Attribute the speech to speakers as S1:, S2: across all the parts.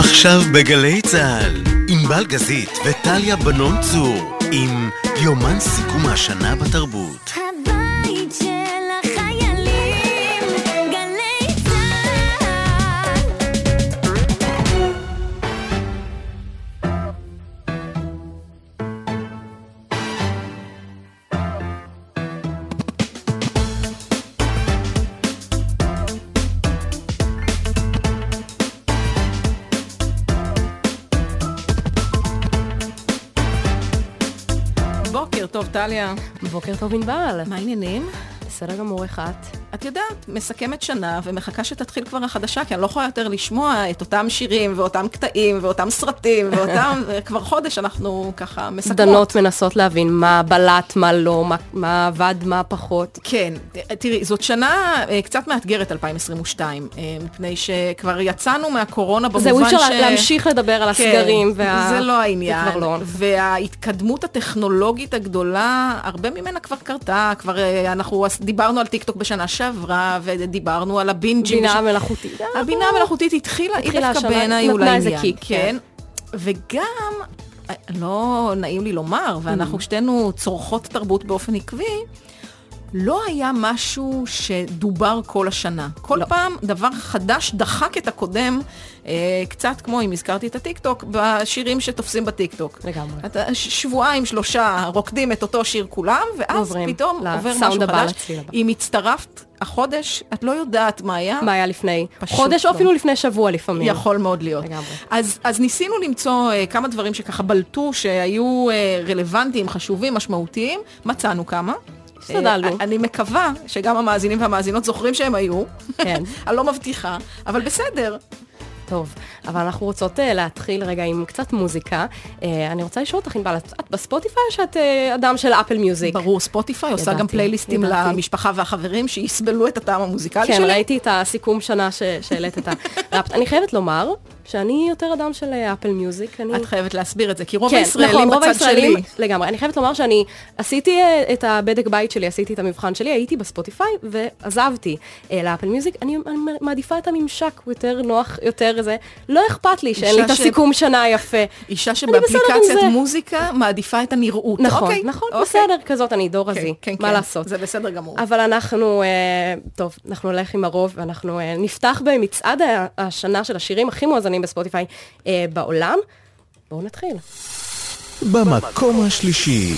S1: עכשיו בגלי צהל, ענבל גזית וטליה בנון צור עם יומן סיכום השנה בתרבות.
S2: הבית של החיילים, גלי צהל.
S3: בוקר טוב, טליה.
S4: בוקר טוב, ענבל.
S3: מה העניינים?
S4: בסדר גמור, אחד.
S3: את יודעת, מסכמת שנה ומחכה שתתחיל כבר החדשה, כי אני לא יכולה יותר לשמוע את אותם שירים ואותם קטעים ואותם סרטים ואותם, כבר חודש אנחנו ככה מסכמות.
S4: דנות מנסות להבין מה בלט, מה לא, מה עבד, מה פחות.
S3: כן, תראי, זאת שנה קצת מאתגרת 2022, מפני שכבר יצאנו מהקורונה במובן
S4: זהו, אפשר להמשיך לדבר על הסגרים.
S3: זה לא העניין.
S4: זה כבר לא.
S3: וההתקדמות הטכנולוגית הגדולה, הרבה ממנה כבר קרתה, כבר אנחנו דיברנו על טיקטוק בשנה שעברה, ודיברנו על הבינג'ים.
S4: בינה מלאכותית.
S3: הבינה המלאכותית התחילה, היא דווקא בעיניי אולי עניין. כן. וגם, לא נעים לי לומר, ואנחנו שתינו צורכות תרבות באופן עקבי, לא היה משהו שדובר כל השנה. כל פעם דבר חדש דחק את הקודם, קצת כמו אם הזכרתי את הטיקטוק, בשירים שתופסים בטיקטוק.
S4: לגמרי.
S3: שבועיים, שלושה, רוקדים את אותו שיר כולם, ואז פתאום עובר משהו חדש. אם הצטרפת החודש, את לא יודעת מה היה.
S4: מה היה לפני חודש, או אפילו לפני שבוע לפעמים.
S3: יכול מאוד להיות.
S4: לגמרי.
S3: אז ניסינו למצוא כמה דברים שככה בלטו, שהיו רלוונטיים, חשובים, משמעותיים. מצאנו כמה.
S4: השתדלנו.
S3: אני מקווה שגם המאזינים והמאזינות זוכרים שהם היו.
S4: כן.
S3: אני לא מבטיחה, אבל בסדר.
S4: טוב, אבל אנחנו רוצות להתחיל רגע עם קצת מוזיקה. אני רוצה לשאול אותך, ענבל, את בספוטיפיי או שאת אדם של אפל מיוזיק?
S3: ברור, ספוטיפיי עושה גם פלייליסטים למשפחה והחברים שיסבלו את הטעם המוזיקלי שלי.
S4: כן, ראיתי את הסיכום שנה שהעלית את הראפ. אני חייבת לומר שאני יותר אדם של אפל מיוזיק.
S3: את חייבת להסביר את זה, כי רוב הישראלים בצד שלי.
S4: לגמרי, אני חייבת לומר שאני עשיתי את הבדק בית שלי, עשיתי את המבחן שלי, הייתי בספוטיפיי ועזבתי לאפל מיוזיק. אני מעדיפה את הממשק, הוא יותר נוח, יותר זה. לא אכפת לי שאין לי את הסיכום שנה יפה.
S3: אישה שבאפליקציית מוזיקה מעדיפה את הנראות.
S4: נכון, נכון, בסדר, כזאת אני דור רזי. מה לעשות?
S3: זה בסדר גמור.
S4: אבל אנחנו, טוב, אנחנו נלך עם הרוב, ואנחנו נפתח במצעד השנה של השירים הכי מואזנים בספוטיפיי בעולם. בואו נתחיל.
S1: במקום השלישי.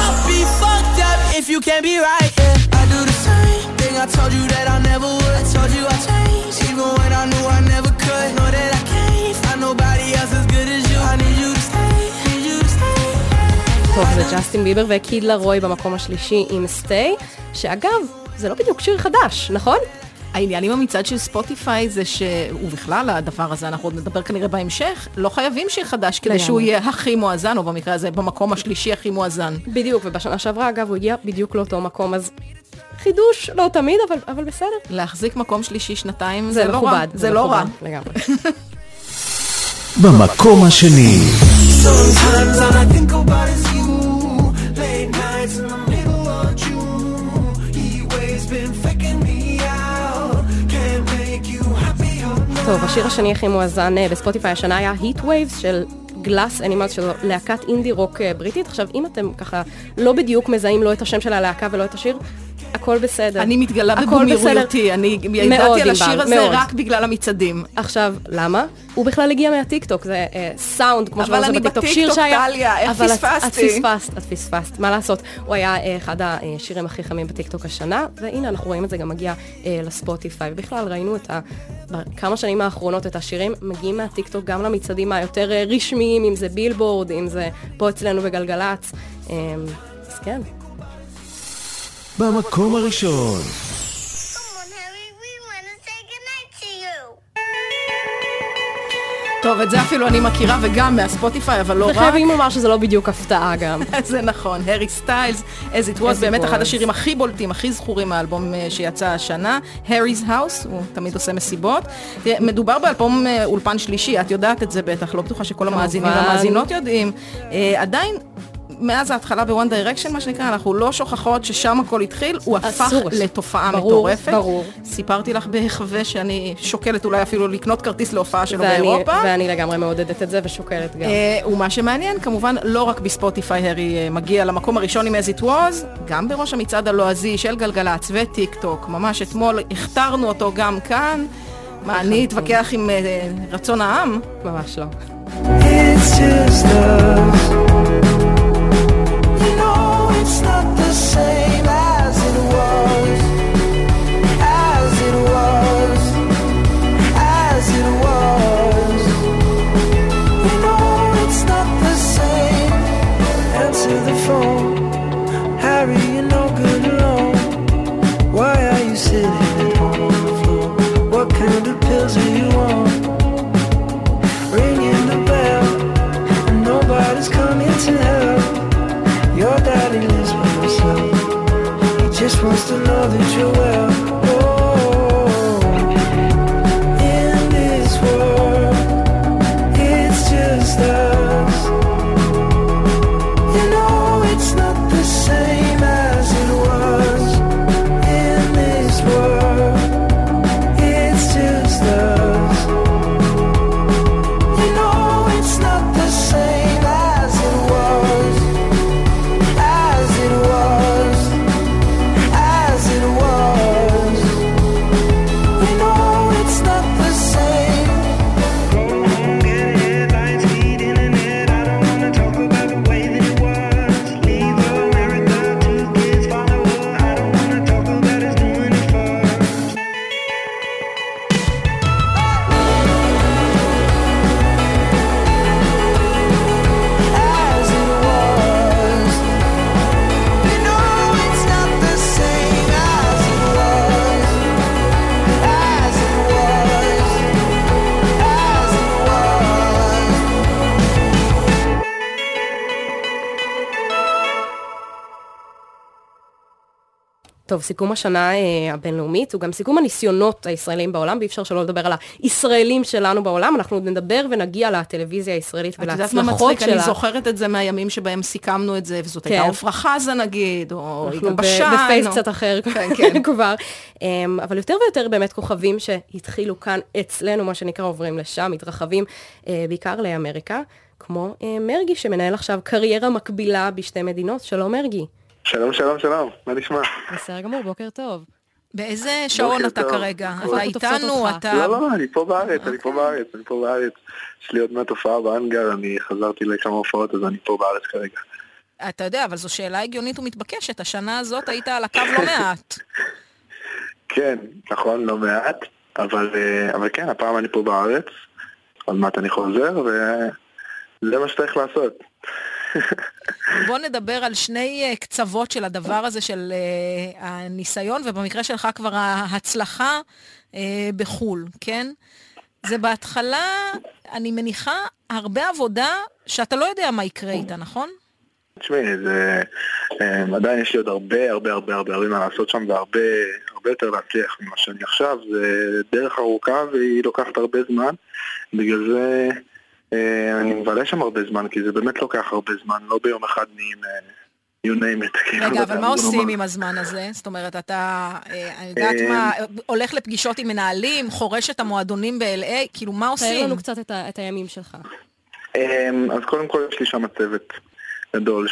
S4: טוב, זה ג'סטין ביבר וקיד לרוי במקום השלישי עם סטיי, שאגב, זה לא בדיוק שיר חדש, נכון?
S3: העניין עם המצעד של ספוטיפיי זה ובכלל הדבר הזה, אנחנו עוד נדבר כנראה בהמשך, לא חייבים שיר חדש כדי שהוא יהיה הכי מואזן, או במקרה הזה במקום השלישי הכי מואזן.
S4: בדיוק, ובשנה שעברה אגב הוא הגיע בדיוק לאותו מקום, אז חידוש לא תמיד, אבל בסדר.
S3: להחזיק מקום שלישי שנתיים
S4: זה לא רע.
S3: זה לא רע.
S4: לגמרי.
S1: במקום השני.
S5: Sometimes all I think about is you. Late nights in the middle of June. He waves been faking me out. Can't make you happy or not.
S4: טוב, השיר השני הכי מואזן בספוטיפיי השנה היה Heat Waves של גלאס אנימלס, שזו להקת אינדי רוק בריטית. עכשיו, אם אתם ככה לא בדיוק מזהים לא את השם של הלהקה ולא את השיר, הכל בסדר.
S3: אני מתגלה בגומירויותי, אני ידעתי על השיר הזה רק בגלל המצעדים.
S4: עכשיו, למה? הוא בכלל הגיע מהטיקטוק, זה סאונד, כמו
S3: אבל אני בטיקטוק, טליה, איך פספסתי?
S4: את פספסת, מה לעשות? הוא היה אחד השירים הכי חמים בטיקטוק השנה, והנה אנחנו רואים את זה גם מגיע לספוטיפיי, ובכלל ראינו בכמה שנים האחרונות את השירים מגיעים מהטיקטוק גם למצעדים היותר רשמיים, אם זה בילבורד, אם זה פה אצלנו בגלגלץ, אז כן.
S1: במקום הראשון.
S3: טוב, את זה אפילו אני מכירה וגם מהספוטיפיי, אבל לא רק.
S4: וחייבים לומר שזה לא בדיוק הפתעה גם.
S3: זה נכון, הרי סטיילס, As It Was, באמת אחד השירים הכי בולטים, הכי זכורים מהאלבום שיצא השנה, Harry's House, הוא תמיד עושה מסיבות. מדובר באלבום אולפן שלישי, את יודעת את זה בטח, לא בטוחה שכל המאזינים והמאזינות יודעים. עדיין מאז ההתחלה ב-One Direction, מה שנקרא, אנחנו לא שוכחות ששם הכל התחיל, הוא הפך לתופעה מטורפת.
S4: ברור.
S3: סיפרתי לך בהחווה שאני שוקלת אולי אפילו לקנות כרטיס להופעה שלו באירופה.
S4: ואני לגמרי מעודדת את זה ושוקלת גם.
S3: ומה שמעניין, כמובן, לא רק בספוטיפיי הרי מגיע למקום הראשון עם As It Was, גם בראש המצעד הלועזי של גלגלצ וטיק טוק, ממש אתמול הכתרנו אותו גם כאן. מה, אני אתווכח עם רצון העם?
S4: ממש לא.
S5: It's just us. You know it's not the same as it was. As it was. As it was. You know it's not the same. Answer the phone. Harry, you're no good alone. Why are you sitting at home on the floor? What kind of pills are you on? Ringing the bell, and nobody's coming to help. Your daddy lives by himself. He just wants to know that you're well. Oh, in this world, it's just us. You know it's not the same as it was. In this world, it's just us. You know it's not the same as it was. As it was. As it was. You know it's not the same. Go home, get headlines, feed internet. I don't wanna talk about the way that it was. Leave America, 2 kids follow her. I don't wanna talk about us doing it first. As it was. You know it's not the same as it was. As it was. As it was.
S4: טוב, סיכום השנה הבינלאומית הוא גם סיכום הניסיונות הישראלים בעולם, ואי אפשר שלא לדבר על הישראלים שלנו בעולם. אנחנו נדבר ונגיע לטלוויזיה הישראלית ולהצלחות שלה.
S3: אני זוכרת את זה מהימים שבהם סיכמנו את זה, וזאת הייתה עופרה חזה נגיד, או יגאל בשן.
S4: אנחנו בפייס קצת אחר כבר. אבל יותר ויותר באמת כוכבים שהתחילו כאן אצלנו, מה שנקרא עוברים לשם, מתרחבים בעיקר לאמריקה, כמו מרגי שמנהל עכשיו קריירה מקבילה בשתי מדינות. שלום מרגי.
S6: שלום, שלום, שלום, מה נשמע?
S4: בסדר גמור, בוקר טוב.
S3: באיזה שעון אתה כרגע? אתה איתנו, אתה...
S6: לא, אני פה בארץ. יש לי עוד מעט הופעה באנגר, אני חזרתי לכמה הופעות, אז אני פה בארץ כרגע.
S3: אתה יודע, אבל זו שאלה הגיונית ומתבקשת. השנה הזאת היית על הקו לא מעט.
S6: כן, נכון, לא מעט, אבל כן, הפעם אני פה בארץ, עוד מעט אני חוזר, וזה מה שצריך לעשות.
S3: בוא נדבר על שני קצוות של הדבר הזה של הניסיון, ובמקרה שלך כבר ההצלחה בחול, כן? זה בהתחלה, אני מניחה, הרבה עבודה שאתה לא יודע מה יקרה איתה, נכון?
S6: תשמעי, עדיין יש לי עוד הרבה מה לעשות שם, והרבה יותר להצליח ממה שאני עכשיו. זה דרך ארוכה והיא לוקחת הרבה זמן, בגלל זה אני מבלה שם הרבה זמן, כי זה באמת לוקח הרבה זמן, לא ביום אחד נהיים you name it.
S3: רגע, אבל מה עושים עם הזמן הזה? זאת אומרת, אתה, אני יודעת מה, הולך לפגישות עם מנהלים, חורש את המועדונים ב-LA, כאילו מה עושים?
S4: תאר לנו קצת את הימים שלך.
S6: אז קודם כל יש לי שם צוות גדול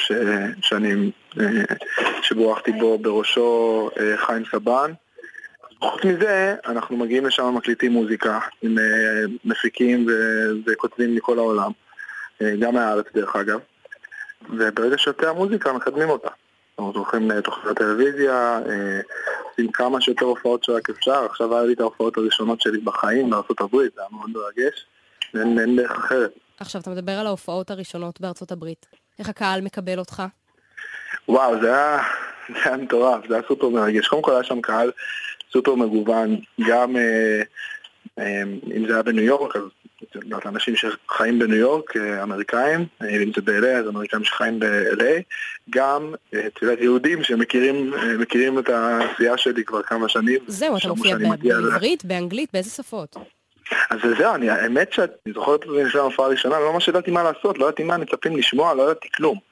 S6: שבורחתי בו בראשו חיים סבן. חוץ מזה, אנחנו מגיעים לשם מקליטים מוזיקה עם מפיקים וכותבים מכל העולם, גם מהארץ דרך אגב, וברגע שיותר המוזיקה מקדמים אותה. אנחנו הולכים לתוכניות טלוויזיה, עושים כמה שיותר הופעות שרק אפשר. עכשיו היה לי את ההופעות הראשונות שלי בחיים בארצות הברית, זה היה מאוד מרגש, אין דרך אחרת.
S4: עכשיו אתה מדבר על ההופעות הראשונות בארצות הברית, איך הקהל מקבל אותך?
S6: וואו, זה היה מטורף, זה היה סופר מרגש. קודם כל היה שם קהל סופר מגוון, גם אם זה היה בניו יורק, אז אנשים שחיים בניו יורק, אמריקאים, אם זה ב-LA, אז אמריקאים שחיים ב-LA, גם יהודים שמכירים את העשייה שלי כבר כמה שנים.
S4: זהו, אתה מופיע בעברית, באנגלית, באיזה שפות?
S6: אז זהו, האמת שאני זוכרת את זה נשאר המופעה הראשונה, לא ממש ידעתי מה לעשות, לא ידעתי מה מצפים לשמוע, לא ידעתי כלום.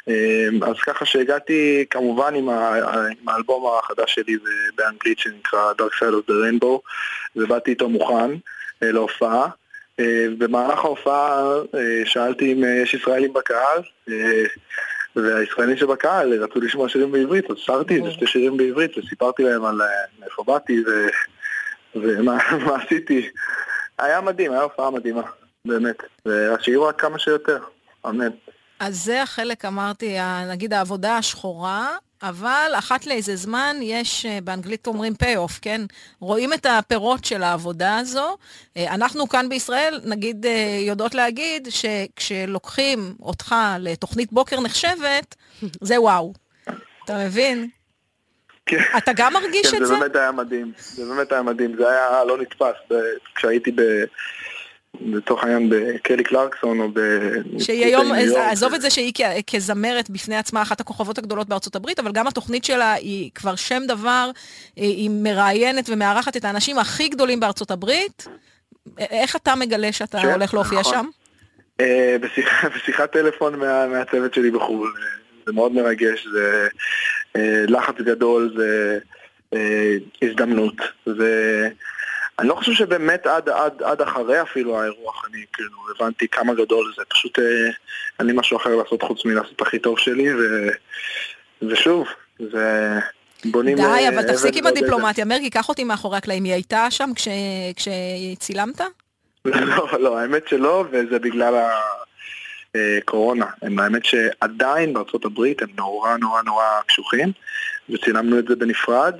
S6: אז ככה שהגעתי כמובן עם האלבום החדש שלי באנגלית שנקרא Dark Side of the Rainbow, ובאתי איתו מוכן להופעה. במהלך ההופעה שאלתי אם יש ישראלים בקהל, והישראלים שבקהל רצו לשמוע שירים בעברית, אז שרתי את שתי שירים בעברית וסיפרתי להם על איפה באתי ומה עשיתי. היה מדהים, היה הופעה מדהימה, באמת. והשיעור רק כמה שיותר, אמן.
S3: אז זה החלק, אמרתי, נגיד העבודה השחורה, אבל אחת לאיזה זמן יש, באנגלית אומרים pay-off, כן? רואים את הפירות של העבודה הזו. אנחנו כאן בישראל, נגיד, יודעות להגיד שכשלוקחים אותך לתוכנית בוקר נחשבת, זה וואו. אתה מבין?
S6: כן.
S3: אתה גם מרגיש את זה?
S6: זה באמת היה מדהים. זה באמת היה מדהים. זה היה לא נתפס. כשהייתי בתוך העניין בקלי קלרקסון או
S3: שהיום, עזוב את זה שהיא כזמרת בפני עצמה אחת הכוכבות הגדולות בארצות הברית, אבל גם התוכנית שלה היא כבר שם דבר, היא מראיינת ומארחת את האנשים הכי גדולים בארצות הברית. איך אתה מגלה שאתה הולך להופיע שם?
S6: בשיחת טלפון מהצוות שלי בחו"ל. זה מאוד מרגש, זה לחץ גדול, זה הזדמנות. אני לא חושב שבאמת עד אחרי אפילו האירוח אני כאילו הבנתי כמה גדול זה, פשוט אין לי משהו אחר לעשות חוץ מלעשות הכי טוב שלי, ושוב, זה בונים...
S3: די, אבל תפסיק עם הדיפלומטיה, מרגי, קח אותי מאחורי הקלעים, היא הייתה שם כשצילמת?
S6: לא, האמת שלא, וזה בגלל הקורונה. האמת שעדיין בארצות הברית הם נורא נורא נורא קשוחים, וצילמנו את זה בנפרד,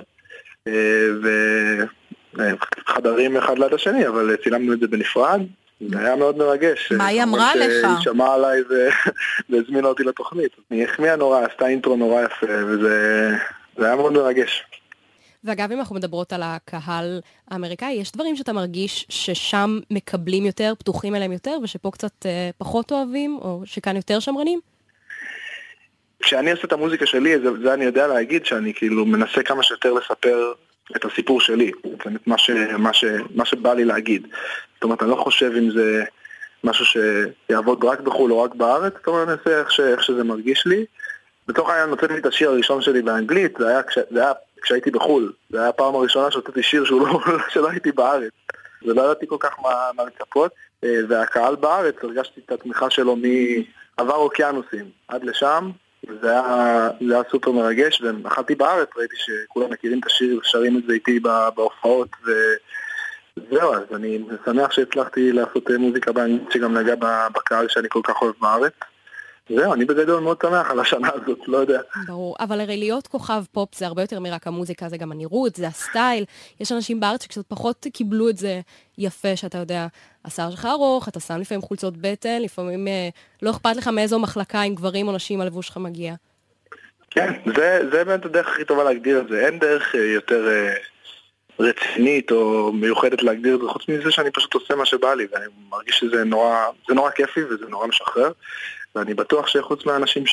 S6: חדרים אחד ליד השני, אבל צילמנו את זה בנפרד, זה היה מאוד מרגש.
S3: מה היא אמרה לך?
S6: היא שמעה עליי והזמינה אותי לתוכנית. היא החמיאה נורא, עשתה אינטרו נורא יפה, וזה היה מאוד מרגש.
S4: ואגב, אם אנחנו מדברות על הקהל האמריקאי, יש דברים שאתה מרגיש ששם מקבלים יותר, פתוחים אליהם יותר, ושפה קצת פחות אוהבים, או שכאן יותר שמרנים?
S6: כשאני עושה את המוזיקה שלי, זה אני יודע להגיד שאני כאילו מנסה כמה שיותר לספר את הסיפור שלי, את מה שבא לי להגיד. זאת אומרת, אני לא חושב אם זה משהו שיעבוד רק בחו"ל או רק בארץ, זאת אומרת, אני אעשה איך שזה מרגיש לי. בתוך העניין נוצאתי לי את השיר הראשון שלי באנגלית, זה היה כשהייתי בחו"ל. זה היה הפעם הראשונה שהוצאתי שיר שלא הייתי בארץ. ולא ידעתי כל כך מה לצפות, והקהל בארץ, הרגשתי את התמיכה שלו מעבר אוקיינוסים עד לשם, זה היה סופר מרגש, ואחלתי בארץ, ראיתי שכולם מכירים את השיר ושרים את זה איתי בהופעות, וזהו, אז אני שמח שהצלחתי לעשות מוזיקה באנגלית שגם נגע בקהל שאני כל כך אוהב בארץ. זהו, אני בגדול מאוד שמח על השנה הזאת, לא יודע.
S4: ברור, אבל הרי להיות כוכב פופ זה הרבה יותר מרק המוזיקה, זה גם הנראות, זה הסטייל. יש אנשים בארץ שקצת פחות קיבלו את זה יפה, שאתה יודע, השיער שלך ארוך, אתה שם לפעמים חולצות בטן, לפעמים לא אכפת לך מאיזו מחלקה עם גברים או נשים הלבוש שלך מגיע.
S6: כן, זה באמת הדרך הכי טובה להגדיר את זה. אין דרך יותר רצינית או מיוחדת להגדיר את זה, חוץ מזה שאני פשוט עושה מה שבא לי, ואני מרגיש שזה נורא כיפי וזה נורא משחרר. ואני בטוח שחוץ מהאנשים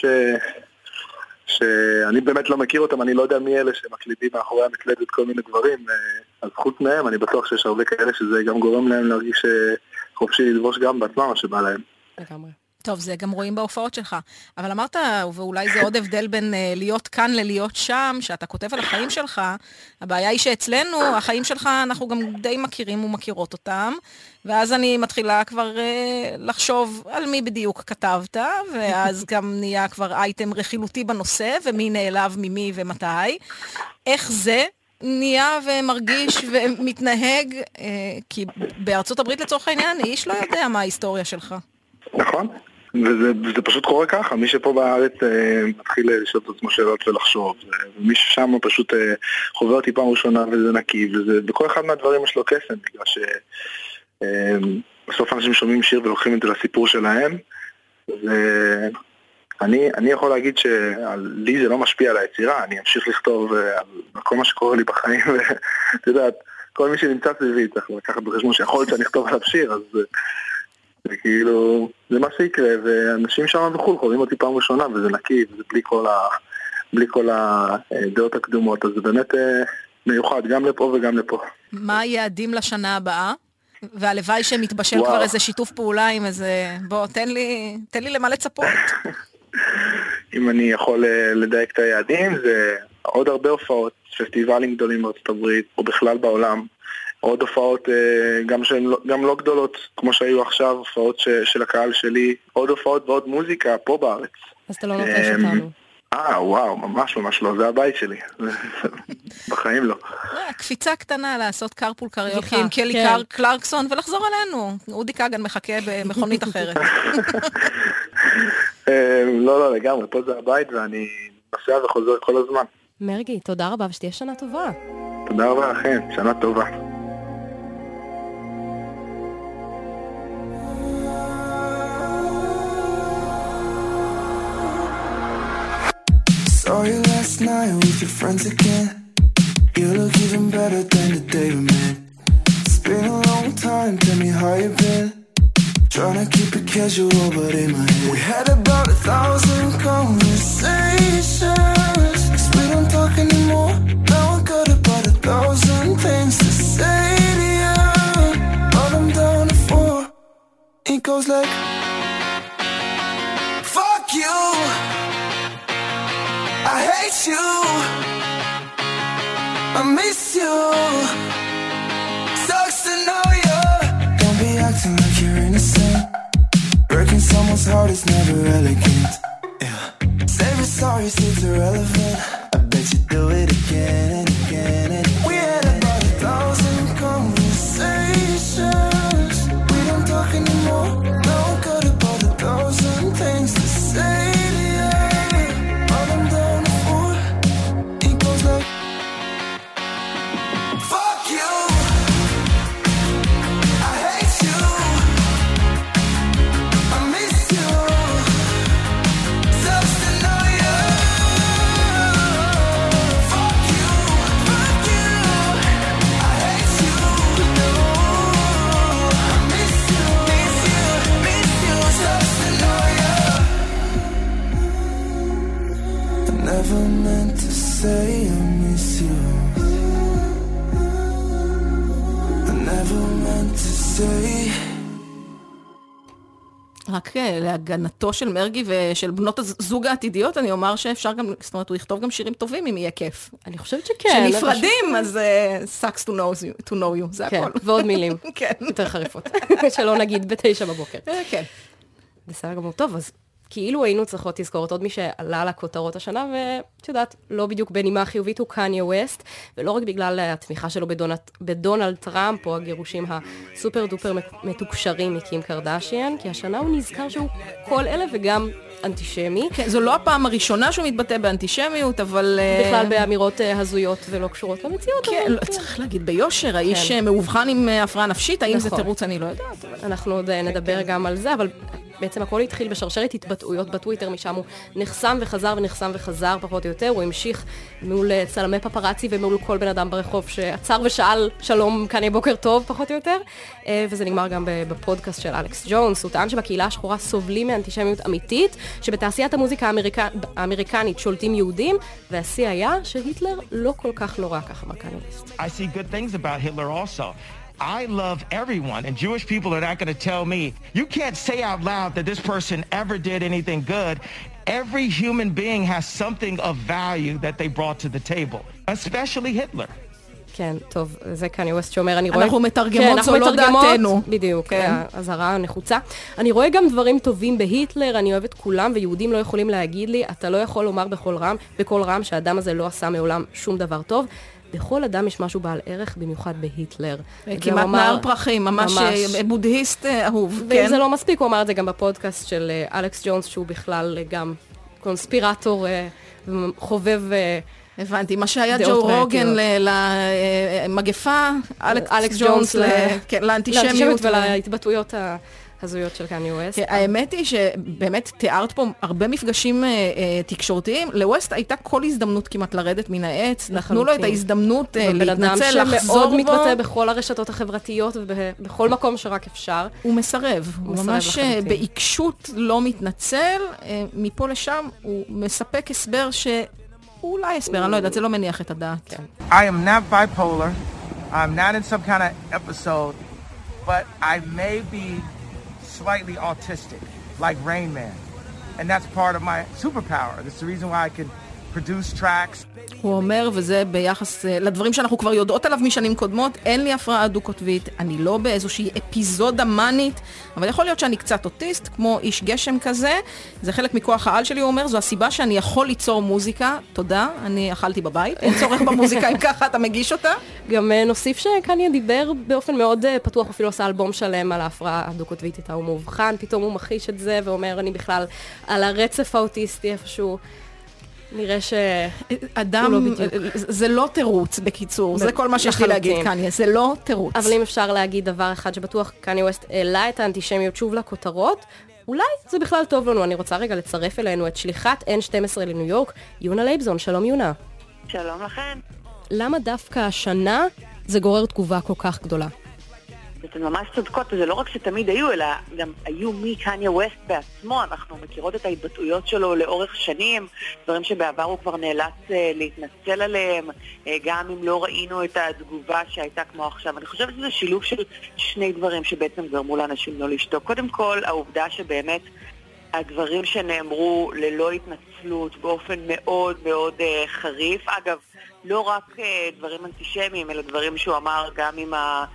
S6: שאני באמת לא מכיר אותם, אני לא יודע מי אלה שמקלידים מאחורי המקלדת כל מיני דברים, אז חוץ מהם אני בטוח שיש הרבה כאלה שזה גם גורם להם להרגיש חופשי ללבוש גם בעצמם מה שבא להם.
S4: לגמרי.
S3: טוב, זה גם רואים בהופעות שלך. אבל אמרת, ואולי זה עוד הבדל בין להיות כאן ללהיות שם, שאתה כותב על החיים שלך, הבעיה היא שאצלנו, החיים שלך, אנחנו גם די מכירים ומכירות אותם, ואז אני מתחילה כבר לחשוב על מי בדיוק כתבת, ואז גם נהיה כבר אייטם רכילותי בנושא, ומי נעלב ממי ומתי. איך זה נהיה ומרגיש ומתנהג, כי בארצות הברית לצורך העניין, איש לא יודע מה ההיסטוריה שלך.
S6: נכון, וזה פשוט קורה ככה, מי שפה בארץ מתחיל לשאול את עצמו שאלות ולחשוב, ומי ששם פשוט חובר אותי פעם ראשונה וזה נקי, ובכל אחד מהדברים יש לו קסם, בגלל שבסוף אנשים שומעים שיר ולוקחים את זה לסיפור שלהם, אני יכול להגיד שלי זה לא משפיע על היצירה, אני אמשיך לכתוב על כל מה שקורה לי בחיים, ואתה יודעת, כל מי שנמצא סביבי צריך לקחת בחשבון שיכול להיות שאני אכתוב עליו שיר, אז זה כאילו, זה מה שיקרה, ואנשים שם בחו"ל חווים אותי פעם ראשונה, וזה נקי, וזה בלי כל הדעות הקדומות, אז זה באמת מיוחד, גם לפה וגם לפה.
S3: מה היעדים לשנה הבאה? והלוואי שמתבשל כבר איזה שיתוף פעולה עם איזה, בוא, תן לי למה לצפות.
S6: אם אני יכול לדייק את היעדים, זה עוד הרבה הופעות, פסטיבלים גדולים בארצות הברית, או בכלל בעולם. עוד הופעות גם לא גדולות, כמו שהיו עכשיו, הופעות של הקהל שלי, עוד הופעות ועוד מוזיקה פה בארץ.
S4: אז אתה לא נוטש אותנו.
S6: וואו, ממש ממש לא, זה הבית שלי. בחיים לא.
S3: קפיצה קטנה לעשות קרפול קריוקי עם קלי קלרקסון ולחזור אלינו. אודי קאגן מחכה במכונית אחרת.
S6: לא, לגמרי, פה זה הבית ואני נוסע וחוזר כל הזמן.
S4: מרגי, תודה רבה ושתהיה שנה טובה.
S6: תודה רבה לכם, שנה טובה.
S5: Saw you last night with your friends again. You look even better than the day we met. It's been a long time, tell me how you been. Trying to keep it casual, but in my head we had about 1,000 conversations. 'Cause we don't talk anymore. Now I got about 1,000 things to say to you. All I'm down for. It goes like, fuck you, I hate you, I miss you, sucks to know you. Don't be acting like you're innocent. Breaking someone's heart is never elegant. Yeah. Save your sorry, it's irrelevant. I bet you do it again and again and again. We had about 1,000 conversations. We don't talk anymore. Now I got about 1,000 things to say. Never meant to say I miss you. I never meant to say.
S3: רק להגנתו של מרגי ושל בנות הזוג העתידיות, אני אומר שאפשר גם, זאת אומרת, הוא יכתוב גם שירים טובים אם יהיה כיף.
S4: אני חושבת שכן.
S3: שנפרדים, אז sucks to know you, זה הכל.
S4: ועוד מילים.
S3: כן.
S4: יותר חריפות. שלא נגיד ב9 בבוקר.
S3: כן.
S4: בסדר גמור. טוב, אז כאילו היינו צריכות תזכורת עוד מי שעלה לכותרות השנה, ואת יודעת, לא בדיוק בנימה חיובית הוא קניה ווסט, ולא רק בגלל התמיכה שלו בדונלד טראמפ, או הגירושים הסופר דופר מתוקשרים מקים קרדשיאן, כי השנה הוא נזכר שהוא כל אלה וגם אנטישמי.
S3: כן, זו לא הפעם הראשונה שהוא מתבטא באנטישמיות, אבל
S4: בכלל באמירות הזויות ולא קשורות למציאות.
S3: כן, לא צריך להגיד ביושר, האיש מאובחן עם הפרעה נפשית, האם זה תירוץ אני לא יודעת.
S4: אנחנו עוד נדבר גם על זה, אבל בעצם הכל התחיל בשרשרת התבטאויות בטוויטר, משם הוא נחסם וחזר ונחסם וחזר פחות או יותר, הוא המשיך מול צלמי פפרצי ומול כל בן אדם ברחוב שעצר ושאל שלום קניה בוקר טוב פחות או יותר, וזה נגמר גם בפודקאסט של אלכס ג'ונס. הוא טען שבקהילה השחורה סובלים מאנטישמיות אמיתית, שבתעשיית המוזיקה האמריקנית שולטים יהודים, והשיא היה שהיטלר לא כל כך נורא, ככה אמר קניה ווסט.
S7: I see good things about Hitler also. I love everyone, and Jewish people are not going to tell me, you can't say out loud that this person ever did anything good. Every human being has something of value that they brought to the table, especially Hitler.
S4: כן, טוב, זה קניה ווסט שאומר, אני רואה...
S3: אנחנו מתרגמות, זו לא דעתנו.
S4: בדיוק, הזרה הנחוצה. אני רואה גם דברים טובים בהיטלר, אני אוהבת כולם, ויהודים לא יכולים להגיד לי, אתה לא יכול לומר בכל רם שהאדם הזה לא עשה מעולם שום דבר טוב. בכל אדם יש משהו בעל ערך, במיוחד בהיטלר.
S3: כמעט נער פרחים, ממש בודהיסט אהוב.
S4: ואם זה לא מספיק, הוא אמר את זה גם בפודקאסט של אלכס ג'ונס, שהוא בכלל גם קונספירטור חובב...
S3: הבנתי, מה שהיה ג'ו רוגן למגפה, אלכס ג'ונס לאנטישמיות
S4: ולהתבטאויות הזויות של קניה ווסט.
S3: האמת היא שבאמת תיארת פה הרבה מפגשים תקשורתיים. לווסט הייתה כל הזדמנות כמעט לרדת מן העץ, נתנו לו את ההזדמנות להתנצל, לחזור בו.
S4: שמאוד מתבטא בכל הרשתות החברתיות ובכל מקום שרק אפשר.
S3: הוא מסרב. הוא ממש בעיקשות לא מתנצל. מפה לשם הוא מספק הסבר אולי הסבר, אני לא יודעת, זה לא מניח את הדעת.
S7: I am not bipolar. I'm not in some kind of episode, but I may be slightly autistic, like Rain Man.
S8: and that's part of my superpower. That's the reason why I can produce tracks.
S3: הוא אומר, וזה ביחס לדברים שאנחנו כבר יודעות עליו משנים קודמות, אין לי הפרעה דו-קוטבית, אני לא באיזושהי אפיזודה מנית, אבל יכול להיות שאני קצת אוטיסט, כמו איש גשם כזה, זה חלק מכוח העל שלי, הוא אומר, זו הסיבה שאני יכול ליצור מוזיקה, תודה, אני אכלתי בבית, אין צורך במוזיקה אם ככה אתה מגיש אותה.
S4: גם נוסיף שקניה דיבר באופן מאוד פתוח, אפילו עשה אלבום שלם על ההפרעה הדו-קוטבית, איתה הוא מאובחן, פתאום הוא מכחיש את זה, ואומר, אני בכלל על הרצף האוטיסטי איפשהו. נראה
S3: שאדם, זה לא תירוץ בקיצור, זה כל מה שיש לי להגיד קניה, זה לא תירוץ.
S4: אבל אם אפשר להגיד דבר אחד שבטוח קניה ווסט העלה את האנטישמיות שוב לכותרות, אולי זה בכלל טוב לנו. אני רוצה רגע לצרף אלינו את שליחת N12 לניו יורק, יונה לייבזון. שלום יונה.
S9: שלום לכם.
S4: למה דווקא השנה זה גורר תגובה כל כך גדולה?
S9: אתן ממש צודקות, וזה לא רק שתמיד היו, אלא גם היו מקניה ווסט בעצמו. אנחנו מכירות את ההתבטאויות שלו לאורך שנים, דברים שבעבר הוא כבר נאלץ להתנצל עליהם, גם אם לא ראינו את התגובה שהייתה כמו עכשיו. אני חושבת שזה שילוב של שני דברים שבעצם גרמו לאנשים לא לשתוק. קודם כל, העובדה שבאמת הדברים שנאמרו ללא התנצלות באופן מאוד מאוד חריף, אגב, לא רק דברים אנטישמיים, אלא דברים שהוא אמר גם עם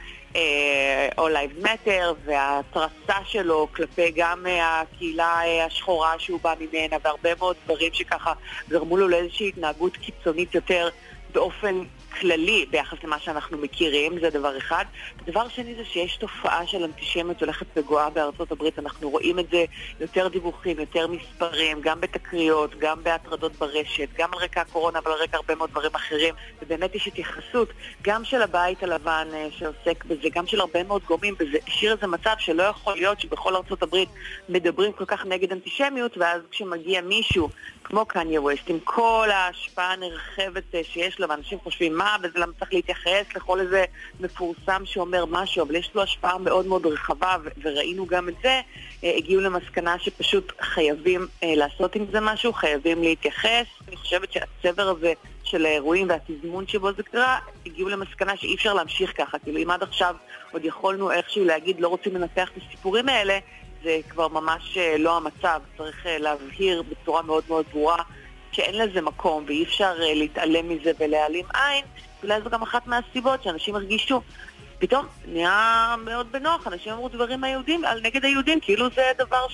S9: All Lives Matter, והתרסה שלו כלפי גם הקהילה השחורה שהוא בא ממנה, והרבה מאוד דברים שככה גרמו לו לאיזושהי התנהגות קיצונית יותר באופן כללי ביחס למה שאנחנו מכירים, זה דבר אחד. דבר שני זה שיש תופעה של אנטישמיות הולכת וגואה בארצות הברית, אנחנו רואים את זה יותר דיווחים, יותר מספרים, גם בתקריות, גם בהטרדות ברשת, גם על רקע הקורונה, אבל על רקע הרבה מאוד דברים אחרים, ובאמת יש התייחסות גם של הבית הלבן שעוסק בזה, גם של הרבה מאוד גורמים, וזה השאיר איזה מצב שלא יכול להיות שבכל ארצות הברית מדברים כל כך נגד אנטישמיות, ואז כשמגיע מישהו כמו קניה ווסט, עם כל ההשפעה הנרחבת שיש לו, ואנשים חושבים מה, וזה למה צריך להתייחס לכל איזה מפורסם שאומר משהו, אבל יש לו השפעה מאוד מאוד רחבה, וראינו גם את זה, הגיעו למסקנה שפשוט חייבים לעשות עם זה משהו, חייבים להתייחס. אני חושבת שהצבר הזה של האירועים והתזמון שבו זה קרה, הגיעו למסקנה שאי אפשר להמשיך ככה, כאילו אם עד עכשיו עוד יכולנו איכשהו להגיד לא רוצים לנתח את הסיפורים האלה, זה כבר ממש לא המצב. צריך להבהיר בצורה מאוד מאוד ברורה שאין לזה מקום ואי אפשר להתעלם מזה ולהעלים עין. אולי זו גם אחת מהסיבות שאנשים הרגישו פתאום נהיה מאוד בנוח, אנשים אמרו דברים נגד היהודים, כאילו זה דבר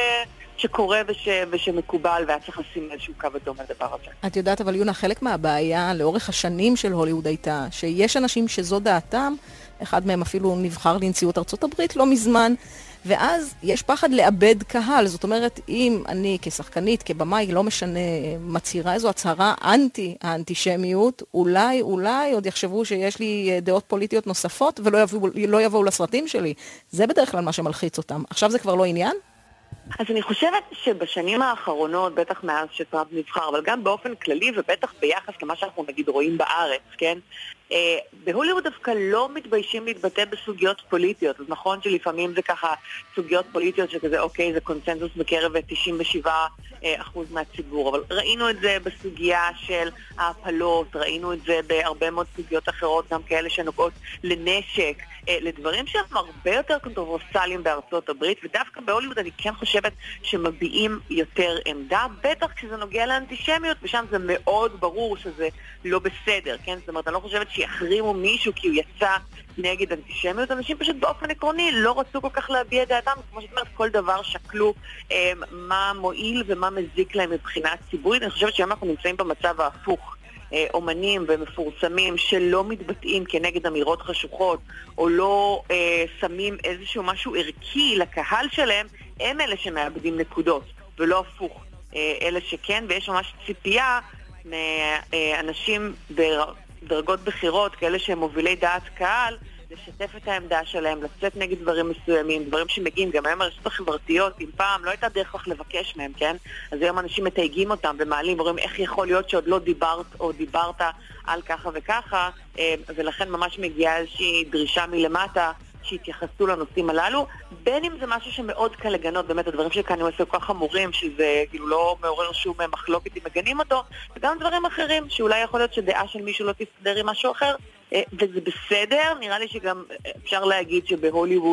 S9: שקורה ושמקובל, והיה צריך לשים איזשהו קו אדום לדבר הזה.
S3: את יודעת, אבל יונה, חלק מהבעיה לאורך השנים של הוליווד הייתה שיש אנשים שזו דעתם, אחד מהם אפילו נבחר לנשיאות ארצות הברית לא מזמן, ואז יש פחד לאבד קהל. זאת אומרת, אם אני כשחקנית, כבמאי, לא משנה, מצהירה איזו הצהרה האנטישמיות, אולי עוד יחשבו שיש לי דעות פוליטיות נוספות ולא יבואו לסרטים שלי. זה בדרך כלל מה שמלחיץ אותם. עכשיו זה כבר לא עניין?
S9: אז אני חושבת שבשנים האחרונות, בטח מאז שטראמפ נבחר, אבל גם באופן כללי ובטח ביחס למה שאנחנו נגיד רואים בארץ, כן? בהוליווד דווקא לא מתביישים להתבטא בסוגיות פוליטיות. אז נכון שלפעמים זה ככה סוגיות פוליטיות שכזה, אוקיי, זה קונצנזוס בקרב 97% מהציבור, אבל ראינו את זה בסוגיה של ההפלות, ראינו את זה בהרבה מאוד סוגיות אחרות, גם כאלה שנוגעות לנשק, לדברים שהם הרבה יותר קונטרוברסליים בארצות הברית, ודווקא בהוליווד אני כן חושבת שמביעים יותר עמדה, בטח כשזה נוגע לאנטישמיות, ושם זה מאוד ברור שזה לא בסדר, כן? זאת אומרת, אני לא חושבת שיחרימו מישהו כי הוא יצא נגד אנטישמיות, אנשים פשוט באופן עקרוני לא רצו כל כך להביע דעתם, כמו שאת אומרת, כל דבר שקלו מה מועיל ומה מזיק להם מבחינה ציבורית. אני חושבת שהיום אנחנו נמצאים במצב ההפוך. אומנים ומפורסמים שלא מתבטאים כנגד אמירות חשוכות או לא שמים איזשהו משהו ערכי לקהל שלהם, הם אלה שמאבדים נקודות ולא הפוך, אלה שכן, ויש ממש ציפייה מאנשים בדרגות בחירות, כאלה שהם מובילי דעת קהל, לשתף את העמדה שלהם, לצאת נגד דברים מסוימים, דברים שמגיעים גם היום הרשתות החברתיות. אם פעם לא הייתה דרך כך לבקש מהם, כן? אז היום אנשים מתייגים אותם ומעלים, אומרים איך יכול להיות שעוד לא דיברת או דיברת על ככה וככה, ולכן ממש מגיעה איזושהי דרישה מלמטה שהתייחסו לנושאים הללו, בין אם זה משהו שמאוד קל לגנות, באמת הדברים שכאן עושה כל כך חמורים, שזה כאילו לא מעורר שום מחלוקת אם מגנים אותו, וגם דברים אחרים, שאולי יכול להיות שדעה של מישהו לא תסתדר עם משהו אחר, וזה בסדר. נראה לי שגם אפשר להגיד שבהוליווד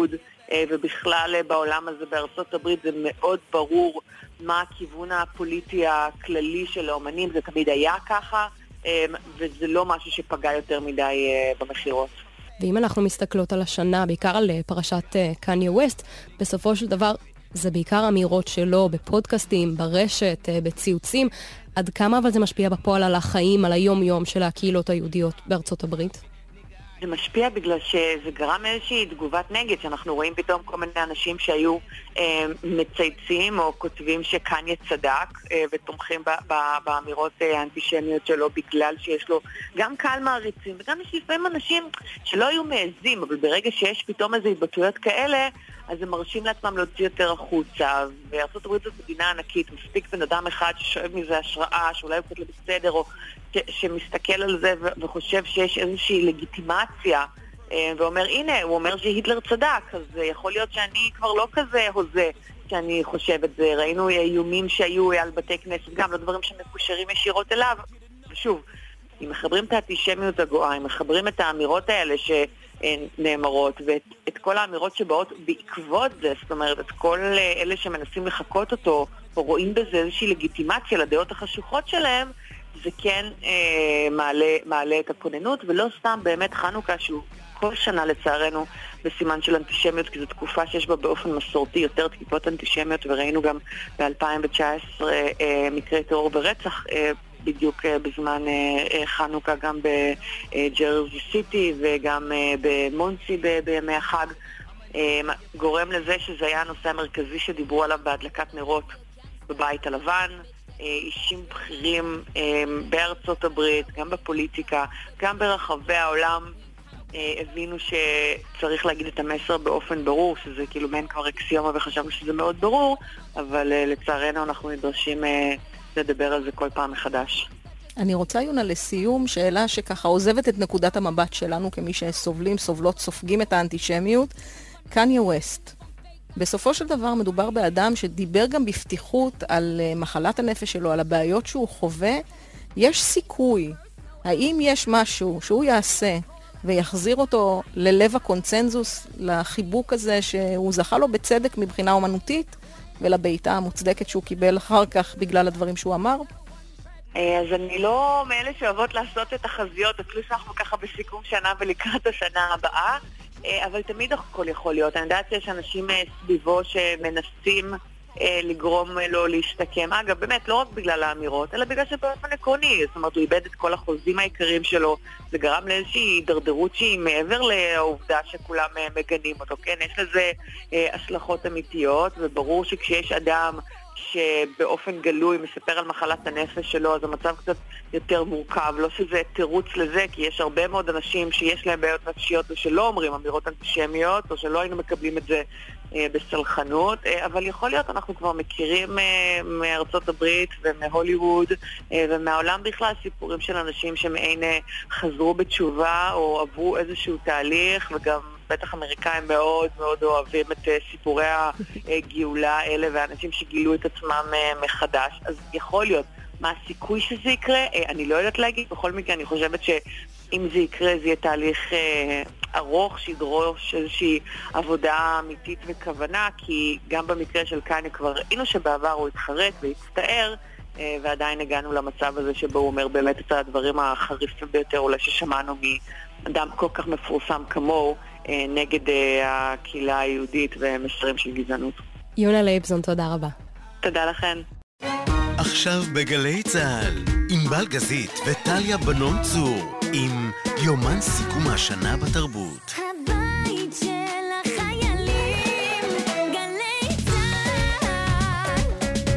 S9: ובכלל בעולם הזה בארצות הברית זה מאוד ברור מה הכיוון הפוליטי הכללי של האומנים, זה תמיד היה ככה, וזה לא משהו שפגע יותר מדי במחירות.
S4: ואם אנחנו מסתכלות על השנה, בעיקר על פרשת קניה ווסט, בסופו של דבר זה בעיקר אמירות שלו בפודקאסטים, ברשת, בציוצים. עד כמה אבל זה משפיע בפועל על החיים, על היום-יום של הקהילות היהודיות בארצות הברית?
S9: זה משפיע בגלל שזה גרם איזושהי תגובת נגד, שאנחנו רואים פתאום כל מיני אנשים שהיו מצייצים או כותבים שקניה צדק ותומכים באמירות האנטישמיות שלו בגלל שיש לו גם קהל מעריצים וגם יש לפעמים אנשים שלא היו מעזים, אבל ברגע שיש פתאום איזה התבטאויות כאלה אז הם מרשים לעצמם להוציא יותר החוצה, וארצות הברית זאת מדינה ענקית, מספיק בן אדם אחד ששואב מזה השראה, שאולי הוא קצת בסדר, או שמסתכל על זה וחושב שיש איזושהי לגיטימציה, ואומר, הנה, הוא אומר שהיטלר צדק, אז יכול להיות שאני כבר לא כזה הוזה שאני חושב את זה. ראינו איומים שהיו על בתי כנסת, גם לא דברים שמקושרים ישירות אליו. ושוב, אם מחברים את האנטישמיות הגואה, אם מחברים את האמירות האלה שנאמרות, ואת כל האמירות שבאות בעקבות זה, זאת אומרת, את כל אלה שמנסים לחקות אותו, או רואים בזה איזושהי לגיטימציה לדעות החשוכות שלהם, זה כן מעלה את הכוננות, ולא סתם באמת חנוכה שהוא כל שנה לצערנו בסימן של אנטישמיות, כי זו תקופה שיש בה באופן מסורתי יותר תקיפות אנטישמיות, וראינו גם ב-2019 מקרי טרור ורצח בדיוק בזמן חנוכה, גם בג'רזי סיטי וגם במונסי בימי החג, גורם לזה שזה היה הנושא המרכזי שדיברו עליו בהדלקת נרות בבית הלבן. אישים בכירים בארצות הברית, גם בפוליטיקה, גם ברחבי העולם, הבינו שצריך להגיד את המסר באופן ברור, שזה כאילו מעין כבר אקסיומה וחשבנו שזה מאוד ברור, אבל לצערנו אנחנו נדרשים לדבר על זה כל פעם מחדש.
S3: אני רוצה, יונה, לסיום, שאלה שככה עוזבת את נקודת המבט שלנו כמי שסובלים, סובלות, סופגים את האנטישמיות. קניה ווסט. בסופו של דבר מדובר באדם שדיבר גם בפתיחות על מחלת הנפש שלו, על הבעיות שהוא חווה. יש סיכוי, האם יש משהו שהוא יעשה ויחזיר אותו ללב הקונצנזוס, לחיבוק הזה שהוא זכה לו בצדק מבחינה אומנותית, ולביתה המוצדקת שהוא קיבל אחר כך בגלל הדברים שהוא אמר?
S9: אז אני לא מאלה שאוהבות לעשות את החזיות, אפילו שאנחנו ככה בסיכום שנה ולקראת השנה הבאה, אבל תמיד הכל יכול להיות. אני יודעת שיש אנשים סביבו שמנסים לגרום לו להשתקם. אגב, באמת, לא רק בגלל האמירות, אלא בגלל שבאופן עקרוני. זאת אומרת, הוא איבד את כל החוזים העיקריים שלו. זה גרם לאיזושהי הידרדרות שהיא מעבר לעובדה שכולם מגנים אותו. כן, יש לזה השלכות אמיתיות, וברור שכשיש אדם שבאופן גלוי מספר על מחלת הנפש שלו, אז המצב קצת יותר מורכב. לא שזה תירוץ לזה, כי יש הרבה מאוד אנשים שיש להם בעיות נפשיות ושלא אומרים אמירות אנטישמיות, או שלא היינו מקבלים את זה בסלחנות, אבל יכול להיות, אנחנו כבר מכירים מארצות הברית ומהוליווד ומהעולם בכלל סיפורים של אנשים שמעין חזרו בתשובה או עברו איזשהו תהליך, וגם בטח אמריקאים מאוד מאוד אוהבים את סיפורי הגאולה האלה והאנשים שגילו את עצמם מחדש. אז יכול להיות. מה הסיכוי שזה יקרה? אני לא יודעת להגיד. בכל מקרה אני חושבת שאם זה יקרה זה יהיה תהליך ארוך שידרוש איזושהי עבודה אמיתית וכוונה, כי גם במקרה של קניה כבר ראינו שבעבר הוא התחרט והצטער, ועדיין הגענו למצב הזה שבו הוא אומר באמת את הדברים החריפים ביותר אולי ששמענו מאדם כל כך מפורסם כמוהו נגד הקהילה היהודית ומסרים של גזענות.
S4: יונה לייבזון, תודה רבה.
S9: תודה לכן.
S1: עכשיו בגלי צהל, ענבל גזית וטליה בנון צור עם יומן סיכום השנה בתרבות.
S2: הבית של החיילים, גלי צהל.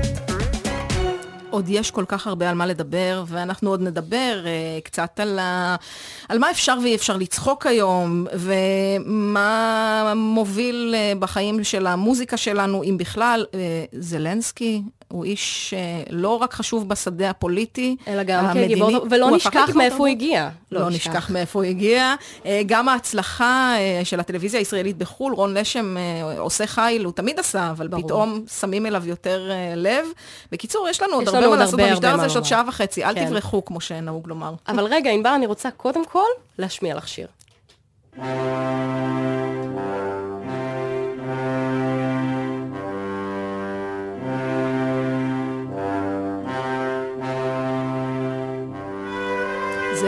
S3: עוד יש כל כך הרבה על מה לדבר, ואנחנו עוד נדבר קצת על מה אפשר ואי אפשר לצחוק היום, ומה מוביל בחיים של המוזיקה שלנו, אם בכלל. זלנסקי הוא איש לא רק חשוב בשדה הפוליטי,
S4: אלא גם כגיבור, ולא נשכח מאיפה הוא הגיע.
S3: לא נשכח מאיפה הוא הגיע. גם ההצלחה של הטלוויזיה הישראלית בחול, רון לשם עושה חיל, הוא תמיד עשה, אבל פתאום שמים אליו יותר לב. בקיצור, יש לנו עוד הרבה מה לעשות במשדר הזה, יש עוד שעה וחצי, אל תברחו כמו שנהוג לומר.
S4: אבל רגע, ענבר, אני רוצה קודם כל להשמיע לך שיר.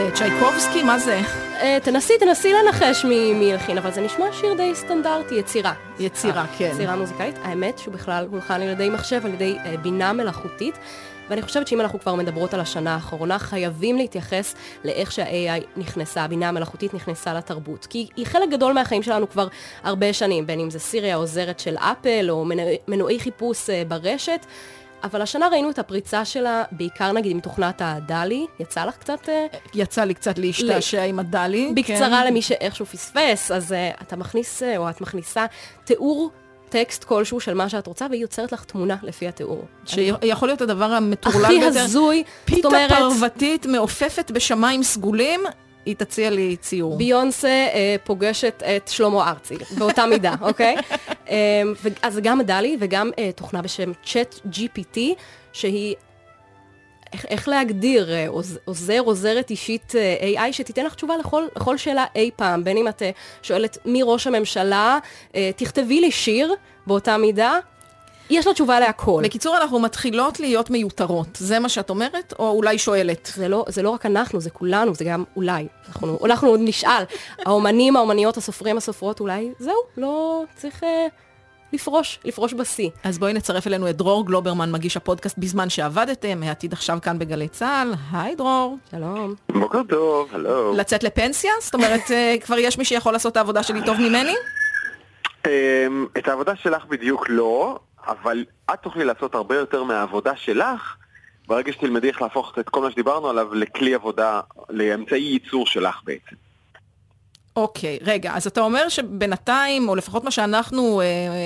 S3: זה צ'ייקובסקי? מה זה?
S4: תנסי לנחש מי הלחין, אבל זה נשמע שיר די סטנדרטי, יצירה, כן. יצירה מוזיקלית. האמת שהוא בכלל הולחן על ידי מחשב, על ידי בינה מלאכותית, ואני חושבת שאם אנחנו כבר מדברות על השנה האחרונה, חייבים להתייחס לאיך שה-AI נכנסה, הבינה המלאכותית נכנסה לתרבות. כי היא חלק גדול מהחיים שלנו כבר הרבה שנים, בין אם זה סירי העוזרת של אפל, או מנועי חיפוש ברשת, אבל השנה ראינו את הפריצה שלה, בעיקר נגיד עם תוכנת הדלי. יצא לך קצת?
S3: יצא לי קצת להשתעשע עם הדלי.
S4: בקצרה למי שאיכשהו פספס, אז אתה מכניס, או את מכניסה תיאור טקסט כלשהו של מה שאת רוצה, והיא יוצרת לך תמונה לפי התיאור.
S3: שיכול להיות הדבר המטורלל ביותר.
S4: הכי הזוי.
S3: פיתה פרוותית מעופפת בשמיים סגולים, היא תציע לי ציור.
S4: ביונסה פוגשת את שלמה ארצי, באותה מידה, אוקיי? אז גם הדלי וגם תוכנה בשם ChatGPT, שהיא, איך להגדיר, עוזרת אישית AI, שתיתן לך תשובה לכל שאלה אי פעם, בין אם את שואלת מי ראש הממשלה, תכתבי לי שיר באותה מידה, יש לה תשובה להכל.
S3: בקיצור, אנחנו מתחילות להיות מיותרות. זה מה שאת אומרת, או אולי שואלת?
S4: זה לא רק אנחנו, זה כולנו, זה גם אולי. אנחנו עוד נשאל. האומנים, האומניות, הסופרים, הסופרות, אולי, זהו, לא צריך לפרוש בסי.
S3: אז בואי נצרף אלינו את דרור גלוברמן, מגיש הפודקאסט בזמן שעבדתם, העתיד עכשיו כאן בגלי צהל. היי דרור.
S4: שלום.
S6: בוקר טוב, הלו.
S3: לצאת לפנסיה? זאת אומרת, כבר יש מי שיכול לעשות את העבודה שלי טוב ממני?
S6: את העבודה שלך בדיוק לא, אבל את תוכלי לעשות הרבה יותר מהעבודה שלך, ברגע שתלמדי איך להפוך את כל מה שדיברנו עליו לכלי עבודה, לאמצעי ייצור שלך בעצם.
S3: אוקיי, רגע, אז אתה אומר שבינתיים, או לפחות מה שאנחנו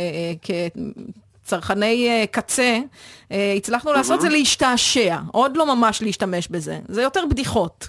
S3: כצרכני קצה, הצלחנו לעשות זה להשתעשע, עוד לא ממש להשתמש בזה, זה יותר בדיחות.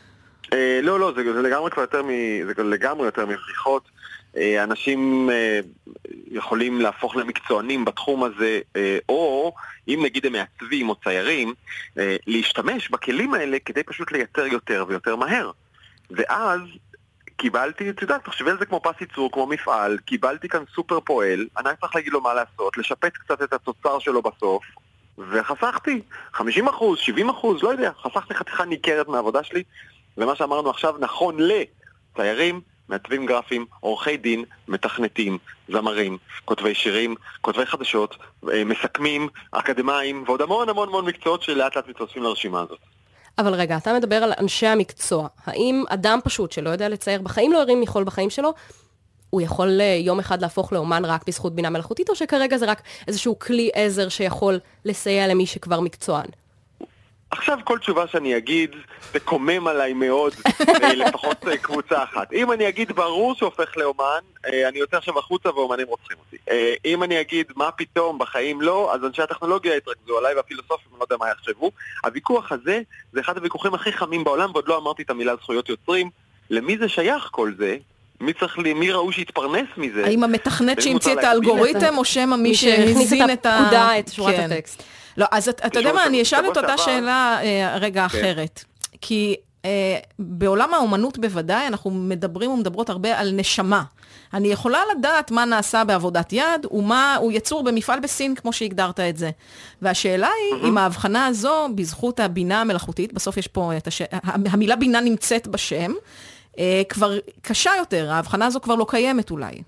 S6: לא, זה לגמרי יותר מבדיחות. אנשים יכולים להפוך למקצוענים בתחום הזה, או אם נגיד הם מעצבים או ציירים, להשתמש בכלים האלה כדי פשוט לייצר יותר ויותר מהר. ואז קיבלתי, את יודעת, תחשבי על זה כמו פס ייצור, כמו מפעל, קיבלתי כאן סופר פועל, אני צריך להגיד לו מה לעשות, לשפץ קצת את התוצר שלו בסוף, וחסכתי 50%, 70%, לא יודע, חסכתי חתיכה ניכרת מהעבודה שלי, ומה שאמרנו עכשיו נכון לציירים, מעצבים גרפיים, עורכי דין, מתכנתים, זמרים, כותבי שירים, כותבי חדשות, מסכמים, אקדמיים, ועוד המון מקצועות שלאט לאט מתווספים לרשימה הזאת.
S4: אבל רגע, אתה מדבר על אנשי המקצוע. האם אדם פשוט שלא יודע לצייר בחיים, לא הרים מחול בחיים שלו, הוא יכול יום אחד להפוך לאומן רק בזכות בינה מלאכותית, או שכרגע זה רק איזשהו כלי עזר שיכול לסייע למי שכבר מקצוען?
S6: עכשיו כל תשובה שאני אגיד תקומם עליי מאוד, לפחות קבוצה אחת. אם אני אגיד ברור שהופך לאומן, אני יוצא עכשיו החוצה ואומנים רוצחים אותי. אם אני אגיד מה פתאום בחיים לא, אז אנשי הטכנולוגיה יתרכזו עליי והפילוסופים, אני לא יודע מה יחשבו. הוויכוח הזה זה אחד הוויכוחים הכי חמים בעולם, ועוד לא אמרתי את המילה זכויות יוצרים. למי זה שייך כל זה? מי ראו שיתפרנס מזה?
S3: האם המתכנת שהמציא את האלגוריתם, או שמא מי שהזין את
S4: הפקודה, את שורת הטקסט?
S3: לא, אז אתה יודע מה, אני אשאל את אותה שאלה רגע אחרת. כי בעולם האומנות בוודאי, אנחנו מדברים ומדברות הרבה על נשמה. אני יכולה לדעת מה נעשה בעבודת יד, ומה הוא יצור במפעל בסין, כמו שהגדרת את זה. והשאלה היא, אם ההבחנה הזו, בזכות הבינה המלאכותית, בסוף יש פה, המילה בינה נמצאת בשם, כבר קשה יותר, ההבחנה הזו כבר לא קיימת אולי.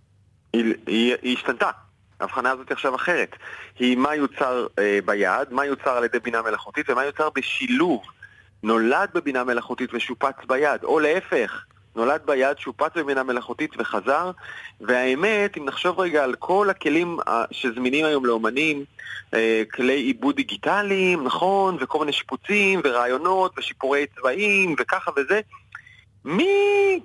S6: היא השתנתה. ההבחנה הזאת עכשיו אחרת. היא מה יוצר ביד, מה יוצר על ידי בינה מלאכותית, ומה יוצר בשילוב. נולד בבינה מלאכותית ושופץ ביד, או להפך, נולד ביד, שופץ בבינה מלאכותית וחזר. והאמת, אם נחשוב רגע על כל הכלים שזמינים היום לאומנים, כלי עיבוד דיגיטליים, נכון, וכל מיני שיפוצים ורעיונות ושיפורי צבעים וככה וזה, מי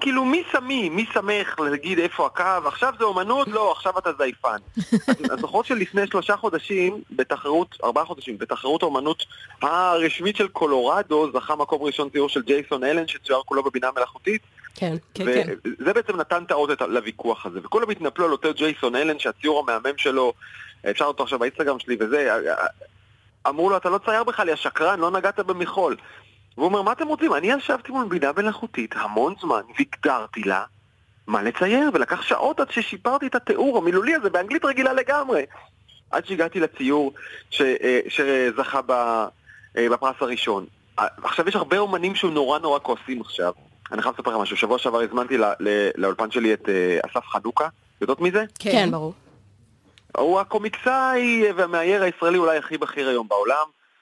S6: שמח להגיד איפה הקו? עכשיו זה אומנות? לא, עכשיו אתה זייפן. אז זוכרות שלפני 3 חודשים, 4 חודשים, בתחרות האומנות הרשמית של קולורדו, זכה מקום ראשון ציור של ג'ייסון אלן, שצויר כולו בבינה מלאכותית.
S4: כן.
S6: וזה בעצם נתן את האות לוויכוח הזה. וכולם התנפלו על אותו ג'ייסון אלן, שהציור המהמם שלו, אפשר אותו עכשיו באינסטגרם שלי וזה, אמרו לו, אתה לא צייר בכלל, יא שקרן, לא נגעת במחול. והוא אומר, מה אתם רוצים? אני ישבתי מול בינה מלאכותית המון זמן, והגדרתי לה מה לצייר, ולקח שעות עד ששיפרתי את התיאור המילולי הזה באנגלית רגילה לגמרי. עד שהגעתי לציור שזכה בפרס הראשון.
S10: עכשיו יש הרבה אומנים שהוא נורא כועסים עכשיו. אני חייב לספר לך משהו, שבוע שעבר הזמנתי לאולפן שלי את אסף חנוכה, יודעות מי זה?
S4: כן, ברור.
S10: הוא הקומיקסאי והמאייר הישראלי אולי הכי בכיר היום בעולם,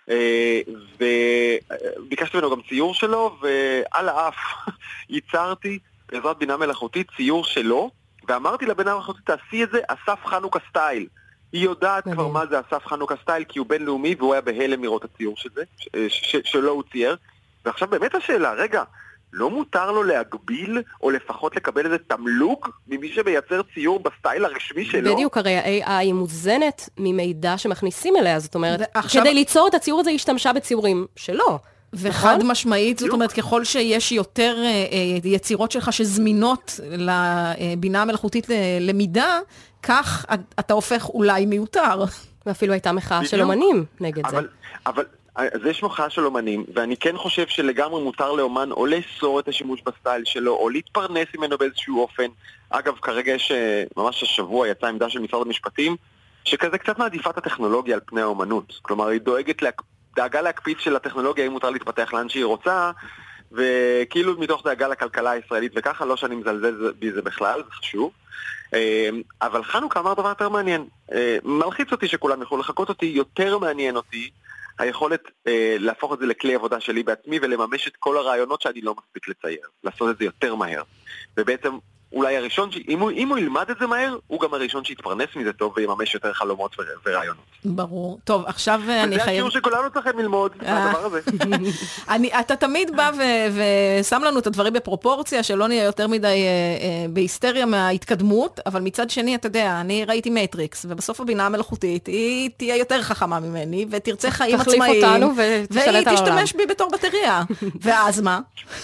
S10: וביקשתי ממנו גם ציור שלו, ועל האף ייצרתי בעזרת בינה מלאכותית ציור שלו, ואמרתי לבינה מלאכותית, תעשי את זה אסף חנוכה סטייל. היא יודעת כבר מה זה אסף חנוכה סטייל, כי הוא בינלאומי, והוא היה בהלם לראות הציור של זה, שלא הוא צייר. ועכשיו באמת השאלה, רגע, לא מותר לו להגביל, או לפחות לקבל איזה תמלוג ממי שמייצר ציור בסטייל הרשמי שלו?
S4: בדיוק, הרי ה-AI היא מוזנת ממידע שמכניסים אליה, זאת אומרת, כדי ליצור את הציור הזה, היא השתמשה בציורים שלו.
S3: וחד משמעית, זאת אומרת, ככל שיש יותר יצירות שלך שזמינות לבינה המלאכותית למידה, כך אתה הופך אולי מיותר.
S4: ואפילו הייתה מחאה של אומנים נגד זה.
S10: אבל אז יש מחאה של אומנים, ואני כן חושב שלגמרי מותר לאומן או לאסור את השימוש בסטייל שלו, או להתפרנס ממנו באיזשהו אופן. אגב, כרגע יש, ממש השבוע יצאה עמדה של משרד המשפטים, שכזה קצת מעדיפה את הטכנולוגיה על פני האומנות. כלומר, היא דאגה להקפיץ של הטכנולוגיה, אם מותר להתפתח לאן שהיא רוצה, וכאילו מתוך דאגה לכלכלה הישראלית, וככה לא שאני מזלזל בזה בכלל, זה חשוב. אבל חנוכה אמר דבר יותר מעניין. מלחיץ אותי שכולם יכולו לחכות אותי, יותר מעניין אותי, היכולת להפוך את זה לכלי עבודה שלי בעצמי ולממש את כל הרעיונות שאני לא מספיק לצייר. לעשות את זה יותר מהר. ובעצם אולי הראשון, אם הוא ילמד את זה מהר, הוא גם הראשון שיתפרנס מזה טוב ויממש יותר חלומות ורעיונות.
S3: ברור. טוב, עכשיו אני חייב...
S10: וזה השיעור שכולנו צריכים ללמוד, הדבר הזה.
S3: אתה תמיד בא ושם לנו את הדברים בפרופורציה, שלא נהיה יותר מדי בהיסטריה מההתקדמות, אבל מצד שני, אתה יודע, אני ראיתי מטריקס, ובסוף הבינה המלאכותית, היא תהיה יותר חכמה ממני, ותרצה חיים עצמאיים.
S4: תחליף אותנו ותשלט
S3: והיא תשתמש בי בתור בטריה. ואז מה?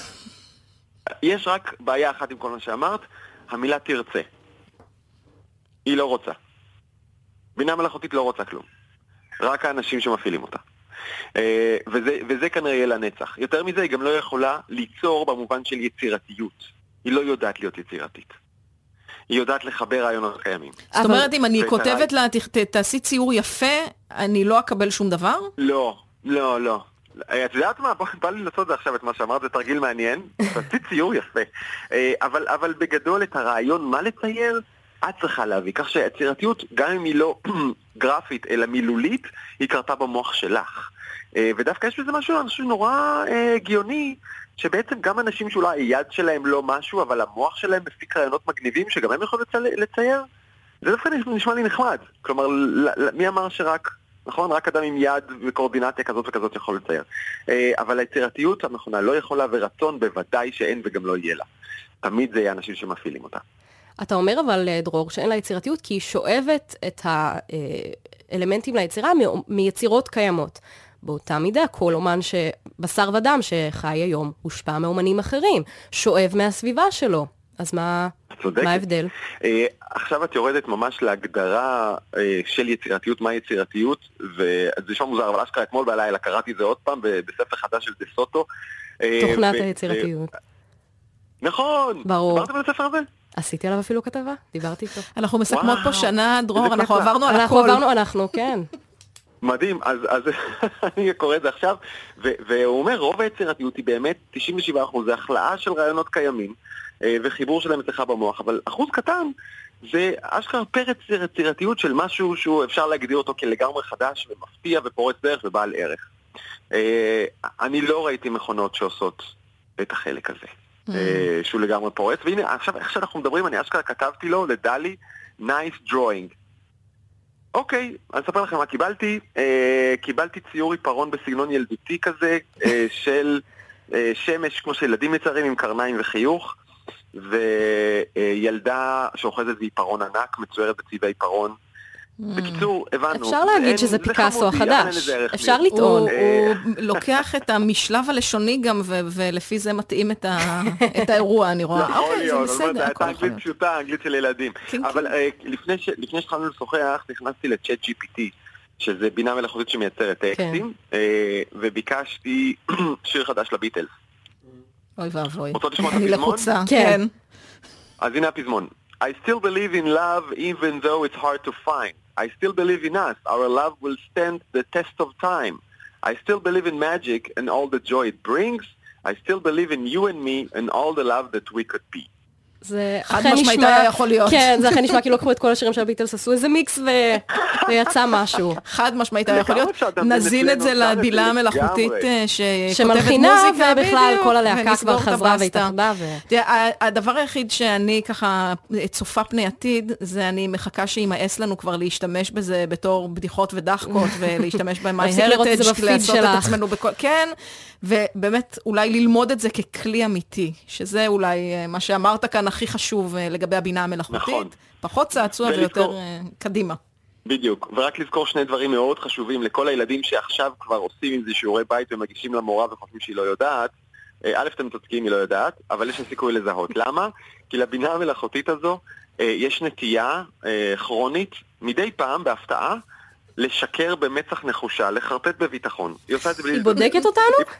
S10: יש רק בעיה אחת עם כל מה שאמרת, המילה תרצה. היא לא רוצה. בינה מלאכותית לא רוצה כלום. רק האנשים שמפעילים אותה. וזה כנראה יהיה לנצח. יותר מזה, היא גם לא יכולה ליצור במובן של יצירתיות. היא לא יודעת להיות יצירתית. היא יודעת לחבר רעיונות קיימים.
S3: זאת אומרת, אם אני כותבת לה, תעשי ציור יפה, אני לא אקבל שום דבר?
S10: לא. את יודעת מה? בא לי לעשות זה עכשיו את מה שאמרת, זה תרגיל מעניין, תעשי ציור יפה. אבל בגדול את הרעיון מה לצייר, את צריכה להביא. כך שהיצירתיות, גם אם היא לא גרפית, אלא מילולית, היא קרתה במוח שלך. ודווקא יש בזה משהו נורא הגיוני, שבעצם גם אנשים שאולי היד שלהם לא משהו, אבל המוח שלהם מפיק רעיונות מגניבים, שגם הם יכולים לצייר, זה דווקא נשמע לי נחמד. כלומר, מי אמר שרק... נכון? רק אדם עם יד וקורדינציה כזאת וכזאת יכול לצייר. אבל היצירתיות המכונה לא יכולה ורצון בוודאי שאין וגם לא יהיה לה. תמיד זה יהיה אנשים שמפעילים אותה.
S4: אתה אומר אבל, דרור, שאין לה יצירתיות כי היא שואבת את האלמנטים ליצירה מיצירות קיימות. באותה מידה, כל אומן שבשר ודם שחי היום הושפע מאומנים אחרים, שואב מהסביבה שלו. אז מה ההבדל?
S10: עכשיו את יורדת ממש להגדרה של יצירתיות, מה יצירתיות, וזה נשמע מוזר, אבל אשכרה אתמול בלילה קראתי זה עוד פעם בספר חדש של דה סוטו.
S4: תוכנת היצירתיות.
S10: נכון.
S4: ברור.
S10: דיברתם על הספר הזה?
S4: עשיתי עליו אפילו כתבה, דיברתי איתו.
S3: אנחנו מסכמות פה שנה, דרור, אנחנו עברנו על הכל.
S4: אנחנו, כן.
S10: מדהים, אז אני קורא את זה עכשיו, והוא אומר, רוב היצירתיות היא באמת 97%, זה החלאה של רעיונות קיימים, וחיבור שלהם אצלך במוח, אבל אחוז קטן זה אשכרה פרץ יצירתיות של משהו שהוא אפשר להגדיר אותו כלגמרי חדש ומפתיע ופורץ דרך ובעל ערך. אני לא ראיתי מכונות שעושות את החלק הזה, שהוא לגמרי פורץ, והנה עכשיו איך שאנחנו מדברים, אני אשכרה כתבתי לו לדלי nice drawing. אוקיי, אני אספר לכם מה קיבלתי. קיבלתי ציור עיפרון בסגנון ילדותי כזה, של שמש כמו שילדים מציירים עם קרניים וחיוך, וילדה שאוחזת בעיפרון ענק, מצוירת בצבעי עיפרון. בקיצור, הבנו.
S4: אפשר להגיד שזה פיקאסו החדש. אפשר לטעון.
S3: הוא לוקח את המשלב הלשוני גם, ולפי זה מתאים את האירוע, אני רואה. אוקיי, זה בסדר.
S10: זה הייתה אנגלית פשוטה, אנגלית של ילדים. אבל לפני שהתחלנו לשוחח, נכנסתי לצ'אט GPT, שזה בינה מלאכותית שמייצרת טקסטים, וביקשתי שיר חדש לביטלס.
S3: אוי ואבוי.
S10: רוצות לשמוע את
S3: אני
S10: הפזמון?
S3: לחוצה. כן.
S10: אז הנה הפזמון. I still believe in love even though it's hard to find. I still believe in us. Our love will stand the test of time. I still believe in magic and all the joy it brings. I still believe in you and me and all the love that we could be.
S4: זה
S3: חד משמעית היה יכול להיות.
S4: כן, זה אכן נשמע כאילו לקחו את כל השירים של הביטלס, עשו איזה מיקס ויצא משהו.
S3: חד משמעית היה יכול להיות. נזין את זה לבילה המלאכותית
S4: שמלחינה, ובכלל כל הלהקה כבר חזרה והתאחדה.
S3: הדבר היחיד שאני ככה צופה פני עתיד, זה אני מחכה שימאס לנו כבר להשתמש בזה בתור בדיחות ודחקות, ולהשתמש ב-My Heritage, לעשות את עצמנו בכל... כן, ובאמת אולי ללמוד את זה ככלי אמיתי, שזה אולי מה שאמרת כאן הכי חשוב לגבי הבינה המלאכותית. נכון. פחות צעצוע ויותר קדימה.
S10: בדיוק, ורק לזכור שני דברים מאוד חשובים לכל הילדים שעכשיו כבר עושים עם זה שיעורי בית ומגישים למורה וחושבים שהיא לא יודעת. א', אתם צודקים, היא לא יודעת, אבל יש סיכוי לזהות. למה? כי לבינה המלאכותית הזו יש נטייה כרונית מדי פעם בהפתעה לשקר במצח נחושה, לחרטט בביטחון. היא עושה את זה בלי...
S4: היא בודקת אותנו?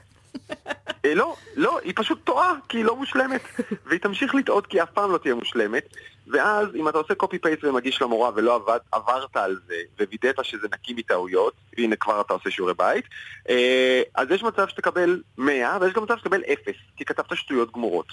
S10: לא, היא פשוט טועה, כי היא לא מושלמת, והיא תמשיך לטעות כי אף פעם לא תהיה מושלמת, ואז אם אתה עושה קופי פייסט ומגיש למורה ולא עברת על זה, ווידאת שזה נקי מטעויות, והנה כבר אתה עושה שיעורי בית, אז יש מצב שתקבל 100, ויש גם מצב שתקבל 0, כי כתבת שטויות גמורות.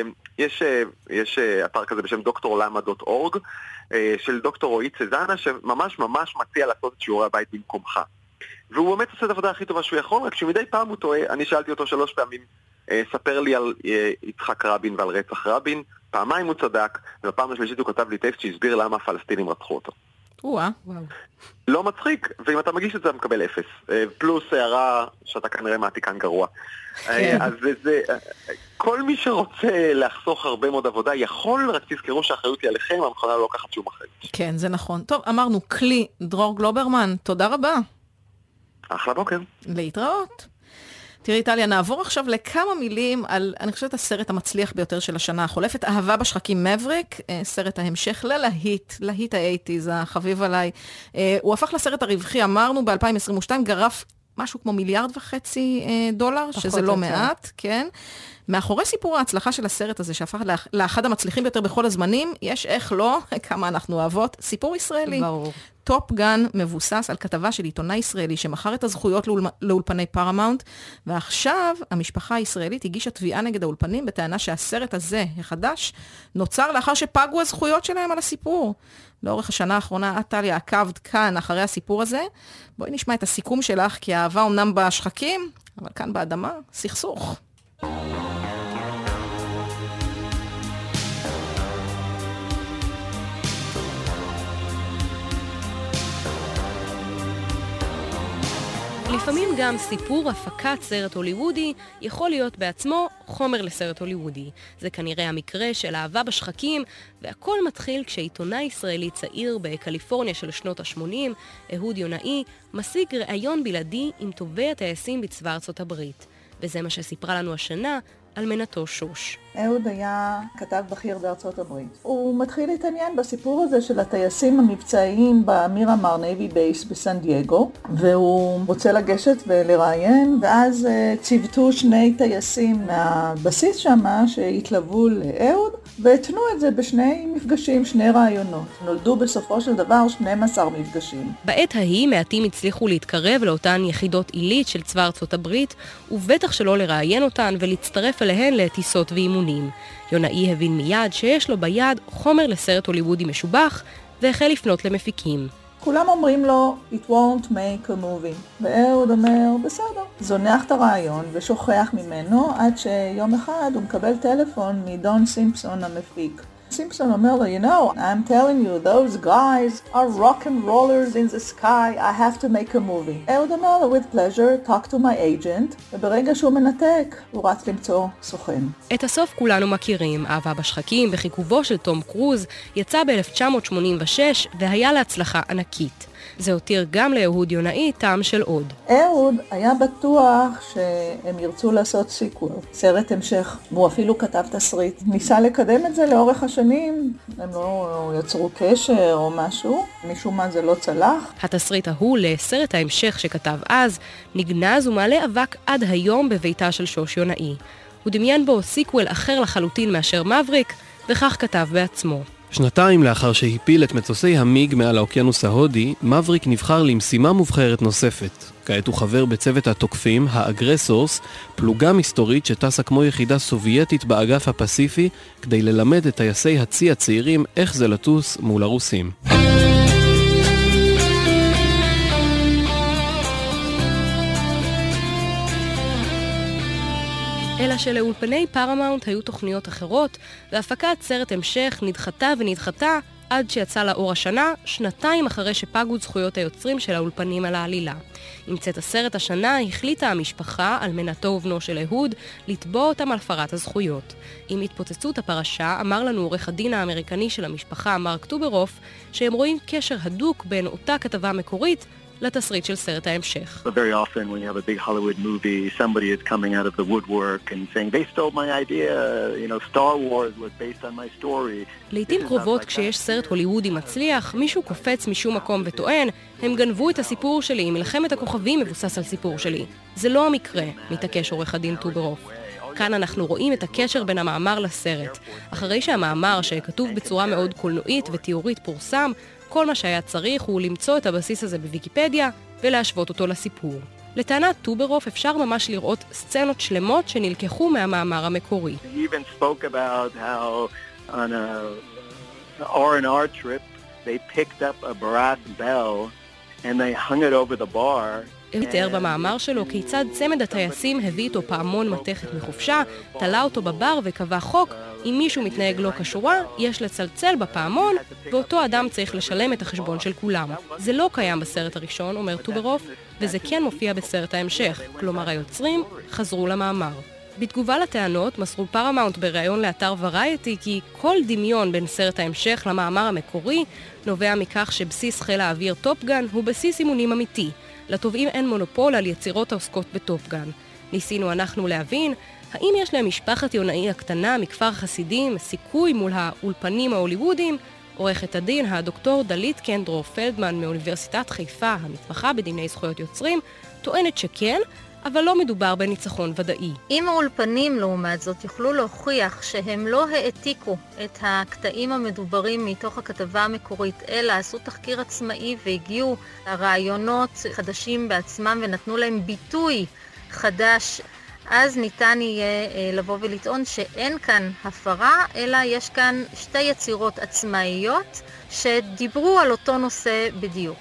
S10: יש אתר כזה בשם drlama.org, של דוקטור רועי צזנה, שממש ממש מציע לעשות את שיעורי הבית במקומך. והוא באמת עושה את העבודה הכי טובה שהוא יכול, רק שמדי פעם הוא טועה. אני שאלתי אותו 3 פעמים, ספר לי על יצחק רבין ועל רצח רבין, פעמיים הוא צדק, ובפעם השלישית הוא כתב לי טקסט שהסביר למה הפלסטינים רצחו אותו.
S3: וואו.
S10: לא מצחיק, ואם אתה מגיש את זה, אתה מקבל 0. פלוס הערה שאתה כנראה מעתיקן גרוע. אז זה... כל מי שרוצה לחסוך הרבה מאוד עבודה יכול, רק תזכרו שהאחריות היא עליכם, המכונה לא לוקחת שום אחריות.
S3: כן, זה נכון. טוב, אמרנו, כלי, דרור גלוברמן, תודה רבה.
S10: אחלה בוקר.
S3: להתראות. תראי, טליה, נעבור עכשיו לכמה מילים על, אני חושבת, הסרט המצליח ביותר של השנה החולפת, אהבה בשחקים מבריק, סרט ההמשך להיט ה-80s, החביב עליי. הוא הפך לסרט הרווחי, אמרנו, ב-2022, גרף משהו כמו $1.5 מיליארד, שזה לא מעט, כן. מאחורי סיפור ההצלחה של הסרט הזה, שהפך לאחד המצליחים ביותר בכל הזמנים, יש איך לא, כמה אנחנו אוהבות, סיפור ישראלי.
S4: ברור.
S3: טופ גן מבוסס על כתבה של עיתונאי ישראלי שמכר את הזכויות לאולפני פרמאונט, ועכשיו המשפחה הישראלית הגישה תביעה נגד האולפנים בטענה שהסרט הזה, החדש, נוצר לאחר שפגו הזכויות שלהם על הסיפור. לאורך השנה האחרונה, את טליה עקבת כאן אחרי הסיפור הזה. בואי נשמע את הסיכום שלך, כי האהבה אומנם בשחקים, אבל כאן באדמה, סכסוך.
S4: לפעמים גם סיפור הפקת סרט הוליוודי יכול להיות בעצמו חומר לסרט הוליוודי. זה כנראה המקרה של אהבה בשחקים, והכל מתחיל כשעיתונאי ישראלי צעיר בקליפורניה של שנות ה-80, אהוד יונאי, משיג ראיון בלעדי עם טובי הטייסים בצבא ארצות הברית. וזה מה שסיפרה לנו השנה על מנתו שוש.
S11: אהוד היה כתב בכיר בארצות הברית. הוא מתחיל להתעניין בסיפור הזה של הטייסים המבצעיים במירמר נייבי בייס בסן דייגו, והוא רוצה לגשת ולראיין, ואז ציוותו 2 טייסים מהבסיס שמה שהתלוו לאהוד, והתנו את זה בשני מפגשים, 2 רעיונות. נולדו בסופו של דבר 12 מפגשים.
S4: בעת ההיא מעטים הצליחו להתקרב לאותן יחידות עילית של צבא ארצות הברית, ובטח שלא לראיין אותן ולהצטרף אליהן לטיסות ואימונים. יונאי הבין מיד שיש לו ביד חומר לסרט הוליוודי משובח, והחל לפנות למפיקים.
S11: כולם אומרים לו, it won't make a movie. ואהוד אומר, בסדר. זונח את הרעיון ושוכח ממנו עד שיום אחד הוא מקבל טלפון מדון סימפסון המפיק. סימפסון אומר לו, you know, I'm telling you, those guys are rock and rollers in the sky, I have to make a movie. אהוד אומר לו, with pleasure, talk to my agent, וברגע שהוא מנתק, הוא רץ למצוא סוכן.
S4: את הסוף כולנו מכירים, אהבה בשחקים בחיכובו של תום קרוז, יצא ב-1986 והיה להצלחה ענקית. זה הותיר גם לאהוד יונאי טעם של עוד.
S11: אהוד היה בטוח שהם ירצו לעשות סיקוול, סרט המשך, והוא אפילו כתב תסריט. ניסה לקדם את זה לאורך השנים, הם לא יצרו קשר או משהו, משום מה זה לא צלח.
S4: התסריט ההוא לסרט ההמשך שכתב אז, נגנז ומעלה אבק עד היום בביתה של שוש יונאי. הוא דמיין בו סיקוול אחר לחלוטין מאשר מבריק, וכך כתב בעצמו.
S12: שנתיים לאחר שהפיל את מטוסי המיג מעל האוקיינוס ההודי, מבריק נבחר למשימה מובחרת נוספת. כעת הוא חבר בצוות התוקפים, האגרסורס, פלוגה מסתורית שטסה כמו יחידה סובייטית באגף הפסיפי, כדי ללמד את טייסי הצי הצעירים איך זה לטוס מול הרוסים.
S4: אלא שלאולפני פרמאונט היו תוכניות אחרות, והפקת סרט המשך נדחתה ונדחתה עד שיצא לאור השנה, שנתיים אחרי שפגו זכויות היוצרים של האולפנים על העלילה. עם צאת הסרט השנה החליטה המשפחה, אלמנתו ובנו של אהוד, לתבוע אותם על הפרת הזכויות. עם התפוצצות הפרשה אמר לנו עורך הדין האמריקני של המשפחה, מרק טוברוף, שהם רואים קשר הדוק בין אותה כתבה מקורית לתסריט של סרט ההמשך.
S13: But very often when you have a big Hollywood movie, somebody is coming out of the woodwork and saying, they stole my idea, you know, Star Wars was based on my story.
S4: לעתים קרובות כשיש סרט הוליוודי מצליח, מישהו קופץ משום מקום וטוען, הם גנבו את הסיפור שלי, מלחמת הכוכבים מבוסס על סיפור שלי. זה לא המקרה, מתעקש עורך הדין טוברוף. כאן אנחנו רואים את הקשר בין המאמר לסרט. אחרי שהמאמר שכתוב בצורה מאוד קולנועית ותיאורית פורסם, כל מה שהיה צריך הוא למצוא את הבסיס הזה בוויקיפדיה ולהשוות אותו לסיפור. לטענת טוברוף אפשר ממש לראות סצנות שלמות שנלקחו מהמאמר המקורי.
S13: He even spoke about how on a R&R trip they picked up a brass bell and they hung it over the bar.
S4: הוא תיאר במאמר שלו כיצד צמד הטייסים הביא איתו פעמון מתכת מחופשה, תלה אותו בבר וקבע חוק, אם מישהו מתנהג לא כשורה, יש לצלצל בפעמון, ואותו אדם צריך לשלם את החשבון של כולם. זה לא קיים בסרט הראשון, אומר טוברוף, וזה כן מופיע בסרט ההמשך, כלומר היוצרים חזרו למאמר. בתגובה לטענות, מסרו פרמאונט בראיון לאתר ורייטי כי כל דמיון בין סרט ההמשך למאמר המקורי נובע מכך שבסיס חיל האוויר טופגן הוא בסיס אימונים אמיתי. לטובעים אין מונופול על יצירות העוסקות בטופגן. ניסינו אנחנו להבין האם יש להם משפחת יונאי הקטנה מכפר חסידים סיכוי מול האולפנים ההוליוודיים. עורכת הדין הדוקטור דלית קנדרו פלדמן מאוניברסיטת חיפה, המתמחה בדיני זכויות יוצרים, טוענת שכן, אבל לא מדובר בניצחון ודאי.
S14: אם האולפנים לעומת זאת יוכלו להוכיח שהם לא העתיקו את הקטעים המדוברים מתוך הכתבה המקורית, אלא עשו תחקיר עצמאי והגיעו לרעיונות חדשים בעצמם ונתנו להם ביטוי חדש, אז ניתן יהיה לבוא ולטעון שאין כאן הפרה, אלא יש כאן שתי יצירות עצמאיות שדיברו על אותו נושא בדיוק.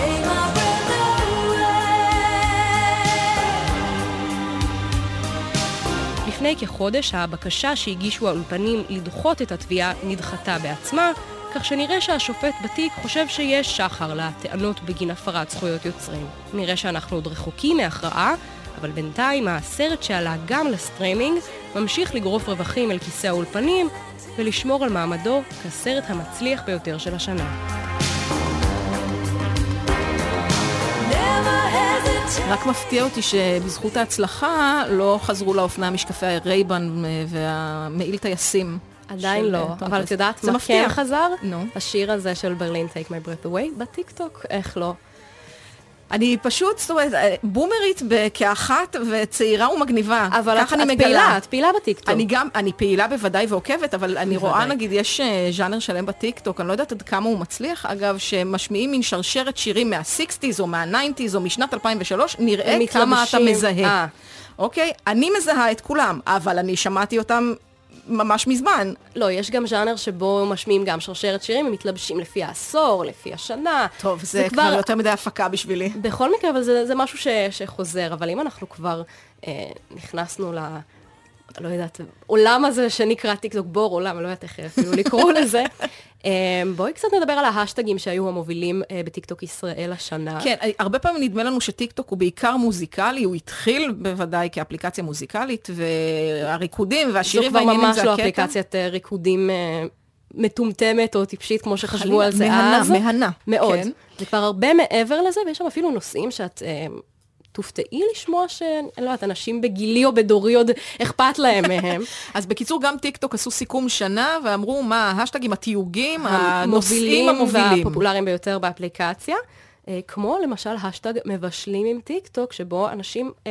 S4: לפני כחודש הבקשה שהגישו האולפנים לדחות את התביעה נדחתה בעצמה, כך שנראה שהשופט בתיק חושב שיש שחר לטענות בגין הפרת זכויות יוצרים. נראה שאנחנו עוד רחוקים מהכרעה, אבל בינתיים הסרט שעלה גם לסטרימינג ממשיך לגרוף רווחים אל כיסא האולפנים ולשמור על מעמדו כסרט המצליח ביותר של השנה.
S3: רק מפתיע אותי שבזכות ההצלחה לא חזרו לאופנה משקפי הרייבן והמעיל טייסים.
S4: עדיין לא, אבל את יודעת מה כן חזר? השיר הזה של ברלין Take My Breath Away בטיקטוק, איך לא?
S3: אני פשוט, זאת אומרת, בומרית כאחת וצעירה ומגניבה.
S4: אבל את פעילה בטיקטוק.
S3: אני פעילה בוודאי ועוקבת, אבל אני רואה, נגיד, יש ז'אנר שלם בטיקטוק, אני לא יודעת עד כמה הוא מצליח, אגב, שמשמיעים מין שרשרת שירים מה-60s או מה-90s או משנת 2003, נראה כמה אתה מזהה. אוקיי? אני מזהה את כולם, אבל אני שמעתי אותם ממש מזמן.
S4: לא, יש גם ז'אנר שבו משמיעים גם שרשרת שירים, הם מתלבשים לפי העשור, לפי השנה.
S3: טוב, זה כבר יותר מדי הפקה בשבילי.
S4: בכל מקרה, אבל זה משהו שחוזר. אבל אם אנחנו כבר נכנסנו לא יודעת, עולם הזה שנקרא טיקטוק, בור עולם, לא יודעת איך אפילו לקרוא לזה. בואי קצת נדבר על ההשטגים שהיו המובילים בטיקטוק ישראל השנה.
S3: כן, הרבה פעמים נדמה לנו שטיקטוק הוא בעיקר מוזיקלי, הוא התחיל בוודאי כאפליקציה מוזיקלית, והריקודים והשירים והעניינים זה הקטע.
S4: ממש לא אפליקציית ריקודים מטומטמת או טיפשית, כמו שחשבו על זה אז.
S3: מהנה.
S4: מאוד. זה כבר הרבה מעבר לזה, ויש שם אפילו נושאים שאת תופתעי לשמוע שאני לא יודעת, אנשים בגילי או בדורי עוד אכפת להם מהם.
S3: אז בקיצור, גם טיקטוק עשו סיכום שנה, ואמרו מה, ההשטגים, התיוגים, הנושאים המובילים.
S4: והפופולריים ביותר באפליקציה, כמו למשל השטג מבשלים עם טיקטוק, שבו אנשים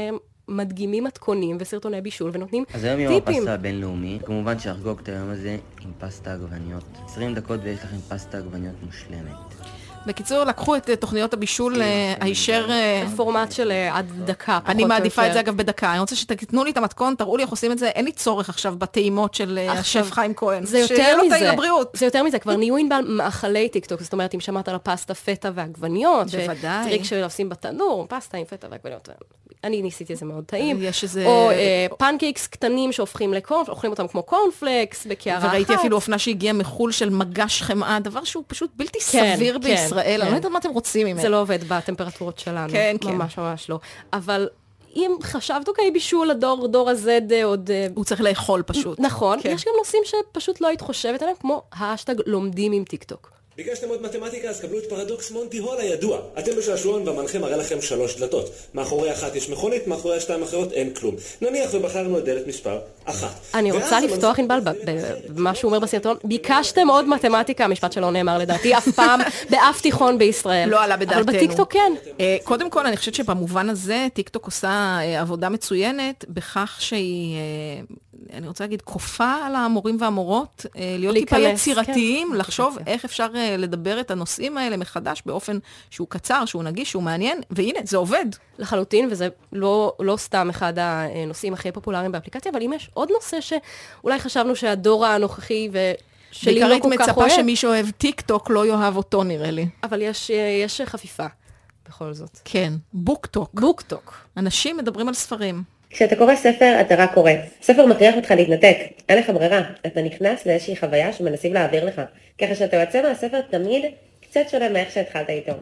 S4: מדגימים מתכונים וסרטוני בישול ונותנים טיפים.
S15: אז היום יום הפסטה הבינלאומי, כמובן שאחגוג את היום הזה עם פסטה עגבניות. 20 דקות ויש לכם פסטה עגבניות מושלמת.
S3: בקיצור, לקחו את תוכניות הבישול הישר...
S4: פורמט של עד דקה.
S3: אני מעדיפה את זה אגב בדקה. אני רוצה שתתנו לי את המתכון, תראו לי איך עושים את זה. אין לי צורך עכשיו בטעימות של השף חיים כהן.
S4: זה יותר מזה. זה יותר מזה. כבר נהיו ענבל מאכלי טיקטוק. זאת אומרת, אם שמעת על הפסטה, פטה ועגבניות.
S3: בוודאי.
S4: טריק שעושים בתנור, פסטה עם פטה ועגבניות. אני ניסיתי איזה מאוד טעים.
S3: יש איזה...
S4: או פנקיקס קטנים שהופכים לקורנפלקס, אוכלים אותם כמו קורנפלקס, בקערה אחת.
S3: וראיתי אפילו אופנה שהגיעה מחול של מגש חמאה, דבר שהוא פשוט בלתי סביר בישראל. אני לא יודעת מה אתם רוצים ממנו.
S4: זה לא עובד בטמפרטורות שלנו.
S3: כן, כן.
S4: ממש ממש לא. אבל אם חשבת, אוקיי, בישול הדור הזה עוד...
S3: הוא צריך לאכול פשוט.
S4: נכון. יש גם נושאים שפשוט לא היית חושבת עליהם, כמו האשטג לומדים עם טיקטוק.
S16: ביקשתם עוד מתמטיקה, אז קבלו את פרדוקס מונטי הול הידוע. אתם בשעשועון והמנחה מראה לכם 3 דלתות. מאחורי אחת יש מכונית, מאחורי 2 אחרות אין כלום. נניח ובחרנו את דלת מספר 1.
S4: אני רוצה לפתוח ענבל במה שהוא אומר בסרטון. ביקשתם עוד מתמטיקה, משפט שלא נאמר לדעתי, אף פעם, באף תיכון בישראל.
S3: לא עלה בדעתנו.
S4: אבל בטיקטוק כן.
S3: קודם כל, אני חושבת שבמובן הזה, טיקטוק עושה עבודה מצוינת, בכך שהיא... אני רוצה להגיד, כופה על המורים והמורות, להיות טיפה יצירתיים, לחשוב איך אפשר לדבר את הנושאים האלה מחדש, באופן שהוא קצר, שהוא נגיש, שהוא מעניין, והנה, זה עובד.
S4: לחלוטין, וזה לא סתם אחד הנושאים הכי פופולריים באפליקציה, אבל אם יש עוד נושא שאולי חשבנו שהדור הנוכחי שלי לא כל כך אוהב.
S3: בעיקר מצפה שמי שאוהב טיקטוק לא יאהב אותו, נראה לי.
S4: אבל יש חפיפה, בכל זאת.
S3: כן, בוקטוק.
S4: בוקטוק.
S3: אנשים מדברים על ספרים.
S17: כשאתה קורא ספר, אתה רק קורא. ספר מכריח אותך להתנתק. אין לך ברירה. אתה נכנס לאיזושהי חוויה שמנסים להעביר לך. ככה שאתה יוצא מהספר תמיד קצת שונה מאיך שהתחלת איתו.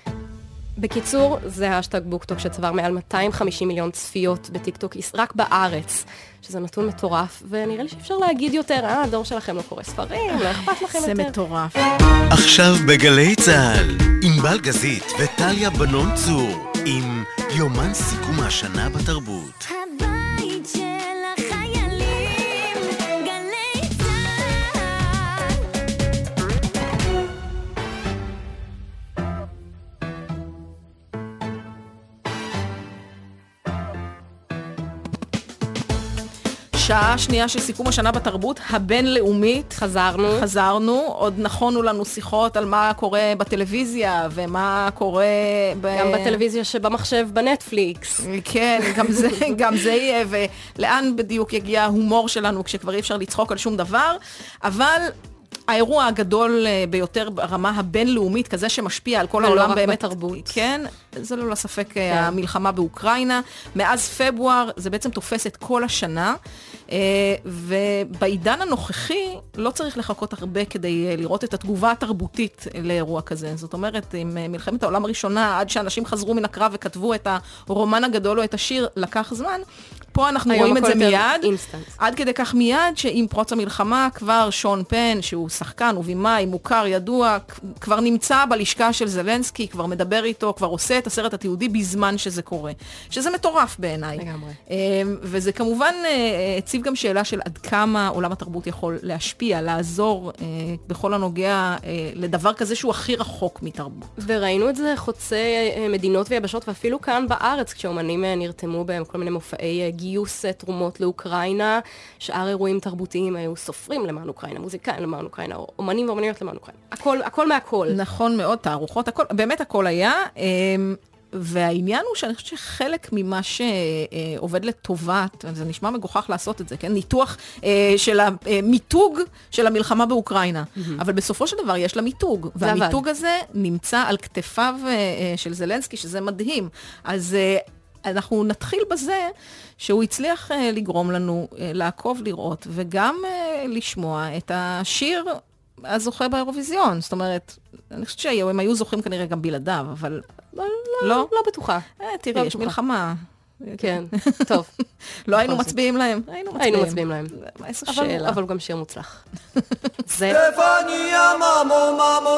S4: בקיצור, זה האשטג בוקטוק שצבר מעל 250 מיליון צפיות בטיקטוק רק בארץ, שזה נתון מטורף, ונראה לי שאפשר להגיד יותר, הדור שלכם לא קורא ספרים, לא אכפת לכם יותר.
S3: זה מטורף.
S1: עכשיו בגלי צהל, ענבל גזית וטליה בנון צור, עם יומן סיכום השנה בתרבות.
S2: הבית של החיילים, גלי צהל.
S3: שעה שנייה של סיכום השנה בתרבות הבינלאומית. חזרנו, עוד נכונו לנו שיחות על מה קורה בטלוויזיה ומה קורה
S4: גם בטלוויזיה שבמחשב בנטפליקס.
S3: כן, גם זה יהיה, ולאן בדיוק יגיע ההומור שלנו כשכבר אי אפשר לצחוק על שום דבר, אבל האירוע הגדול ביותר ברמה הבינלאומית, כזה שמשפיע על כל העולם באמת
S4: בתרבות.
S3: כן, זה לא לספק המלחמה באוקראינה. מאז פברואר זה בעצם תופס את כל השנה, ובעידן הנוכחי לא צריך לחכות הרבה כדי לראות את התגובה התרבותית לאירוע כזה. זאת אומרת, עם מלחמת העולם הראשונה, עד שאנשים חזרו מן הקרב וכתבו את הרומן הגדול או את השיר, לקח זמן. פה אנחנו רואים את זה מיד, עד כדי כך מיד שעם פרוץ המלחמה כבר שון פן, שהוא שחקן ובימאי, מוכר, ידוע, כבר נמצא בלשכה של זלנסקי, כבר מדבר איתו, כבר עושה את הסרט התיעודי בזמן שזה קורה. שזה מטורף בעיניי.
S4: לגמרי.
S3: וזה כמובן הציב גם שאלה של עד כמה עולם התרבות יכול להשפיע, לעזור בכל הנוגע לדבר כזה שהוא הכי רחוק מתרבות.
S4: וראינו את זה חוצה מדינות ויבשות, ואפילו כאן בארץ, כשאומנים נרתמו בהם כל מיני מופעי גיוס תרומות לאוקראינה, שאר אירועים תרבותיים היו סופרים למען אוקראינה, מוזיקאים למען אוקראינה, אומנים ואומניות למען אוקראינה. הכל מהכל.
S3: נכון מאוד, תערוכות, באמת הכל היה. והעניין הוא שאני חושבת שחלק ממה שעובד לטובת, זה נשמע מגוחך לעשות את זה, כן? ניתוח של המיתוג של המלחמה באוקראינה. אבל בסופו של דבר יש לה מיתוג, והמיתוג הזה נמצא על כתפיו של זלנסקי, שזה מדהים. אז אנחנו נתחיל בזה שהוא הצליח לגרום לנו לעקוב, לראות, וגם לשמוע את השיר הזוכה באירוויזיון. זאת אומרת, אני חושבת שהם היו זוכים כנראה גם בלעדיו, אבל
S4: לא בטוחה.
S3: תראי, יש מלחמה.
S4: כן, טוב.
S3: לא היינו מצביעים להם.
S4: היינו מצביעים להם. אבל גם שיר מוצלח.
S5: סטפניה, מאמו, מאמו,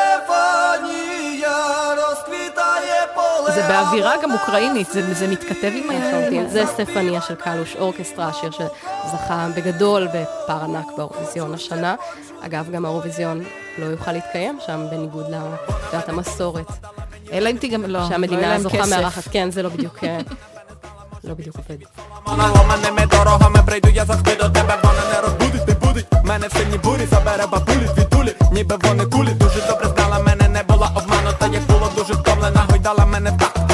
S5: סטפניה, רוסקוויטאיה פוליה.
S3: זה באווירה גם אוקראינית, זה מתכתב עם
S4: היחלטין. זה סטפניה של קלוש אורקסטרה, שיר שזכה בגדול בפער ענק באירוויזיון השנה. אגב, גם האירוויזיון לא יוכל להתקיים שם בניגוד לדעת המסורת.
S3: אלא אם תיגם, לא.
S4: שהמדינה זוכה מארחת, כן, זה לא בדיוק לא בדיוק עובד.
S5: Мене ми дорогами прийду, я завжди до тебе, вона не розбудить, не будить. Мене в сильні бурі, забере бабулі, дві тулі, ніби вони кулі. Дуже добре знала мене, не була обманута, як було дуже втомлена, гойдала мене в такт.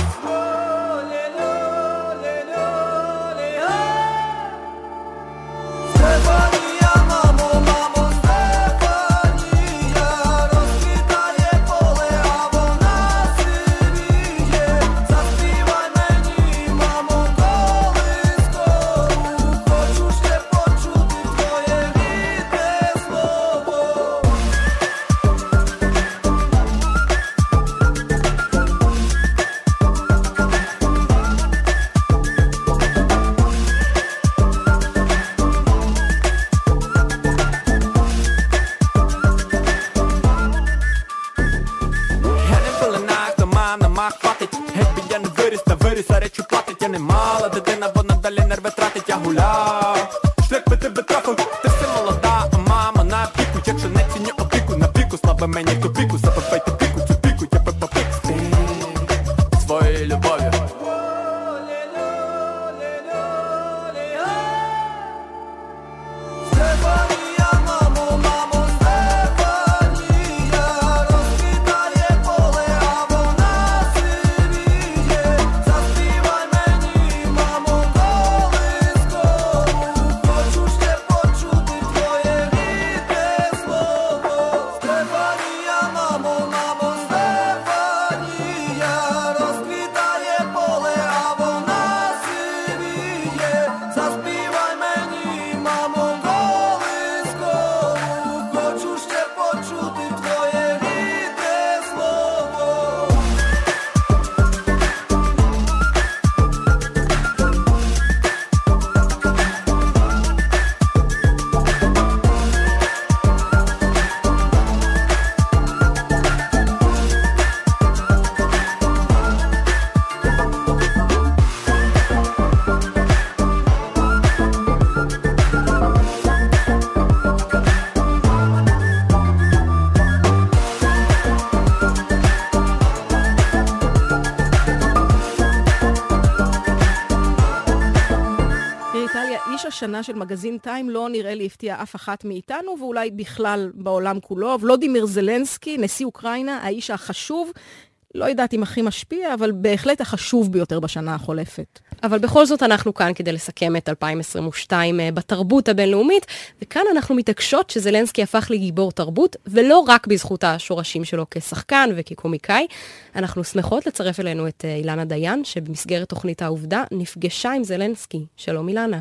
S3: השנה של מגזין טיים לא נראה לי הפתיע אף אחת מאיתנו, ואולי בכלל בעולם כולו. ולודימיר זלנסקי, נשיא אוקראינה, האיש החשוב, לא יודעת אם הכי משפיע, אבל בהחלט החשוב ביותר בשנה החולפת.
S4: אבל בכל זאת אנחנו כאן כדי לסכם את 2022 בתרבות הבינלאומית, וכאן אנחנו מתעקשות שזלנסקי הפך לגיבור תרבות, ולא רק בזכות השורשים שלו כשחקן וכקומיקאי. אנחנו שמחות לצרף אלינו את אילנה דיין, שבמסגרת תוכנית העובדה נפגשה עם זלנסקי. שלום אילנה.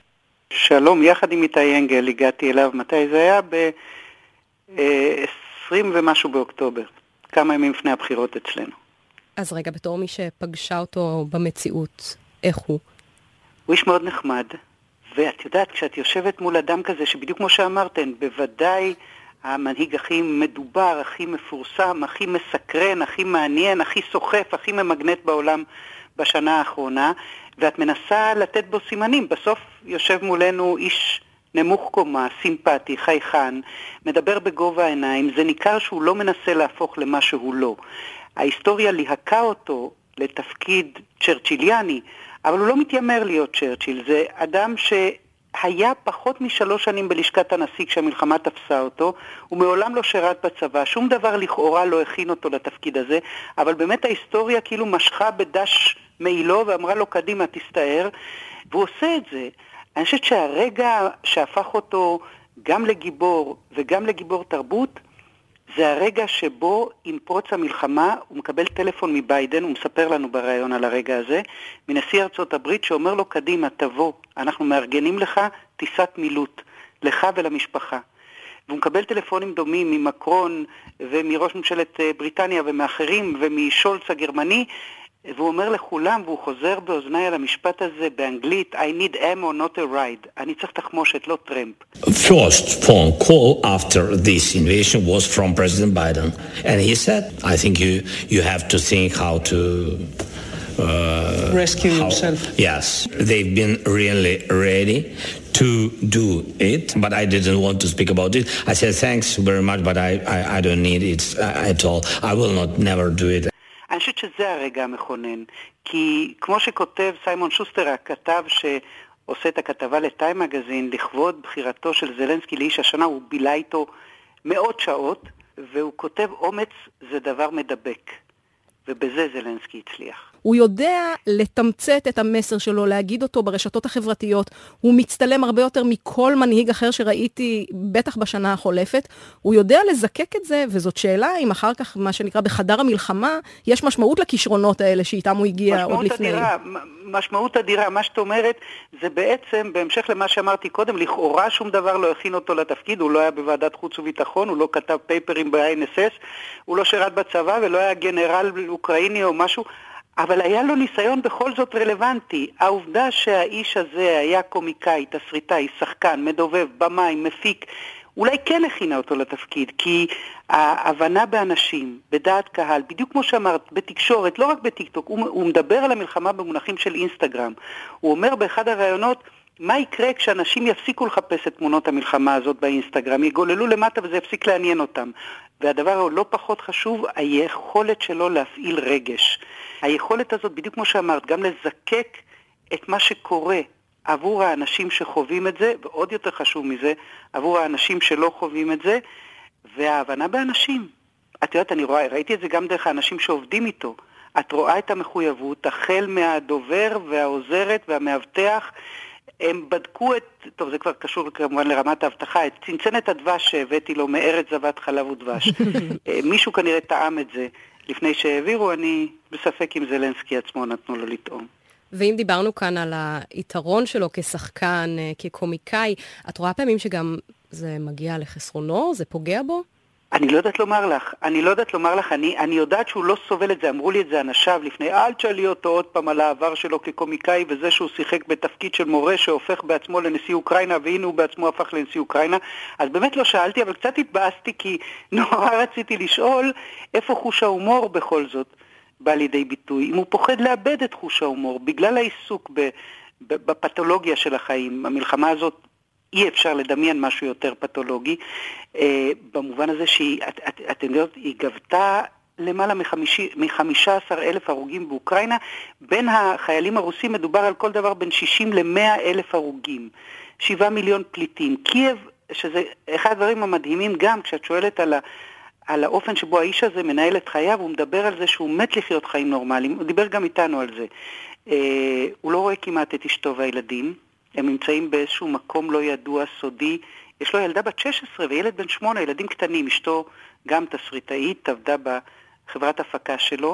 S18: שלום, יחד עם איתי אנגל הגעתי אליו, מתי זה היה? ב-20 ומשהו באוקטובר, כמה ימים לפני הבחירות אצלנו.
S4: אז רגע, בתור מי שפגשה אותו במציאות, איך הוא?
S18: הוא איש מאוד נחמד, ואת יודעת, כשאת יושבת מול אדם כזה, שבדיוק כמו שאמרתן, בוודאי המנהיג הכי מדובר, הכי מפורסם, הכי מסקרן, הכי מעניין, הכי סוחף, הכי ממגנט בעולם בשנה האחרונה, ואת מנסה לתת בו סימנים. בסוף יושב מולנו איש נמוך קומה, סימפטי, חייכן, מדבר בגובה העיניים, זה ניכר שהוא לא מנסה להפוך למה שהוא לא. ההיסטוריה ליהקה אותו לתפקיד צ'רצ'יליאני, אבל הוא לא מתיימר להיות צ'רצ'יל, זה אדם שהיה פחות מ3 שנים בלשכת הנשיא כשהמלחמה תפסה אותו, הוא מעולם לא שירת בצבא, שום דבר לכאורה לא הכין אותו לתפקיד הזה, אבל באמת ההיסטוריה כאילו משכה בדש מעילו ואמרה לו קדימה תסתער, והוא עושה את זה. אני חושבת שהרגע שהפך אותו גם לגיבור וגם לגיבור תרבות, זה הרגע שבו עם פרוץ המלחמה הוא מקבל טלפון מביידן, הוא מספר לנו בראיון על הרגע הזה, מנשיא ארצות הברית שאומר לו קדימה תבוא, אנחנו מארגנים לך טיסת מילוט, לך ולמשפחה. והוא מקבל טלפונים דומים ממקרון ומראש ממשלת בריטניה ומאחרים ומשולץ הגרמני, והוא אומר לכולם, והוא חוזר באוזניי על המשפט הזה באנגלית, I need ammo, not a ride. אני צריך תחמושת, לא טרמפ.
S19: First phone call after this invasion was from President Biden. And he said, I think you have to think how to...
S20: rescue himself.
S19: Yes, they've been really ready to do it, but I didn't want to speak about it. I said, thanks very much, but I don't need it at all. I will not never do it.
S18: אני חושבת שזה הרגע המכונן, כי כמו שכותב סיימון שוסטר, הכתב שעושה את הכתבה לטיים מגזין, לכבוד בחירתו של זלנסקי לאיש השנה, הוא בילה איתו מאות שעות, והוא כותב, אומץ זה דבר מדבק, ובזה זלנסקי הצליח.
S4: הוא יודע לתמצת את המסר שלו, להגיד אותו ברשתות החברתיות, הוא מצטלם הרבה יותר מכל מנהיג אחר שראיתי, בטח בשנה החולפת, הוא יודע לזקק את זה, וזאת שאלה אם אחר כך, מה שנקרא בחדר המלחמה, יש משמעות לכישרונות האלה שאיתם הוא הגיע עוד לפני.
S18: משמעות אדירה, מה שאת אומרת, זה בעצם, בהמשך למה שאמרתי קודם, לכאורה שום דבר לא הכין אותו לתפקיד, הוא לא היה בוועדת חוץ וביטחון, הוא לא כתב פייפרים ב-INSS, הוא לא שירת בצבא ולא היה גנרל אוקראיני או משהו, אבל היה לו ניסיון בכל זאת רלוונטי. העובדה שהאיש הזה היה קומיקאי, תסריטאי, שחקן, מדובב, במאי, מפיק, אולי כן הכינה אותו לתפקיד, כי ההבנה באנשים, בדעת קהל, בדיוק כמו שאמרת, בתקשורת, לא רק בטיקטוק, הוא מדבר על המלחמה במונחים של אינסטגרם. הוא אומר באחד הרעיונות, מה יקרה כשאנשים יפסיקו לחפש את תמונות המלחמה הזאת באינסטגרם, יגוללו למטה וזה יפסיק לעניין אותם. והדבר לא פחות חשוב, היכולת שלו להפעיל רגש. היכולת הזאת, בדיוק כמו שאמרת, גם לזקק את מה שקורה עבור האנשים שחווים את זה, ועוד יותר חשוב מזה, עבור האנשים שלא חווים את זה, וההבנה באנשים. את יודעת, ראיתי את זה גם דרך האנשים שעובדים איתו. את רואה את המחויבות, החל מהדובר והעוזרת והמאבטח, הם בדקו טוב, זה כבר קשור כמובן לרמת ההבטחה, את צנצנת הדבש שהבאתי לו מארץ זבת חלב ודבש. מישהו כנראה טעם את זה לפני שהעבירו, אני בספק אם זלנסקי עצמו נתנו לו לטעום.
S4: ואם דיברנו כאן על היתרון שלו כשחקן, כקומיקאי, את רואה פעמים שגם זה מגיע לחסרונו, זה פוגע בו?
S18: אני לא יודעת לומר לך, אני יודעת שהוא לא סובל את זה, אמרו לי את זה אנשיו לפני, אל תשאלי אותו עוד פעם על העבר שלו כקומיקאי, וזה שהוא שיחק בתפקיד של מורה שהופך בעצמו לנשיא אוקראינה, והנה הוא בעצמו הפך לנשיא אוקראינה, אז באמת לא שאלתי, אבל קצת התבאסתי, כי נורא רציתי לשאול איפה חוש ההומור בכל זאת בא לידי ביטוי, אם הוא פוחד לאבד את חוש ההומור, בגלל העיסוק בפתולוגיה של החיים, המלחמה הזאת, אי אפשר לדמיין משהו יותר פתולוגי, במובן הזה שאתם יודעות, היא גבתה למעלה מ-15,000 הרוגים באוקראינה, בין החיילים הרוסים מדובר על כל דבר בין 60 ל-100,000 הרוגים, 7 מיליון פליטים, קייב, שזה אחד הדברים המדהימים גם, כשאת שואלת על האופן שבו האיש הזה מנהל את חייו, הוא מדבר על זה שהוא מת לחיות חיים נורמליים, הוא דיבר גם איתנו על זה, הוא לא רואה כמעט את אשתו והילדים, הם נמצאים באיזשהו מקום לא ידוע, סודי. יש לו ילדה בת 16 וילד בן 8, ילדים קטנים. אשתו גם תסריטאית, עבדה בחברת הפקה שלו.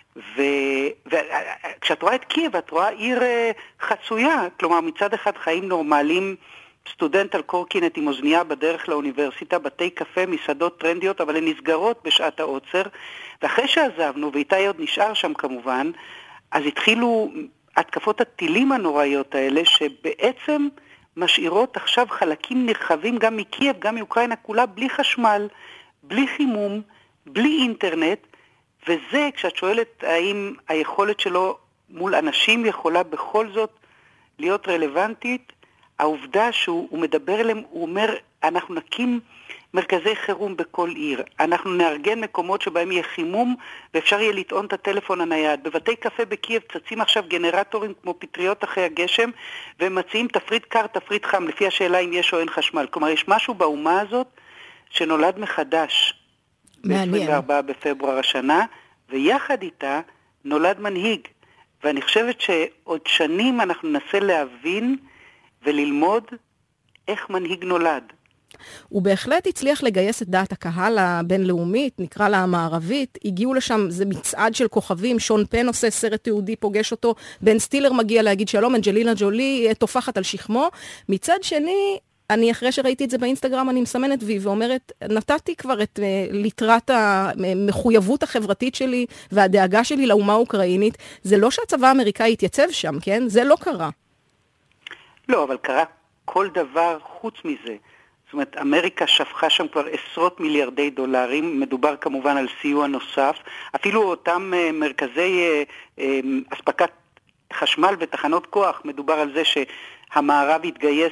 S18: וכשאת רואה את קייב, את רואה עיר חצויה. כלומר, מצד אחד חיים נורמליים, סטודנט על קורקינט עם אוזנייה בדרך לאוניברסיטה, בתי קפה, מסעדות טרנדיות, אבל הן נסגרות בשעת העוצר. ואחרי שעזבנו, ואיתי עוד נשאר שם כמובן, אז התחילו התקפות הטילים הנוראיות האלה, שבעצם משאירות עכשיו חלקים נרחבים גם מקייב, גם מאוקראינה כולה, בלי חשמל, בלי חימום, בלי אינטרנט, וזה, כשאת שואלת האם היכולת שלו מול אנשים יכולה בכל זאת להיות רלוונטית, העובדה שהוא מדבר אליהם, הוא אומר, אנחנו נקים מרכזי חירום בכל עיר, אנחנו נארגן מקומות שבהם יהיה חימום ואפשר יהיה לטעון את הטלפון הנייד. בבתי קפה בקייב צצים עכשיו גנרטורים כמו פטריות אחרי הגשם, והם מציעים תפריט קר, תפריט חם, לפי השאלה אם יש או אין חשמל. כלומר, יש משהו באומה הזאת שנולד מחדש ב-24 בפברואר השנה, ויחד איתה נולד מנהיג. ואני חושבת שעוד שנים אנחנו ננסה להבין וללמוד איך מנהיג נולד.
S4: הוא בהחלט הצליח לגייס את דעת הקהל הבינלאומית, נקרא לה המערבית, הגיעו לשם, זה מצעד של כוכבים, שון פן עושה סרט תיעודי, פוגש אותו, בן סטילר מגיע להגיד שלום, אנג'לינה ג'ולי תופחת על שכמו, מצד שני, אני אחרי שראיתי את זה באינסטגרם, אני מסמנת וי ואומרת, נתתי כבר את ליטרת המחויבות החברתית שלי והדאגה שלי לאומה האוקראינית, זה לא שהצבא האמריקאי התייצב שם, כן? זה לא קרה.
S18: לא, אבל קרה כל דבר חוץ מזה. זאת אומרת, אמריקה שפכה שם כבר עשרות מיליארדי דולרים, מדובר כמובן על סיוע נוסף, אפילו אותם מרכזי אספקת חשמל ותחנות כוח, מדובר על זה שהמערב התגייס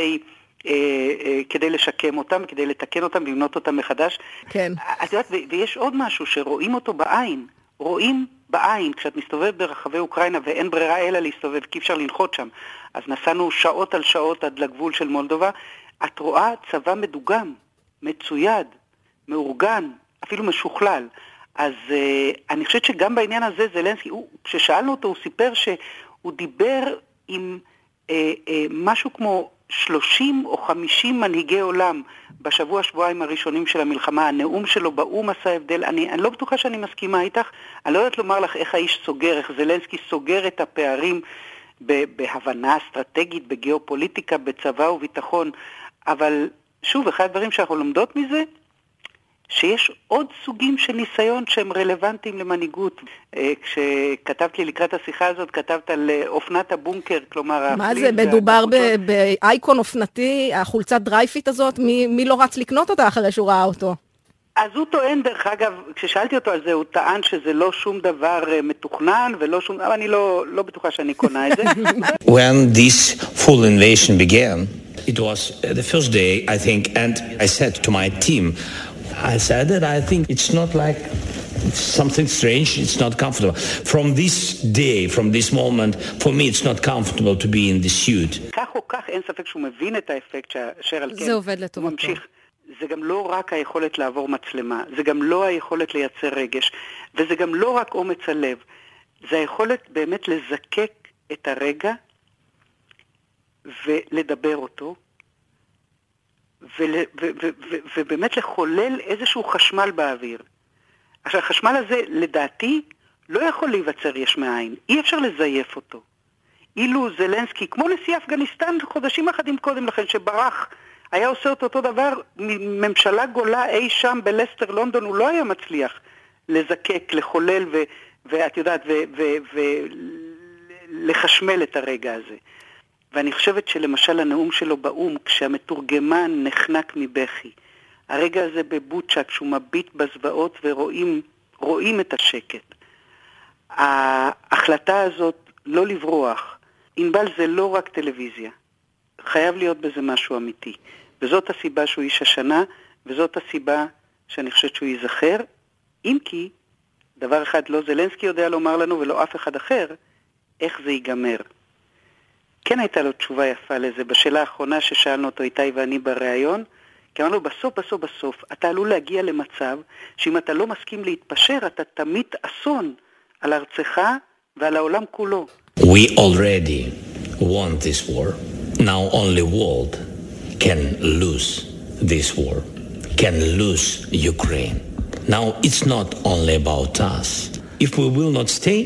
S18: כדי לשקם אותם, כדי לתקן אותם ולבנות אותם מחדש.
S4: כן.
S18: את יודעת, ויש עוד משהו שרואים אותו בעין, רואים בעין, כשאת מסתובבת ברחבי אוקראינה ואין ברירה אלא להסתובב, כי אפשר לנחות שם, אז נסענו שעות על שעות עד לגבול של מולדובה, את רואה צבא מדוגם, מצויד, מאורגן, אפילו משוכלל. אז אני חושבת שגם בעניין הזה זלנסקי, כששאלנו אותו, הוא סיפר שהוא דיבר עם משהו כמו 30 או 50 מנהיגי עולם בשבוע-שבועיים הראשונים של המלחמה. הנאום שלו באום עשה הבדל. אני לא בטוחה שאני מסכימה איתך. אני לא יודעת לומר לך איך האיש סוגר, איך זלנסקי סוגר את הפערים בהבנה אסטרטגית, בגיאופוליטיקה, בצבא וביטחון. אבל שוב, אחד הדברים שאנחנו לומדות מזה, שיש עוד סוגים של ניסיון שהם רלוונטיים למנהיגות. כשכתבת לי לקראת השיחה הזאת, כתבת על אופנת הבונקר, כלומר...
S3: מה זה? מדובר באייקון אופנתי, החולצת דרייפית הזאת, מי לא רץ לקנות אותה אחרי שהוא ראה אותו?
S18: אז הוא טוען, דרך אגב, כששאלתי אותו על זה, הוא טען שזה לא שום דבר מתוכנן, ולא שום... אבל אני לא בטוחה שאני קונה את זה.
S19: When this full invasion began, it was the first day, I think, and I said to my team, I said that I think it's not like something strange, it's not comfortable. From this day, from this moment, for me it's not comfortable to be in the suit.
S18: כך או כך אין ספק שהוא מבין את האפקט שאשר על כן.
S4: זה עובד לטובתו.
S18: הוא ממשיך. זה גם לא רק היכולת לעבור מצלמה, זה גם לא היכולת לייצר רגש, וזה גם לא רק אומץ הלב. זה היכולת באמת לזקק את הרגע ולדבר אותו, ובאמת לחולל איזשהו חשמל באוויר. עכשיו, החשמל הזה, לדעתי, לא יכול להיווצר יש מאין. אי אפשר לזייף אותו. אילו זלנסקי, כמו נשיא אפגניסטן, חודשים אחדים קודם לכן, שברח, היה עושה אותו דבר, ממשלה גולה אי שם בלסטר, לונדון, הוא לא היה מצליח לזקק, לחולל, ואת יודעת, לחשמל את הרגע הזה. ואני חושבת שלמשל הנאום שלו באום, כשהמתורגמן נחנק מבכי, הרגע הזה בבוצ'ה, כשהוא מביט בזוועות ורואים את השקט. ההחלטה הזאת לא לברוח, ענבל זה לא רק טלוויזיה, חייב להיות בזה משהו אמיתי. וזאת הסיבה שהוא איש השנה, וזאת הסיבה שאני חושבת שהוא ייזכר, אם כי דבר אחד לא זלנסקי יודע לומר לנו ולא אף אחד אחר, איך זה ייגמר. כן הייתה לו תשובה יפה לזה, בשאלה האחרונה ששאלנו אותו איתי ואני בריאיון, כי אמרנו בסוף, אתה עלול להגיע למצב שאם אתה לא מסכים להתפשר, אתה תמיד אסון על ארצך ועל העולם כולו.
S19: We already won this war. Now only world can lose this war, can lose Ukraine. Now it's not only about us. If we will not stay,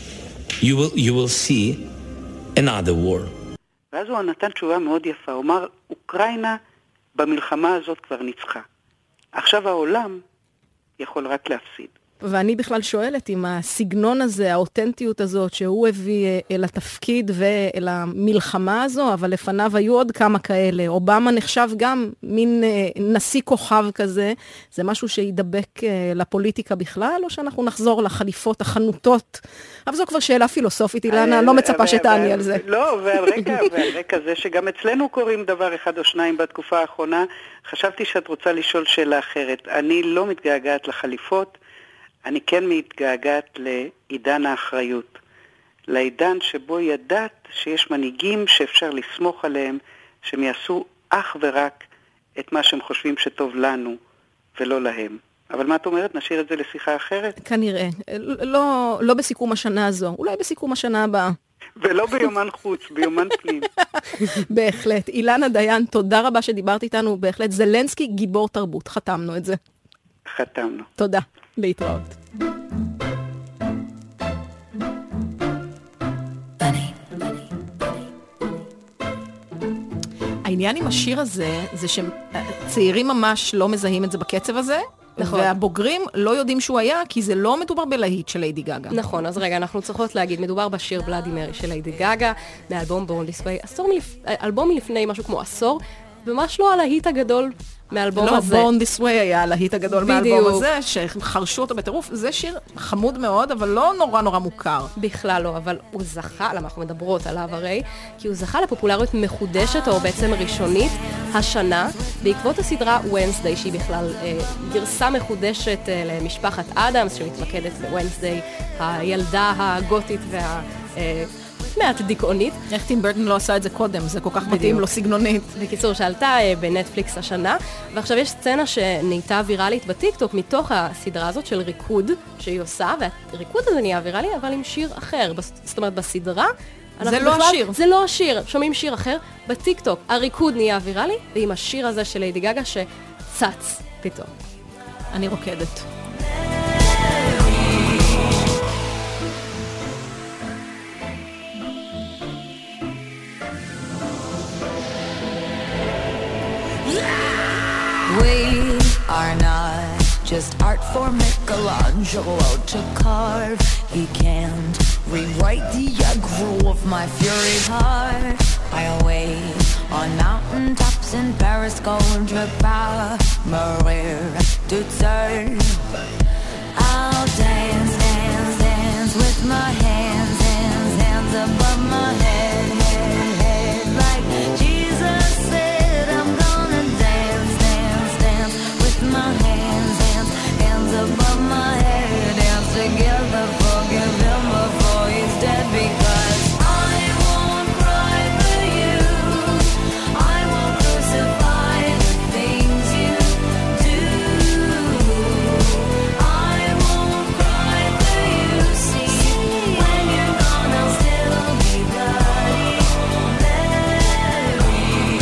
S19: you will see another war.
S18: ואז הוא נתן תשובה מאוד יפה, הוא אמר, אוקראינה במלחמה הזאת כבר ניצחה. עכשיו העולם יכול רק להפסיד.
S3: ואני בכלל שואלת אם הסגנון הזה, האותנטיות הזאת שהוא הביא אל התפקיד ואל המלחמה הזו, אבל לפניו היו עוד כמה כאלה. אובמה נחשב גם מין נשיא כוכב כזה. זה משהו שידבק לפוליטיקה בכלל, או שאנחנו נחזור לחליפות, החנותות? אבל זו כבר שאלה פילוסופית, אילנה, לא מצפה שתעני על זה.
S18: לא, ועל רקע זה שגם אצלנו קוראים דבר אחד או שניים בתקופה האחרונה, חשבתי שאת רוצה לשאול שאלה אחרת. אני לא מתגעגעת לחליפות, אני כן מתגעגעת לעידן האחריות, לעידן שבו ידעת שיש מנהיגים שאפשר לסמוך עליהם, שהם יעשו אך ורק את מה שהם חושבים שטוב לנו ולא להם. אבל מה את אומרת? נשאיר את זה לשיחה אחרת?
S3: כנראה. לא בסיכום השנה הזו, אולי בסיכום השנה הבאה.
S18: ולא ביומן חוץ, ביומן פנים.
S3: בהחלט. אילנה דיין, תודה רבה שדיברת איתנו, בהחלט. זלנסקי גיבור תרבות, חתמנו את זה.
S18: חתמנו.
S3: תודה. להתראות. העניין עם השיר הזה, זה שצעירים ממש לא מזהים את זה בקצב הזה, נכון. והבוגרים לא יודעים שהוא היה, כי זה לא מדובר בלהיט של ליידי גאגה.
S4: נכון, אז רגע, אנחנו צריכות להגיד, מדובר בשיר בלאדי מרי של ליידי גאגה, מאלבום בורן דיס ווי, אלבום מלפני משהו כמו עשור, ממש לא הלהיט הגדול מאלבום הזה.
S3: לא, Born This Way היה הלהיט הגדול מהאלבום הזה, שחרשו אותו בטירוף. זה שיר חמוד מאוד, אבל לא נורא נורא מוכר.
S4: בכלל לא, אבל הוא זכה, למה אנחנו מדברות עליו הרי, כי הוא זכה לפופולריות מחודשת, או בעצם ראשונית, השנה, בעקבות הסדרה Wednesday, שהיא בכלל גרסה מחודשת למשפחת אדמס, שמתמקדת ב-Wednesday, הילדה הגותית מעט דיכאונית.
S3: איך טים ברטון לא עשה את זה קודם? זה כל כך מתאים לו סגנונית.
S4: בקיצור, שעלתה בנטפליקס השנה, ועכשיו יש סצנה שנהייתה ויראלית בטיקטוק מתוך הסדרה הזאת של ריקוד שהיא עושה, והריקוד הזה נהיה ויראלי, אבל עם שיר אחר. זאת אומרת, בסדרה
S3: זה לא השיר.
S4: זה לא השיר. שומעים שיר אחר בטיקטוק. הריקוד נהיה ויראלי, ועם השיר הזה של ליידי גגה שצץ פתאום.
S3: אני רוקדת.
S2: We are not just art for Michelangelo to carve. He can't rewrite the aggro of my fury heart. I wait on mountain tops in Paris, going to Maria to turn. I'll dance, dance, dance with my hands, hands, hands above my head, head, head, like Jesus said. I'm gonna dance, dance, dance with my hands, hands, hands above my head. Dance together, forgive him before he's dead, because I won't cry for you. I won't crucify the things you do. I won't cry for you. See, when you're gone, I'll still be bloody Mary.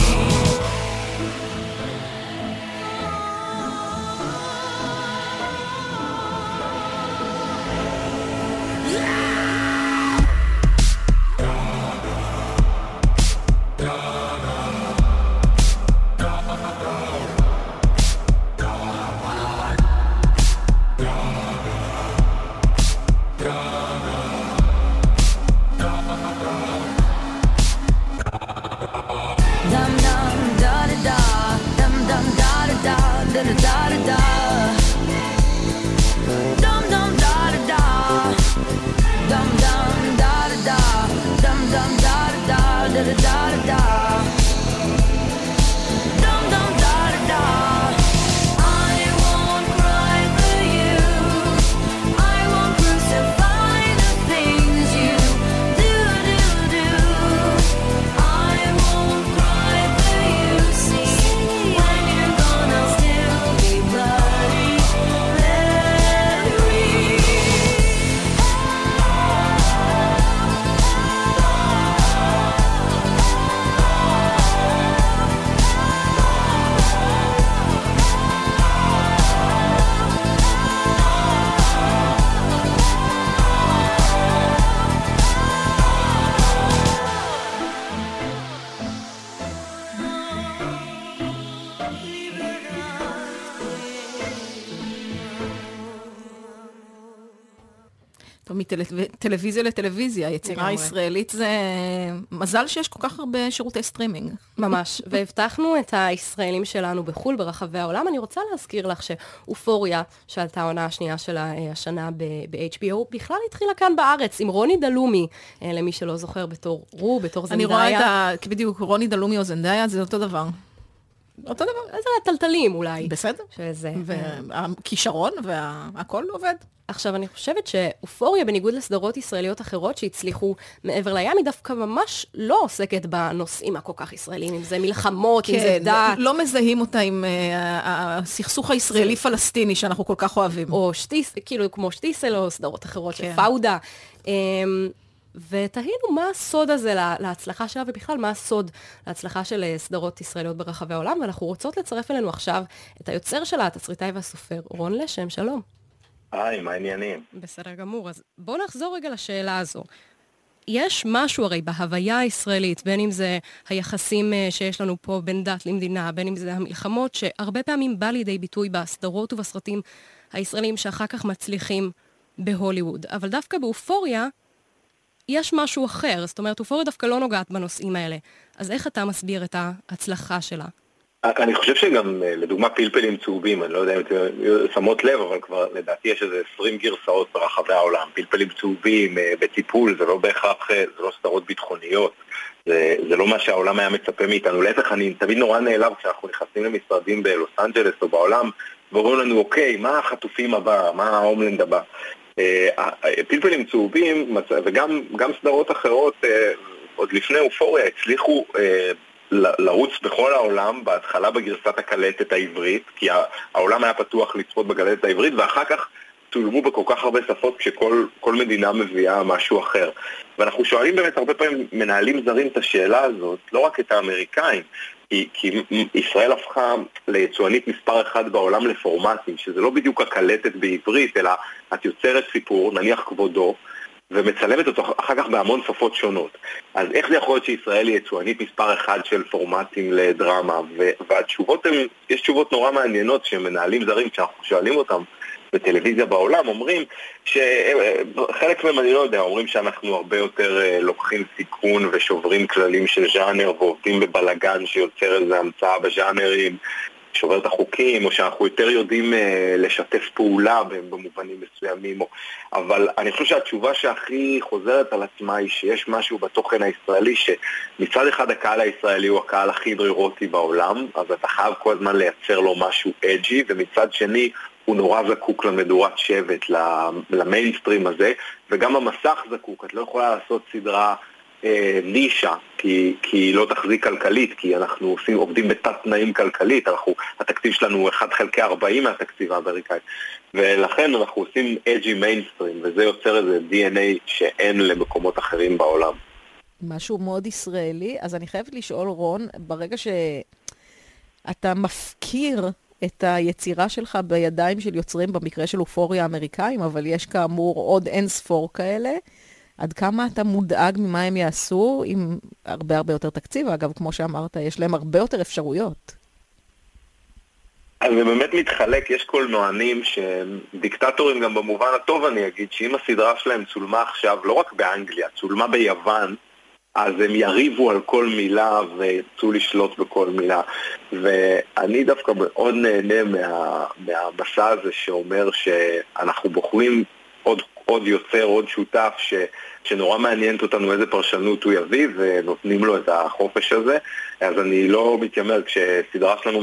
S2: Dum dum da da da, dum dum da da da, da da da da da. Dum dum da da da, dum dum da da da, dum dum da da da, da da da da. Dum dum da da da. I won't cry for you. I won't crucify the things you do, do, do. I won't cry for you. See, when you're gone, I'll still be bloody Mary.
S3: טוב, מטלוויזיה לטלוויזיה, יצירה הישראלית זה מזל שיש כל כך הרבה שירותי סטרימינג.
S4: ממש, והבטחנו את הישראלים שלנו בחול ברחבי העולם. אני רוצה להזכיר לך שאופוריה, שעלתה העונה השנייה של השנה ב-HBO, בכלל התחילה כאן בארץ עם רוני דלומי, למי שלא זוכר בתור בתור זנדאיה.
S3: אני רואה את בדיוק רוני דלומי או זנדאיה, זה אותו דבר. אותו דבר.
S4: זה הטלטלים אולי.
S3: בסדר.
S4: שזה...
S3: והכישרון והכל עובד.
S4: עכשיו, אני חושבת שאופוריה, בניגוד לסדרות ישראליות אחרות שהצליחו מעבר לים, היא דווקא ממש לא עוסקת בנושאים הכל כך ישראלים, אם זה מלחמות,
S3: כן,
S4: אם זה דת.
S3: לא מזהים אותה עם הסכסוך הישראלי-פלסטיני שאנחנו כל כך אוהבים.
S4: או כאילו כמו שטיסל או סדרות אחרות של פאודה. ותהינו מה הסוד הזה להצלחה שלה, ובכלל מה הסוד להצלחה של סדרות ישראליות ברחבי העולם, ואנחנו רוצות לצרף אלינו עכשיו את היוצר שלה, התסריטאי והסופר, רון לשם, שלום.
S20: היי, מה העניינים?
S4: בסדר גמור, אז בואו נחזור רגע לשאלה הזו. יש משהו הרי בהוויה הישראלית, בין אם זה היחסים שיש לנו פה בין דת למדינה, בין אם זה המלחמות, שהרבה פעמים בא לידי ביטוי בסדרות ובסרטים הישראלים שאחר כך מצליחים בהוליווד. אבל דווקא באופוריה יש משהו אחר, זאת אומרת, אופוריה דווקא לא נוגעת בנושאים האלה. אז איך אתה מסביר את ההצלחה שלה?
S20: אני חושב שגם, לדוגמה, פלפלים צהובים, אני לא יודע אם אתם שמות לב, אבל כבר לדעתי יש איזה 20 גרסאות ברחבי העולם. פלפלים צהובים בטיפול, זה לא בהכרח, זה לא סדרות ביטחוניות, זה לא מה שהעולם היה מצפה מאיתנו. להפך, אני תמיד נורא נעלב כשאנחנו נכנסים למשרדים בלוס אנג'לס או בעולם, ואומרים לנו, אוקיי, מה החטופים הבא, מה ההומלנד הבא? פלפלים צהובים, וגם סדרות אחרות, עוד לפני אופוריה, הצליחו לרוץ בכל העולם, בהתחלה בגרסת הקלטת העברית, כי העולם היה פתוח לצפות בקלטת העברית, ואחר כך צולמו בכל כך הרבה שפות כשכל מדינה מביאה משהו אחר. ואנחנו שואלים באמת הרבה פעמים מנהלים זרים את השאלה הזאת, לא רק את האמריקאים, כי ישראל הפכה ליצואנית מספר אחד בעולם לפורמטים, שזה לא בדיוק הקלטת בעברית, אלא את יוצרת סיפור, נניח כבודו, ומצלמת אותו אחר כך בהמון שפות שונות. אז איך זה יכול להיות שישראל היא יצואנית מספר אחד של פורמטים לדרמה? והתשובות הן, יש תשובות נורא מעניינות שמנהלים זרים, כשאנחנו שואלים אותם בטלוויזיה בעולם, אומרים שחלק מהם אני לא יודע, אומרים שאנחנו הרבה יותר לוקחים סיכון ושוברים כללים של ז'אנר ועובדים בבלגן שיוצר איזה המצאה בז'אנרים, שובר את החוקים, או שאנחנו יותר יודעים לשתף פעולה במובנים מסוימים. אבל אני חושב שהתשובה שהכי חוזרת על עצמה היא שיש משהו בתוכן הישראלי, שמצד אחד הקהל הישראלי הוא הקהל הכי דרירוטי בעולם, אז אתה חייב כל הזמן לייצר לו משהו אג'י, ומצד שני הוא נורא זקוק למדורת שבט, למיינסטרים הזה, וגם המסך זקוק, את לא יכולה לעשות סדרה נישה, כי היא לא תחזיק כלכלית, כי אנחנו עובדים בתת תנאים כלכלית, התקציב שלנו 1/40 מהתקציב האמריקאי, ולכן אנחנו עושים אג'י מיינסטרים, וזה יוצר איזה DNA שאין למקומות אחרים בעולם.
S3: משהו מאוד ישראלי, אז אני חייבת לשאול רון, ברגע שאתה מפקיר את היצירה שלך בידיים של יוצרים, במקרה של אופוריה האמריקאים, אבל יש כאמור עוד אין ספור כאלה, עד כמה אתה מודאג ממה הם יעשו עם הרבה יותר תקציב? אגב, כמו שאמרת, יש להם הרבה יותר אפשרויות.
S20: אז זה באמת מתחלק, יש קולנוענים שהם דיקטטורים גם במובן הטוב, אני אגיד, שאם הסדרה שלהם צולמה עכשיו, לא רק באנגליה, צולמה ביוון, אז הם יריבו על כל מילה ויצאו לשלוט בכל מילה. ואני דווקא מאוד נהנה מהמסע הזה שאומר שאנחנו בוחרים עוד יוצר, עוד שותף שנורא מעניינת אותנו איזה פרשנות הוא יביא, ונותנים לו את החופש הזה. אז אני לא מתיימר, כשסדרה שלנו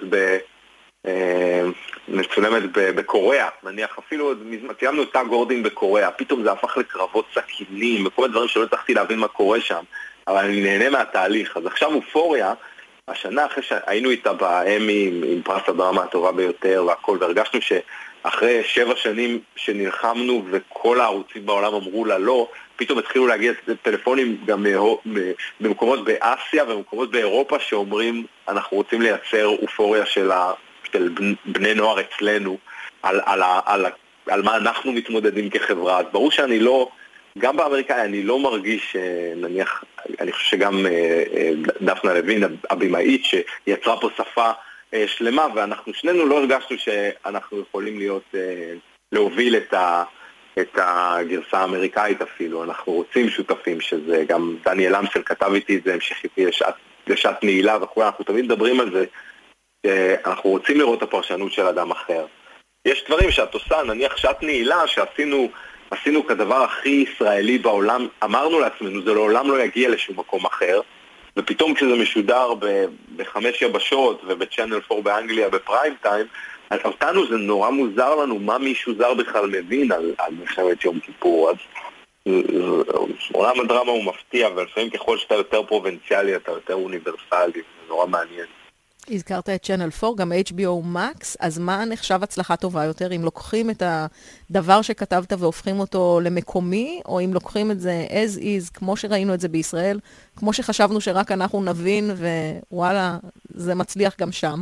S20: מצולמת בקוריאה, נניח אפילו ציימנו את גורדין בקוריאה, פתאום זה הפך לקרבות סכינים וכל הדברים שלא הצלחתי להבין מה קורה שם, אבל אני נהנה מהתהליך. אז עכשיו אופוריה, השנה אחרי שהיינו איתה באמי עם פרס הדרמה הטובה ביותר והכל, והרגשנו שאחרי 7 שנים שנלחמנו וכל הערוצים בעולם אמרו לה לא, פתאום התחילו להגיע טלפונים גם במקומות באסיה ומקומות באירופה שאומרים אנחנו רוצים לייצר אופוריה של בני נוער אצלנו על מה אנחנו מתמודדים כחברה. אז ברור שאני לא, גם באמריקאי אני לא מרגיש, נניח, אני חושב שגם דפנה לוין, הבימאית, שיצרה פה שפה שלמה, ואנחנו שנינו לא הרגשנו שאנחנו יכולים להוביל את הגרסה האמריקאית אפילו. אנחנו רוצים שותפים, שזה גם דניאל אמסל כתב איתי את זה, המשכיתי לשעת נעילה וכו', אנחנו תמיד מדברים על זה, אנחנו רוצים לראות את הפרשנות של אדם אחר. יש דברים שאת עושה, נניח שעת נעילה שעשינו כדבר הכי ישראלי בעולם, אמרנו לעצמנו, זה לעולם לא יגיע לשום מקום אחר, ופתאום כשזה משודר ב5 יבשות ובצ'אנל 4 באנגליה בפריים טיים, אותנו זה נורא מוזר לנו מה מישהו זר בכלל מבין על מלחמת יום כיפור. אז עולם הדרמה הוא מפתיע, ולפעמים ככל שאתה יותר פרובינציאלי אתה יותר אוניברסלי, זה נורא מעניין.
S3: הזכרת את צ'אנל 4, גם HBO Max, אז מה נחשב הצלחה טובה יותר? אם לוקחים את הדבר שכתבת והופכים אותו למקומי, או אם לוקחים את זה as is, כמו שראינו את זה בישראל, כמו שחשבנו שרק אנחנו נבין, ווואלה, זה מצליח גם שם?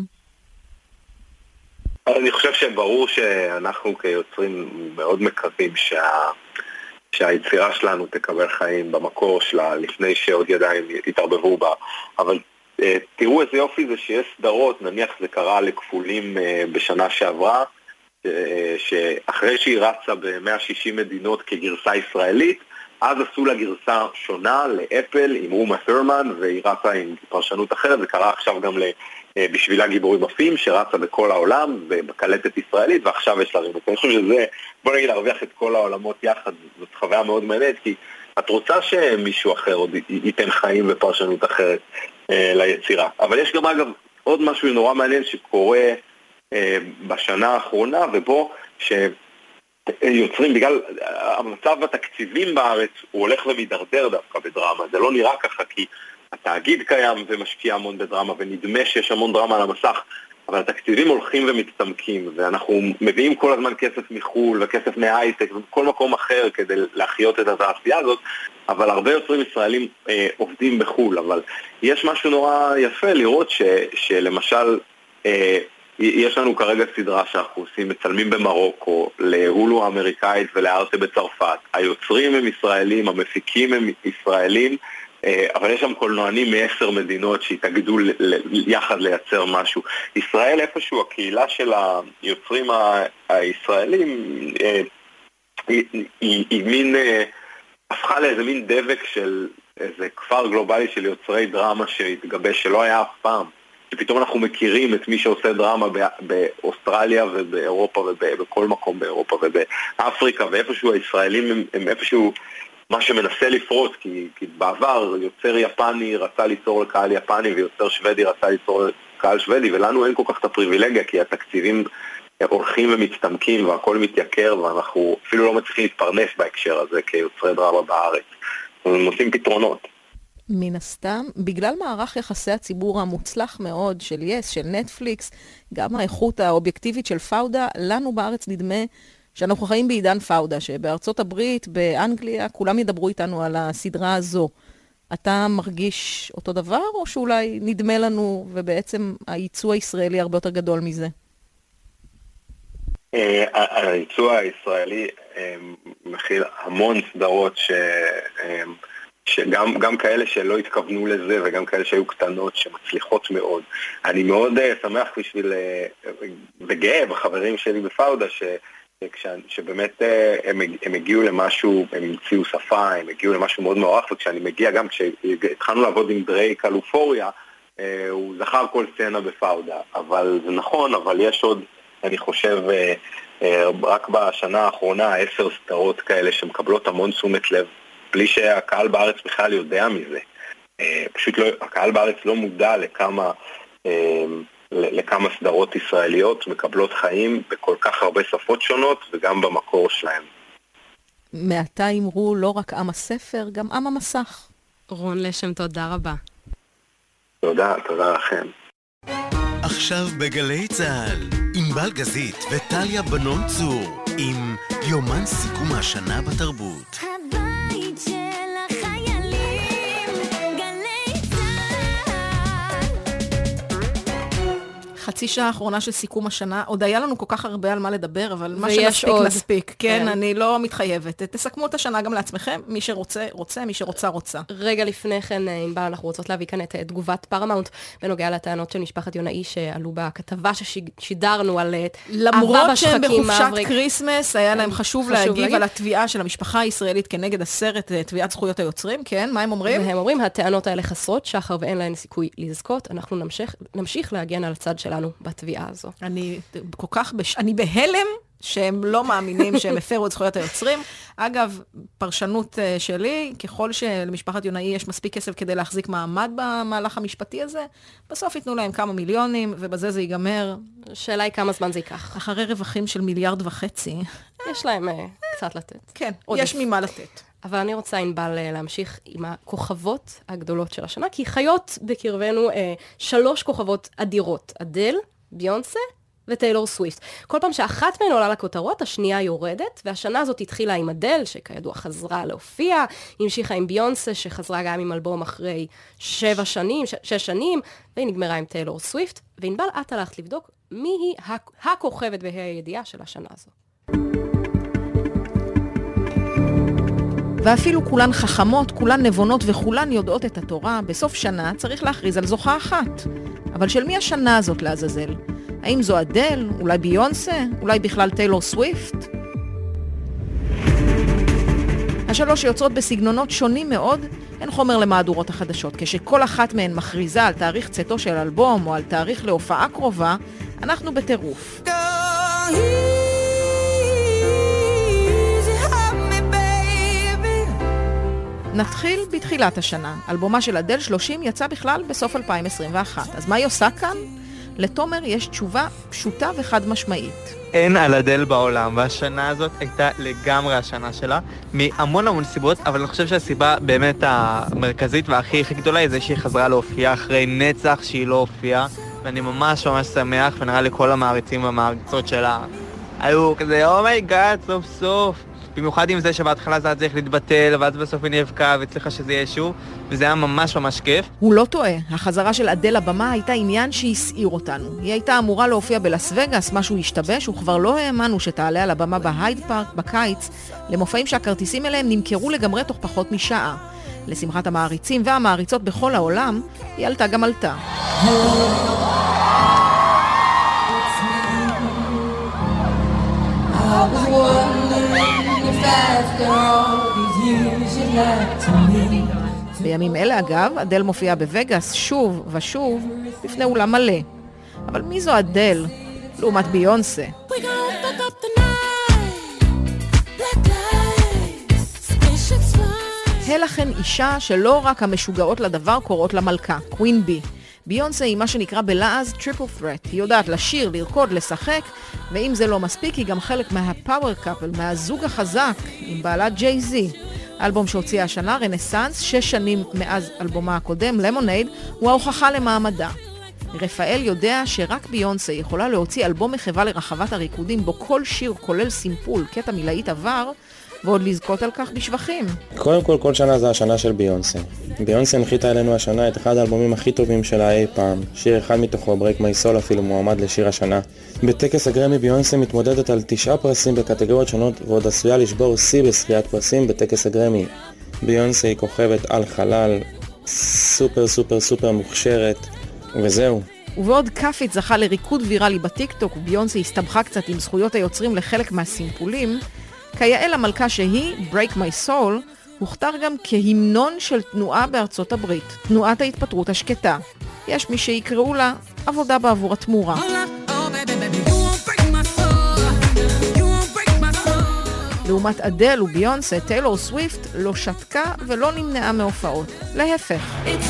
S20: אני חושב שברור שאנחנו כיוצרים מאוד מקווים שהיצירה שלנו תקבל חיים במקור שלה, לפני שעוד ידיים יתערבבו בה, אבל תראו איזה יופי זה שיש סדרות, נניח זה קרה לכפולים בשנה שעברה, שאחרי שהיא רצה ב-160 מדינות כגרסה ישראלית, אז עשו לה גרסה שונה לאפל עם רומה ת'ורמן, והיא רצה עם פרשנות אחרת, זה קרה עכשיו גם בשבילה גיבורים עפים, שרצה בכל העולם, ובקלטת ישראלית, ועכשיו יש לה רימוק. אני חושב שזה, בוא נגיד, להרוויח את כל העולמות יחד, זאת חוויה מאוד מעניינת, כי את רוצה שמישהו אחר עוד ייתן חיים ופרשנות אחרת ליצירה. אבל יש גם, אגב, עוד משהו נורא מעניין שקורה בשנה האחרונה, ובו שיוצרים, בגלל המצב התקציבים בארץ, הוא הולך ומדרדר דווקא בדרמה. זה לא נראה ככה, כי התאגיד קיים ומשקיע המון בדרמה, ונדמה שיש המון דרמה על המסך, אבל התקציבים הולכים ומצטמקים, ואנחנו מביאים כל הזמן כסף מחול וכסף מהייטק וכל מקום אחר כדי להחיות את התעשייה הזאת, אבל הרבה יוצרים ישראלים עובדים בחול, אבל יש משהו נורא יפה לראות שלמשל יש לנו כרגע סדרה שאנחנו עושים, מצלמים במרוקו, להולו האמריקאית ולארטה בצרפת. היוצרים הם ישראלים, המפיקים הם ישראלים, אבל יש שם קולנוענים מ10 מדינות שהתאגדו יחד לייצר משהו. ישראל איפשהו, הקהילה של היוצרים הישראלים היא מין, הפכה לאיזה מין דבק של איזה כפר גלובלי של יוצרי דרמה שהתגבש, שלא היה אף פעם. שפתאום אנחנו מכירים את מי שעושה דרמה באוסטרליה ובאירופה ובכל מקום באירופה ובאפריקה, ואיפשהו הישראלים הם איפשהו מה שמנסה לפרוץ, כי בעבר יוצר יפני רצה ליצור לקהל יפני ויוצר שוודי רצה ליצור לקהל שוודי, ולנו אין כל כך את הפריבילגיה, כי התקציבים הולכים ומצטמקים והכל מתייקר, ואנחנו אפילו לא מצליחים להתפרנס בהקשר הזה כיוצרי דרמה בארץ. אנחנו עושים פתרונות.
S3: מן הסתם, בגלל מערך יחסי הציבור המוצלח מאוד של יס, של נטפליקס, גם האיכות האובייקטיבית של פאודה, לנו בארץ נדמה שאנחנו חיים בעידן פאודה, שבארצות הברית, באנגליה, כולם ידברו איתנו על הסדרה הזו. אתה מרגיש אותו דבר, או שאולי נדמה לנו, ובעצם הייצוא הישראלי הרבה יותר גדול מזה?
S20: הייצוא הישראלי מכיל המון סדרות שגם כאלה שלא התכוונו לזה, וגם כאלה שהיו קטנות, שמצליחות מאוד. אני מאוד שמח בשביל, וגאה בחברים שלי בפאודה, שבאמת הם הגיעו למשהו, הם המציאו שפה, הם הגיעו למשהו מאוד מערך, וכשאני מגיע, גם כשהתחלנו לעבוד עם דרייק על אופוריה, הוא זכר כל סצנה בפאודה. אבל זה נכון, אבל יש עוד, אני חושב, רק בשנה האחרונה, 10 סדרות כאלה שמקבלות המון תשומת לב, בלי שהקהל בארץ בכלל יודע מזה. פשוט לא, הקהל בארץ לא מודע לכמה סדרות ישראליות מקבלות חיים בכל כך הרבה שפות שונות, וגם במקור שלהם.
S3: מעתה אמרו לא רק עם הספר, גם עם המסך.
S4: רון לשם, תודה רבה.
S20: תודה לכם.
S1: עכשיו בגלי צהל, ענבל גזית וטליה בנון צור, עם יומן סיכום השנה בתרבות.
S3: חצי שעה האחרונה של סיכום השנה, עוד היה לנו כל כך הרבה על מה לדבר, אבל מה שנספיק נספיק, כן, אני לא מתחייבת. תסכמו את השנה גם לעצמכם, מי שרוצה, רוצה, מי שרוצה, רוצה.
S4: רגע לפני כן, ענבל, אנחנו רוצות להביא כאן את תגובת פרמאונט, בנוגע לטענות של משפחת יונאי, שעלו בכתבה ששידרנו על
S3: למרות שהם בחופשת קריסמס, היה להם חשוב להגיב על התביעה של המשפחה הישראלית כנגד הסרט, תביעת זכויות היוצרים, כן, מה הם אומרים?
S4: והם אומרים, הטענות האלה חסרות, שחר ואין להן סיכוי לזכות, אנחנו נמשיך להגן על הצד שלנו בתביעה הזו.
S3: אני בהלם שהם לא מאמינים שהם הפרו את זכויות היוצרים. אגב, פרשנות שלי, ככל שלמשפחת יונאי יש מספיק כסף כדי להחזיק מעמד במהלך המשפטי הזה, בסוף ייתנו להם כמה מיליונים, ובזה זה ייגמר.
S4: השאלה היא כמה זמן זה ייקח.
S3: אחרי רווחים של 1.5 מיליארד.
S4: יש להם קצת לתת.
S3: כן, יש ממה לתת.
S4: אבל אני רוצה, ענבל, להמשיך עם הכוכבות הגדולות של השנה, כי חיות בקרבנו 3 כוכבות אדירות, אדל, ביונסה וטיילור סוויפט. כל פעם שאחת מהן עולה לכותרות, השנייה יורדת, והשנה הזאת התחילה עם אדל, שכידוע חזרה להופיע, המשיכה עם ביונסה, שחזרה גם עם אלבום אחרי 6 שנים, והיא נגמרה עם טיילור סוויפט, וענבל, את הלכת לבדוק מי היא הכוכבת בה"א הידיעה של השנה הזו.
S3: ואפילו כולן חכמות, כולן נבונות וכולן יודעות את התורה, בסוף שנה צריך להכריז על זוכה אחת. אבל של מי השנה הזאת לעזאזל? האם זו אדל? אולי ביונסה? אולי בכלל טיילור סוויפט? השלוש שיוצרות בסגנונות שונים מאוד הן חומר למהדורות החדשות. כשכל אחת מהן מכריזה על תאריך צאתו של אלבום או על תאריך להופעה קרובה, אנחנו בטירוף. נתחיל בתחילת השנה. אלבומה של אדל 30 יצא בכלל בסוף 2021. אז מה היא עושה כאן? לתומר יש תשובה פשוטה וחד משמעית.
S21: אין על אדל בעולם, והשנה הזאת הייתה לגמרי השנה שלה, מהמון סיבות, אבל אני חושב שהסיבה באמת המרכזית והכי גדולה היא זה שהיא חזרה להופיע אחרי נצח שהיא לא הופיעה, ואני ממש שמח, ונראה לי כל המעריצים והמעריצות שלה היו כזה, אומייגאד, סוף סוף. במיוחד עם זה שבהתחלה זה היה צריך להתבטל, ואז בסוף היא נאבקה והצליחה שזה יהיה שוב, וזה היה ממש כיף.
S3: הוא לא טועה, החזרה של אדל לבמה הייתה עניין שהסעיר אותנו. היא הייתה אמורה להופיע בלס וגאס, משהו השתבש, וכבר לא האמנו שתעלה על הבמה בהייד פארק בקיץ, למופעים שהכרטיסים אליהם נמכרו לגמרי תוך פחות משעה. לשמחת המעריצים והמעריצות בכל העולם, היא עלתה גם עלתה. בימים אלה אגב, אדל מופיעה בווגאס שוב ושוב לפני אולם מלא. אבל מי זו אדל לעומת ביונסה? הלכן אישה שלא רק המשוגעות לדבר קוראות למלכה, קווין בי. ביונסה היא מה שנקרא בלעז טריפל ת'רט. היא יודעת לשיר, לרקוד, לשחק, ואם זה לא מספיק היא גם חלק מהפאוור קאפל, מהזוג החזק עם בעלת ג'יי-זי. האלבום שהוציאה השנה, רנסנס, 6 שנים מאז אלבומה הקודם, למונייד, הוא ההוכחה למעמדה. רפאל יודע שרק ביונסה יכולה להוציא אלבום מחווה לרחבת הריקודים, בו כל שיר כולל סימפול, קטע מלהיט עבר, ועוד לזכות על כך בשבחים.
S22: קודם כל שנה זה השנה של ביונסה. ביונסה הנחיתה אלינו השנה את אחד האלבומים הכי טובים שלה אי פעם. שיר אחד מתוכו, Break My Soul, אפילו מועמד לשיר השנה. בטקס הגרמי ביונסה מתמודדת על 9 פרסים בקטגוריות שונות, ועוד עשויה לשבור שיא בזכיית פרסים בטקס הגרמי. ביונסה היא כוכבת על חלל, סופר מוכשרת, וזהו.
S3: ובעוד קאפית זכה לריקוד ויראלי בטיקטוק, וביונסה הסתבכה קצת עם זכויות היוצרים לחלק מהסימפולים, כיאה המלכה שהיא, Break My Soul, הוכתר גם כהמנון של תנועה בארצות הברית, תנועת ההתפטרות השקטה. יש מי שיקראו לה עבודה בעבור התמורה. לעומת אדל וביונסה, טיילור סוויפט לא שתקה ולא נמנעה מהופעות. להפך.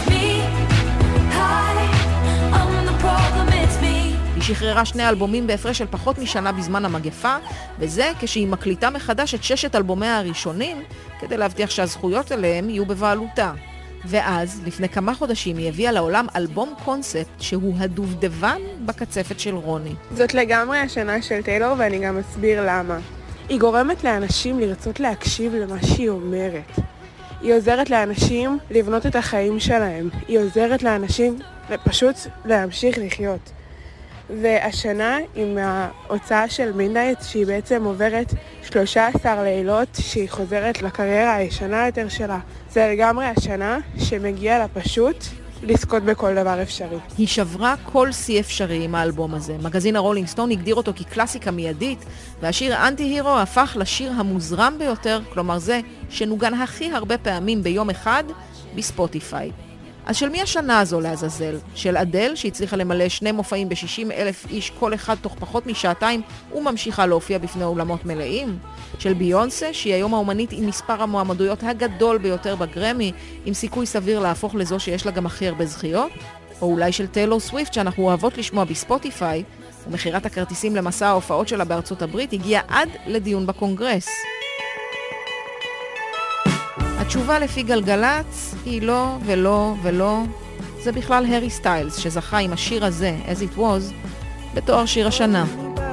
S3: היא שחררה 2 אלבומים בהפרש של פחות משנה בזמן המגפה, וזה כשהיא מקליטה מחדש את 6 אלבומיה הראשונים, כדי להבטיח שהזכויות אליהם יהיו בבעלותה. ואז, לפני כמה חודשים, היא הביאה לעולם אלבום קונספט, שהוא הדובדבן בקצפת של רוני.
S23: זאת לגמרי השנה של טיילור, ואני גם אסביר למה. היא גורמת לאנשים לרצות להקשיב למה שהיא אומרת. היא עוזרת לאנשים לבנות את החיים שלהם. היא עוזרת לאנשים פשוט להמשיך לחיות. והשנה עם ההוצאה של מידנייט, שהיא בעצם עוברת 13 לילות, שהיא חוזרת לקריירה הישנה יותר שלה. זה לגמרי השנה שמגיע לה פשוט לזכות בכל דבר אפשרי.
S3: היא שברה כל שיא אפשרי עם האלבום הזה. מגזין הרולינג סטון הגדיר אותו כקלאסיקה מיידית, והשיר אנטי-הירו הפך לשיר המוזרם ביותר, כלומר זה שנוגן הכי הרבה פעמים ביום אחד בספוטיפיי. אז של מי השנה הזו לעזאזל? של אדל, שהצליחה למלא 2 מופעים ב-60,000 איש כל אחד תוך פחות משעתיים וממשיכה להופיע בפני אולמות מלאים? של ביונסה, שהיא היום האומנית עם מספר המועמדויות הגדול ביותר בגרמי, עם סיכוי סביר להפוך לזו שיש לה גם הכי הרבה זכיות? או אולי של טיילור סוויפט, שאנחנו אוהבות לשמוע בספוטיפיי, ומחירת הכרטיסים למסע ההופעות שלה בארצות הברית הגיעה עד לדיון בקונגרס. התשובה לפי גלגלץ היא לא ולא ולא. זה בכלל הרי סטיילס שזכה עם השיר הזה, As It Was, בתואר שיר השנה.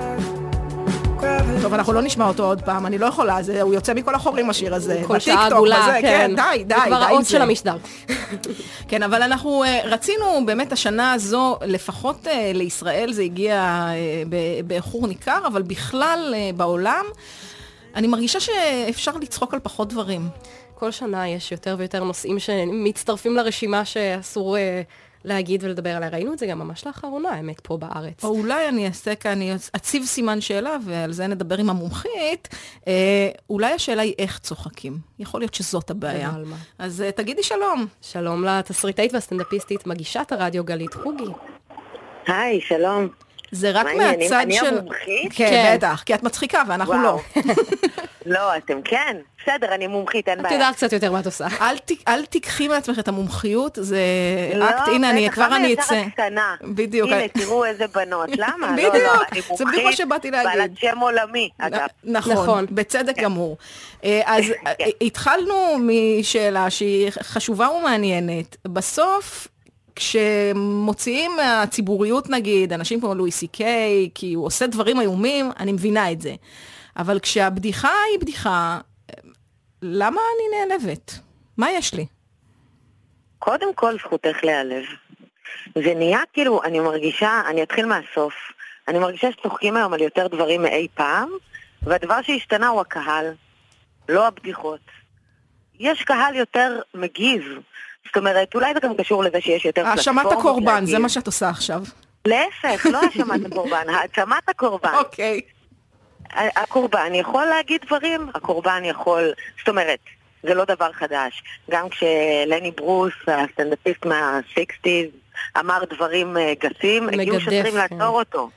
S3: טוב, אנחנו לא נשמע אותו עוד פעם, אני לא יכולה, הוא יוצא מכל החורים השיר הזה.
S4: כל שעה עגולה, כן.
S3: די.
S4: זה כבר האות של המשדר.
S3: כן, אבל אנחנו רצינו באמת השנה הזו, לפחות לישראל זה הגיע באיחור ניכר, אבל בכלל בעולם, אני מרגישה שאפשר לצחוק על פחות דברים.
S4: כל שנה יש יותר ויותר נושאים שמצטרפים לרשימה שאסור להגיד ולדבר עליה. ראינו את זה גם ממש לאחרונה, האמת, פה בארץ.
S3: או אולי אני אציב סימן שאלה, ועל זה נדבר עם המומחית. אולי השאלה היא איך צוחקים. יכול להיות שזאת הבעיה. אז תגידי שלום.
S4: שלום לתסריטאית והסטנדאפיסטית, מגישת הרדיו גלית חוגי.
S7: היי, שלום.
S3: זה רק מהצד של...
S7: אני המומחית?
S3: כן, בטח, כי את מצחיקה ואנחנו לא.
S7: לא, אתם כן. בסדר, אני מומחית, אין בעיה.
S4: את יודעת קצת יותר מה את עושה.
S3: אל תיקחי מעצמך את המומחיות, זה אקט, הנה, אני אצא. בדיוק.
S7: הנה, תראו איזה בנות, למה?
S3: בדיוק, זה בדיוק מה שבאתי להגיד.
S7: בעלת שם עולמי, אגב.
S3: נכון, בצדק גמור. אז התחלנו משאלה שהיא חשובה ומעניינת. בסוף... כשמוציאים מהציבוריות, נגיד, אנשים כמו לואי סי קיי, כי הוא עושה דברים איומים, אני מבינה את זה. אבל כשהבדיחה היא בדיחה, למה אני נעלבת? מה יש לי?
S7: קודם כל, זכותך להיעלב. זה נהיה כאילו, אני מרגישה, אני אתחיל מהסוף, אני מרגישה שצוחקים היום על יותר דברים מאי פעם, והדבר שהשתנה הוא הקהל, לא הבדיחות. יש קהל יותר מגיב, זאת אומרת, אולי זה גם קשור לזה שיש יותר פלטפורמות.
S3: האשמת הקורבן, זה מה שאת עושה עכשיו.
S7: להפך, לא האשמת הקורבן, העצמת הקורבן.
S3: אוקיי.
S7: הקורבן יכול להגיד דברים, הקורבן יכול, זאת אומרת, זה לא דבר חדש. גם כשלני ברוס, הסטנדאפיסט מה-60s, אמר דברים גסים, הגיעו שוטרים לעצור אותו.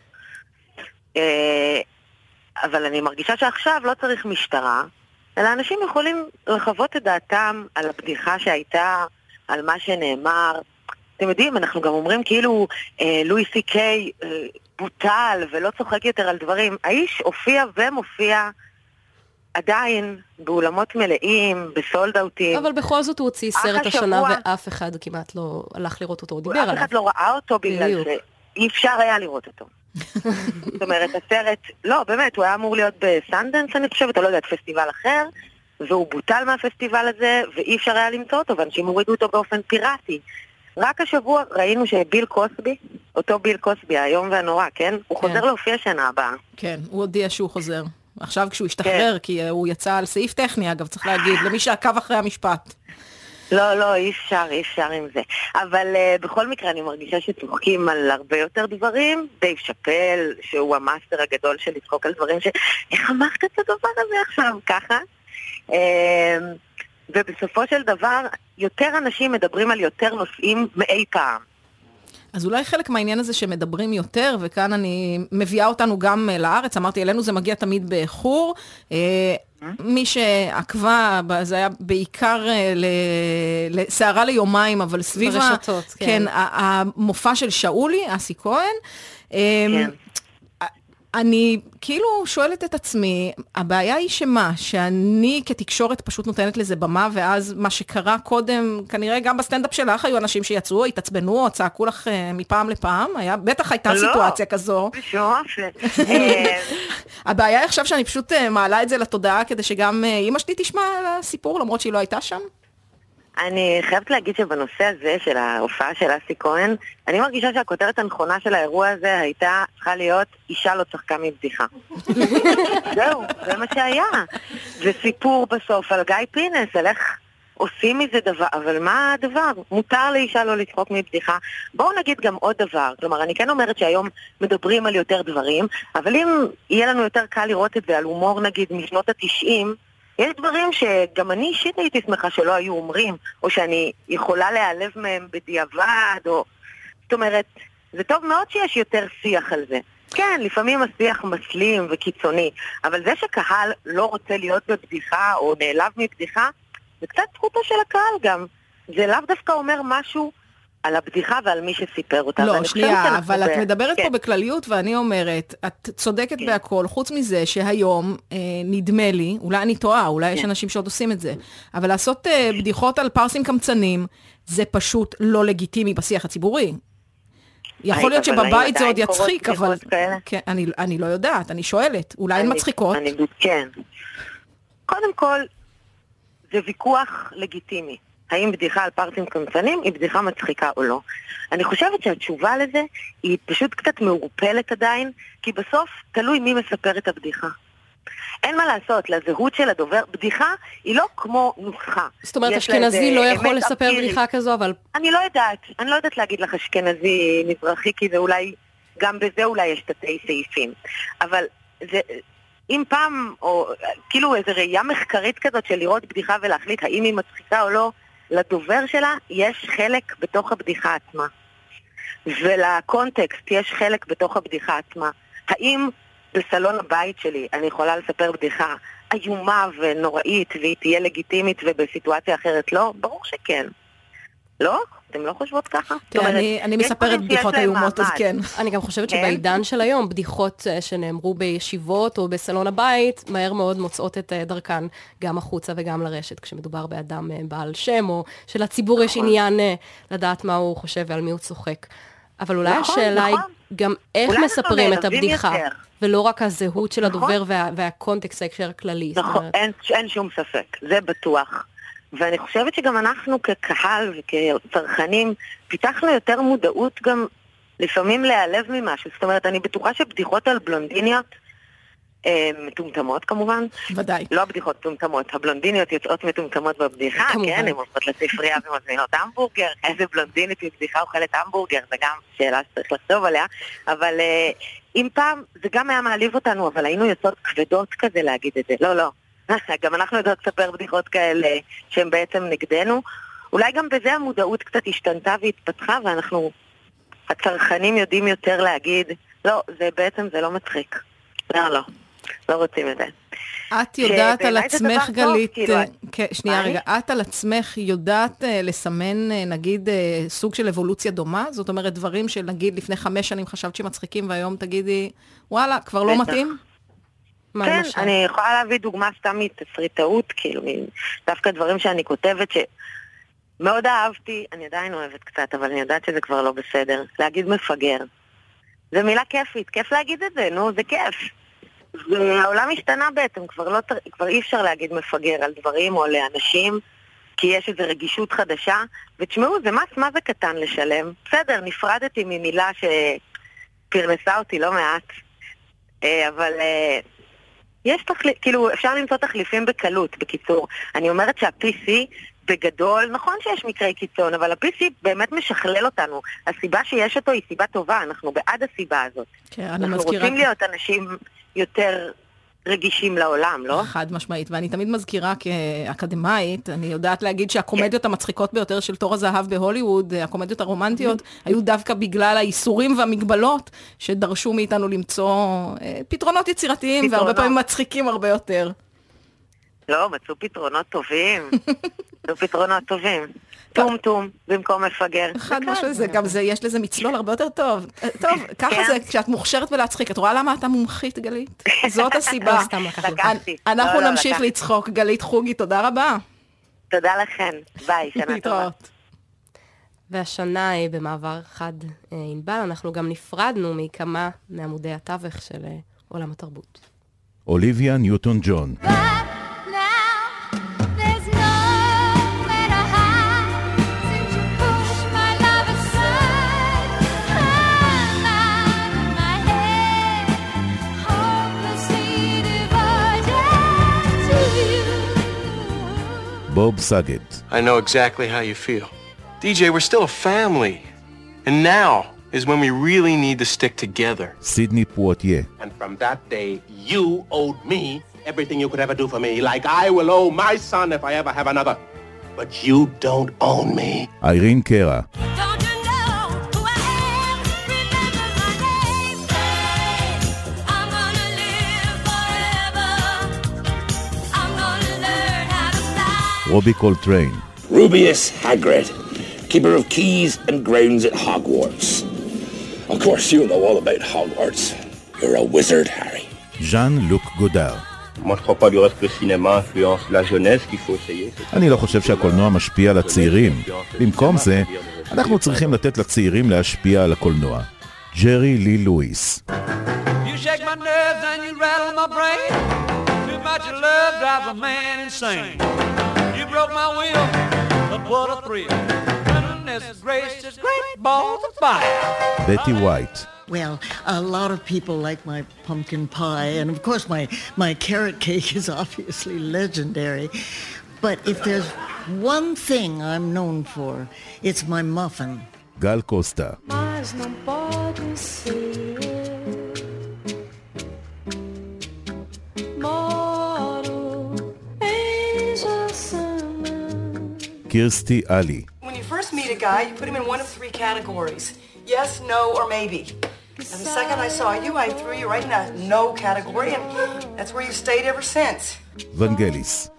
S7: אבל אני מרגישה שעכשיו לא צריך משטרה, אלא אנשים יכולים לחוות את דעתם על הבדיחה שהייתה, על מה שנאמר. אתם יודעים, אנחנו גם אומרים כאילו לואי סי קיי בוטל ולא צוחק יותר על דברים. האיש הופיע ומופיע עדיין באולמות מלאים, בסולדאוטים.
S4: אבל בכל זאת הוא הוציא סרט השנה ואף אחד כמעט לא הלך לראות אותו, הוא דיבר עליו.
S7: אף אחד לא ראה אותו בגלל זה. אי אפשר היה לראות אותו. זאת אומרת, הסרט, לא, באמת, הוא היה אמור להיות בסנדנס, אני חושבת, או לא יודעת, פסטיבל אחר, והוא בוטל מהפסטיבל הזה, ואי אפשר היה למצוא אותו, ואנשים הורידו אותו באופן פיראטי. רק השבוע ראינו שביל קוסבי, אותו ביל קוסבי, היום והנורא, כן? הוא חוזר להופיע שנה הבאה.
S3: כן, הוא הודיע שהוא חוזר. עכשיו כשהוא השתחרר, כי הוא יצא על סעיף טכני, אגב, צריך להגיד, למי שעקב אחרי המשפט.
S7: לא, אי אפשר עם זה. אבל בכל מקרה אני מרגישה שצוחקים על הרבה יותר דברים. דייב שאפל, שהוא המאסטר הגדול של לצחוק על דברים איך אמרת את הדבר הזה עכשיו? ככה. ובסופו של דבר, יותר אנשים מדברים על יותר נושאים מאי פעם.
S3: אז אולי חלק מהעניין הזה שמדברים יותר, וכאן אני מביאה אותנו גם לארץ, אמרתי, אלינו זה מגיע תמיד באיחור, מי שעקבה, זה היה בעיקר לסערה ליומיים, אבל סביב
S4: ברשתות,
S3: כן, המופע של שאולי, אסי כהן, כן. אני כאילו שואלת את עצמי, הבעיה היא שמה? שאני כתקשורת פשוט נותנת לזה במה, ואז מה שקרה קודם, כנראה גם בסטנדאפ שלך היו אנשים שיצאו, התעצבנו, או צעקו לך מפעם לפעם, בטח הייתה סיטואציה כזו. הבעיה היא עכשיו שאני פשוט מעלה את זה לתודעה, כדי שגם אמא שלי תשמע על הסיפור, למרות שהיא לא הייתה שם.
S7: אני חייבת להגיד שבנושא הזה של ההופעה של אסי כהן, אני מרגישה שהכותרת הנכונה של האירוע הזה הייתה צריכה להיות אישה לא צחקה מבדיחה. זהו, זה מה שהיה. זה סיפור בסוף על גיא פינס, על איך עושים מזה דבר, אבל מה הדבר? מותר לאישה לא לצחוק מבדיחה. בואו נגיד גם עוד דבר, כלומר אני כן אומרת שהיום מדברים על יותר דברים, אבל אם יהיה לנו יותר קל לראות את זה על הומור נגיד משנות ה-90, יש דברים שגם אני אישית הייתי שמחה שלא היו אומרים, או שאני יכולה להיעלב מהם בדיעבד, או... זאת אומרת, זה טוב מאוד שיש יותר שיח על זה. כן, לפעמים השיח מסלים וקיצוני, אבל זה שקהל לא רוצה להיות בבדיחה, או נעלב מבדיחה, זה קצת זכותו של הקהל גם. זה לאו דווקא אומר משהו על הבדיחה ועל מי שסיפר אותה.
S3: לא, שנייה, אבל את מדברת פה בכלליות, ואני אומרת, את צודקת בהכל, חוץ מזה שהיום נדמה לי, אולי אני טועה, אולי יש אנשים שעוד עושים את זה, אבל לעשות בדיחות על פרסים קמצנים, זה פשוט לא לגיטימי בשיח הציבורי. יכול להיות שבבית זה עוד יצחיק, אבל... אני לא יודעת, אני שואלת, אולי הן מצחיקות?
S7: כן. קודם כל, זה ויכוח לגיטימי. האם בדיחה על פרסים קמצנים היא בדיחה מצחיקה או לא. אני חושבת שהתשובה לזה היא פשוט קצת מעורפלת עדיין, כי בסוף תלוי מי מספר את הבדיחה. אין מה לעשות, לזהות של הדובר, בדיחה היא לא כמו נוסחה.
S4: זאת אומרת, אשכנזי לא יכול לספר בדיחה כזו, אבל...
S7: אני לא יודעת להגיד לך אשכנזי מזרחי, כי זה אולי, גם בזה אולי יש תתי סעיפים. אבל זה, אם פעם, או כאילו איזו ראייה מחקרית כזאת של לראות בדיחה ולהחליט האם היא מצחיקה או לא, לדובר שלה יש חלק בתוך הבדיחה עצמה. ולקונטקסט יש חלק בתוך הבדיחה עצמה. האם בסלון הבית שלי אני יכולה לספר בדיחה איומה ונוראית והיא תהיה לגיטימית ובסיטואציה אחרת לא? ברור שכן. לא? אתם לא חושבות ככה?
S3: אני מספרת בדיחות איומות, אז כן.
S4: אני גם חושבת שבעידן של היום, בדיחות שנאמרו בישיבות או בסלון הבית, מהר מאוד מוצאות את דרכן גם החוצה וגם לרשת, כשמדובר באדם בעל שם, או שלציבור יש עניין לדעת מה הוא חושב ועל מי הוא צוחק. אבל אולי השאלה היא גם איך מספרים את הבדיחה, ולא רק הזהות של הדובר והקונטקסט ההקשר הכללי.
S7: נכון, אין שום ספק, זה בטוח. ואני חושבת שגם אנחנו כקהל וכצרכנים פיתחנו יותר מודעות גם לפעמים להיעלב ממשהו. זאת אומרת, אני בטוחה שבדיחות על בלונדיניות מטומטמות כמובן.
S3: ודאי.
S7: לא בדיחות מטומטמות, הבלונדיניות יוצאות מטומטמות בבדיחה, כן, הן עוברות לספרייה ומזמינות המבורגר, איזה בלונדינית היא בדיחה אוכלת המבורגר, זה גם שאלה שצריך לחשוב עליה, אבל אם פעם זה גם היה מעליב אותנו, אבל היינו יוצאות כבדות כזה להגיד את זה, לא. גם אנחנו יודעות לספר בדיחות כאלה שהן בעצם נגדנו. אולי גם בזה המודעות קצת השתנתה והתפתחה, ואנחנו, הצרכנים יודעים יותר להגיד, לא, זה בעצם זה לא מצחיק. לא רוצים את זה.
S3: את יודעת על עצמך, גלית, שנייה רגע, את על עצמך יודעת לסמן, נגיד, סוג של אבולוציה דומה? זאת אומרת, דברים שנגיד לפני 5 שנים חשבת שמצחיקים, והיום תגידי, וואלה, כבר לא מתאים?
S7: כן, אני יכולה להביא דוגמה סתם מתסריטאות, כאילו, דווקא דברים שאני כותבת שמאוד אהבתי, אני עדיין אוהבת קצת, אבל אני יודעת שזה כבר לא בסדר. להגיד מפגר. זה מילה כיפית, כיף להגיד את זה, נו, זה כיף. והעולם השתנה בעצם, כבר אי אפשר להגיד מפגר על דברים או לאנשים, כי יש איזו רגישות חדשה, ותשמעו, זה מה זה קטן לשלם. בסדר, נפרדתי ממילה שפרנסה אותי לא מעט, אבל... יש כאילו, אפשר למצוא תחליפים בקלות, בקיצור. אני אומרת שה-PC בגדול, נכון שיש מקרי קיצון, אבל ה-PC באמת משכלל אותנו. הסיבה שיש אותו היא סיבה טובה, אנחנו בעד הסיבה הזאת.
S3: כן,
S7: אנחנו רוצים להיות אנשים יותר רגישים לעולם, לא?
S3: חד משמעית, ואני תמיד מזכירה כאקדמאית, אני יודעת להגיד שהקומדיות המצחיקות ביותר של תור הזהב בהוליווד, הקומדיות הרומנטיות, היו דווקא בגלל האיסורים והמגבלות שדרשו מאיתנו למצוא פתרונות יצירתיים, והרבה פעמים מצחיקים הרבה יותר.
S7: לא, מצאו פתרונות טובים. מצאו פתרונות טובים. טום, במקום מפגר.
S3: אחד משהו זה, גם זה, יש לזה מצלול הרבה יותר טוב. טוב, ככה זה, כשאת מוכשרת ולהצחיק, את רואה למה אתה מומחית, גלית? זאת הסיבה. אנחנו נמשיך לצחוק. גלית חוגי, תודה רבה.
S7: תודה לכן. ביי, שנה טובה.
S4: והשנה במעבר חד ענבל, אנחנו גם נפרדנו מכמה מעמודי התווך של עולם התרבות.
S6: אוליביה ניוטון ג'ון. Bob Saget.
S8: I know exactly how you feel. DJ, we're still a family. And now is when we really need to stick together.
S6: Sidney Poitier.
S9: And from that day, you owed me everything you could ever do for me, like I will owe my son if I ever have another. But you don't own me.
S6: Irene Cara. Robbie Coltrane.
S9: Rubius Hagrid, keeper of keys and grounds at Hogwarts. Of course you know all about Hogwarts. You're a wizard, Harry.
S6: Jean-Luc Godard.
S9: Moi je crois pas du reste que le cinéma influence la jeunesse qu'il faut essayer.
S6: אני לא חושב שהקולנוע משפיע על הצעירים. במקום זה, אנחנו צריכים לתת לצעירים להשפיע על הקולנוע. ג'רי לי לואיס.
S5: You shake my nerves and you rattle my brain. Too much love drives a man insane. You broke my will, but what a thrill. Goodness gracious, great balls of fire.
S6: בטי ווייט.
S10: Well, a lot of people like my pumpkin pie, and of course my carrot cake is obviously legendary. But if there's one thing I'm known for, it's my muffin.
S6: גל קוסטה.
S5: Mas não pode ser. Moro em Jaçanã.
S6: קירסטי אלי.
S11: When you first meet a guy, you put him in one of three categories. Yes, no, or maybe. And the second I saw you, I threw you right in a no category, and that's where you stayed ever since.
S6: ונגליס.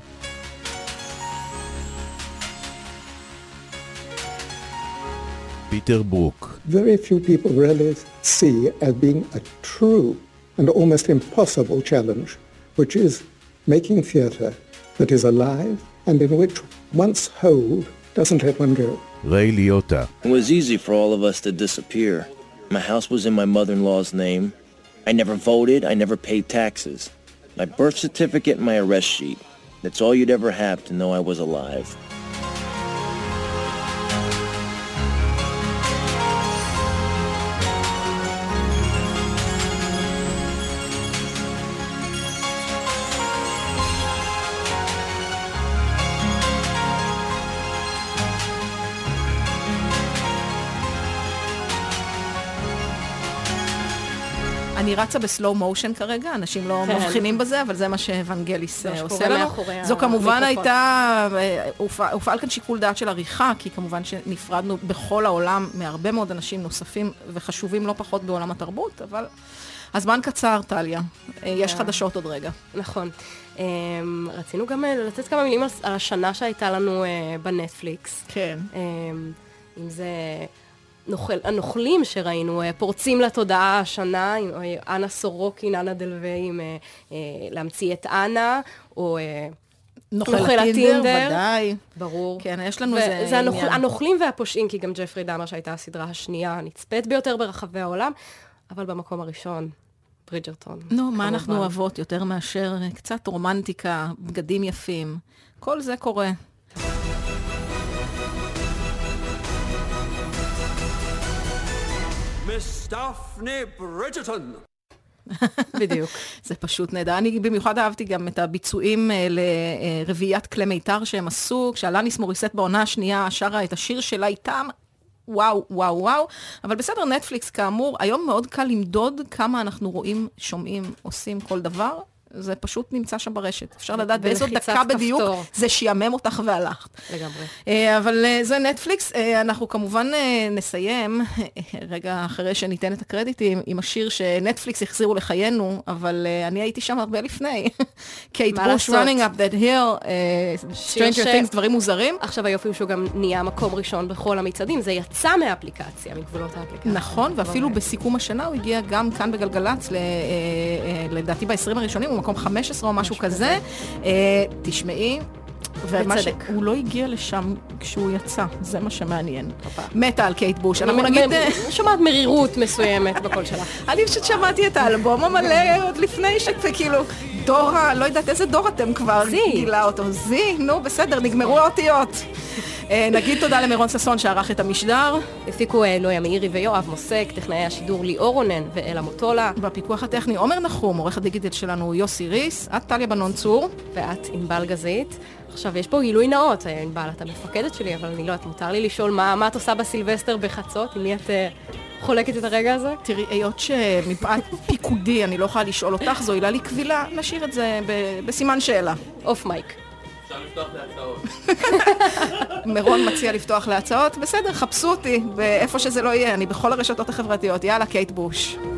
S6: פיטר ברוק.
S12: Very few people really see as being a true and almost impossible challenge, which is making theatre that is alive and in which once whole doesn't let one go.
S6: ריי ליוטה.
S24: It was easy for all of us to disappear. My house was in my mother-in-law's name. I never voted. I never paid taxes. My birth certificate and my arrest sheet. That's all you'd ever have to know I was alive.
S3: אני רצה בסלואו מושן כרגע, אנשים לא מבחינים בזה, אבל זה מה שאבנגליס עושה לנו. זו כמובן הייתה, הופעל כאן שיקול דעת של עריכה, כי כמובן שנפרדנו בכל העולם מהרבה מאוד אנשים נוספים וחשובים לא פחות בעולם התרבות, אבל הזמן קצר, טליה. יש חדשות עוד רגע.
S4: נכון. רצינו גם לתת כמה מילים על השנה שהייתה לנו בנטפליקס.
S3: כן.
S4: אם זה הנוכלים שראינו, פורצים לתודעה השנה, אנה סורוקין, אנה דלווי, עם להמציא את אנה, או נוכל הטינדר.
S3: ודאי.
S4: ברור.
S3: כן, יש לנו איזה
S4: עניין. זה הנוכלים והפושעים, כי גם ג'פרי דאמר שהייתה הסדרה השנייה הנצפית ביותר ברחבי העולם, אבל במקום הראשון, ברידג'רטון.
S3: נו, מה אנחנו אוהבות יותר מאשר קצת רומנטיקה, בגדים יפים. כל זה קורה.
S25: מיס דפני ברידג'רטון.
S3: בדיוק. זה פשוט נהדר. אני במיוחד אהבתי גם את הביצועים לרביעיית כלי מיתר שהם עשו, כשאלניס מוריסט בעונה השנייה שרה את השיר שלה איתם. וואו, וואו, וואו. אבל בסדר, נטפליקס כאמור, היום מאוד קל למדוד כמה אנחנו רואים, שומעים, עושים כל דבר. זה פשוט נמצא שם ברשת. אפשר לדעת באיזו דקה בדיוק זה שיאמם אותך והלכת.
S4: לגמרי.
S3: אבל זה נטפליקס. אנחנו כמובן נסיים, רגע אחרי שניתן את הקרדיטים, עם השיר שנטפליקס החזירו לחיינו, אבל אני הייתי שם הרבה לפני. קייט בוש, Running Up That Hill, Stranger Things, דברים מוזרים.
S4: עכשיו היופי הוא שהוא גם נהיה מקום ראשון בכל המצעדים. זה יצא מהאפליקציה, מגבולות האפליקציה.
S3: נכון, ואפילו בסיכום השנה הוא הגיע גם כאן בגלגלץ, לדעתי ב-20 הראשונים, הוא מקום 15 או משהו כזה. תשמעי,
S4: בצדק.
S3: הוא לא הגיע לשם כשהוא יצא, זה מה שמעניין. מתה על קייט בוש. אנחנו נגיד...
S4: שומעת מרירות מסוימת בקול שלה.
S3: אני פשוט שמעתי את האלבום המלא עוד לפני שכאילו, דורה, לא יודעת איזה דור אתם כבר גילה אותו. זי, נו בסדר, נגמרו האותיות. נגיד תודה למירון ססון שערך את המשדר.
S4: הפיקו נויה מאירי ויואב מוסק, טכנאי השידור ליאור רונן ואלה מוטולה.
S3: בפיקוח הטכני עומר נחום, עורך הדיגיטל שלנו יוסי ריס, את טליה בנון צור.
S4: ואת ענבל גזית. עכשיו יש פה גילוי נאות, ענבל, את המפקדת שלי, אבל אני לא יודעת, מותר לי לשאול מה את עושה בסילבסטר בחצות, אם את חולקת את הרגע הזה?
S3: תראי, היות שמפאת פיקודי אני לא יכולה לשאול אותך, זו הילה לי קבילה, נשאיר את זה בסימן שאלה.
S4: אוף מייק.
S25: אפשר לפתוח להצעות.
S3: מירון מציע לפתוח להצעות, בסדר, חפשו אותי באיפה שזה לא יהיה, אני בכל הרשתות החברתיות, יאללה, קייט בוש.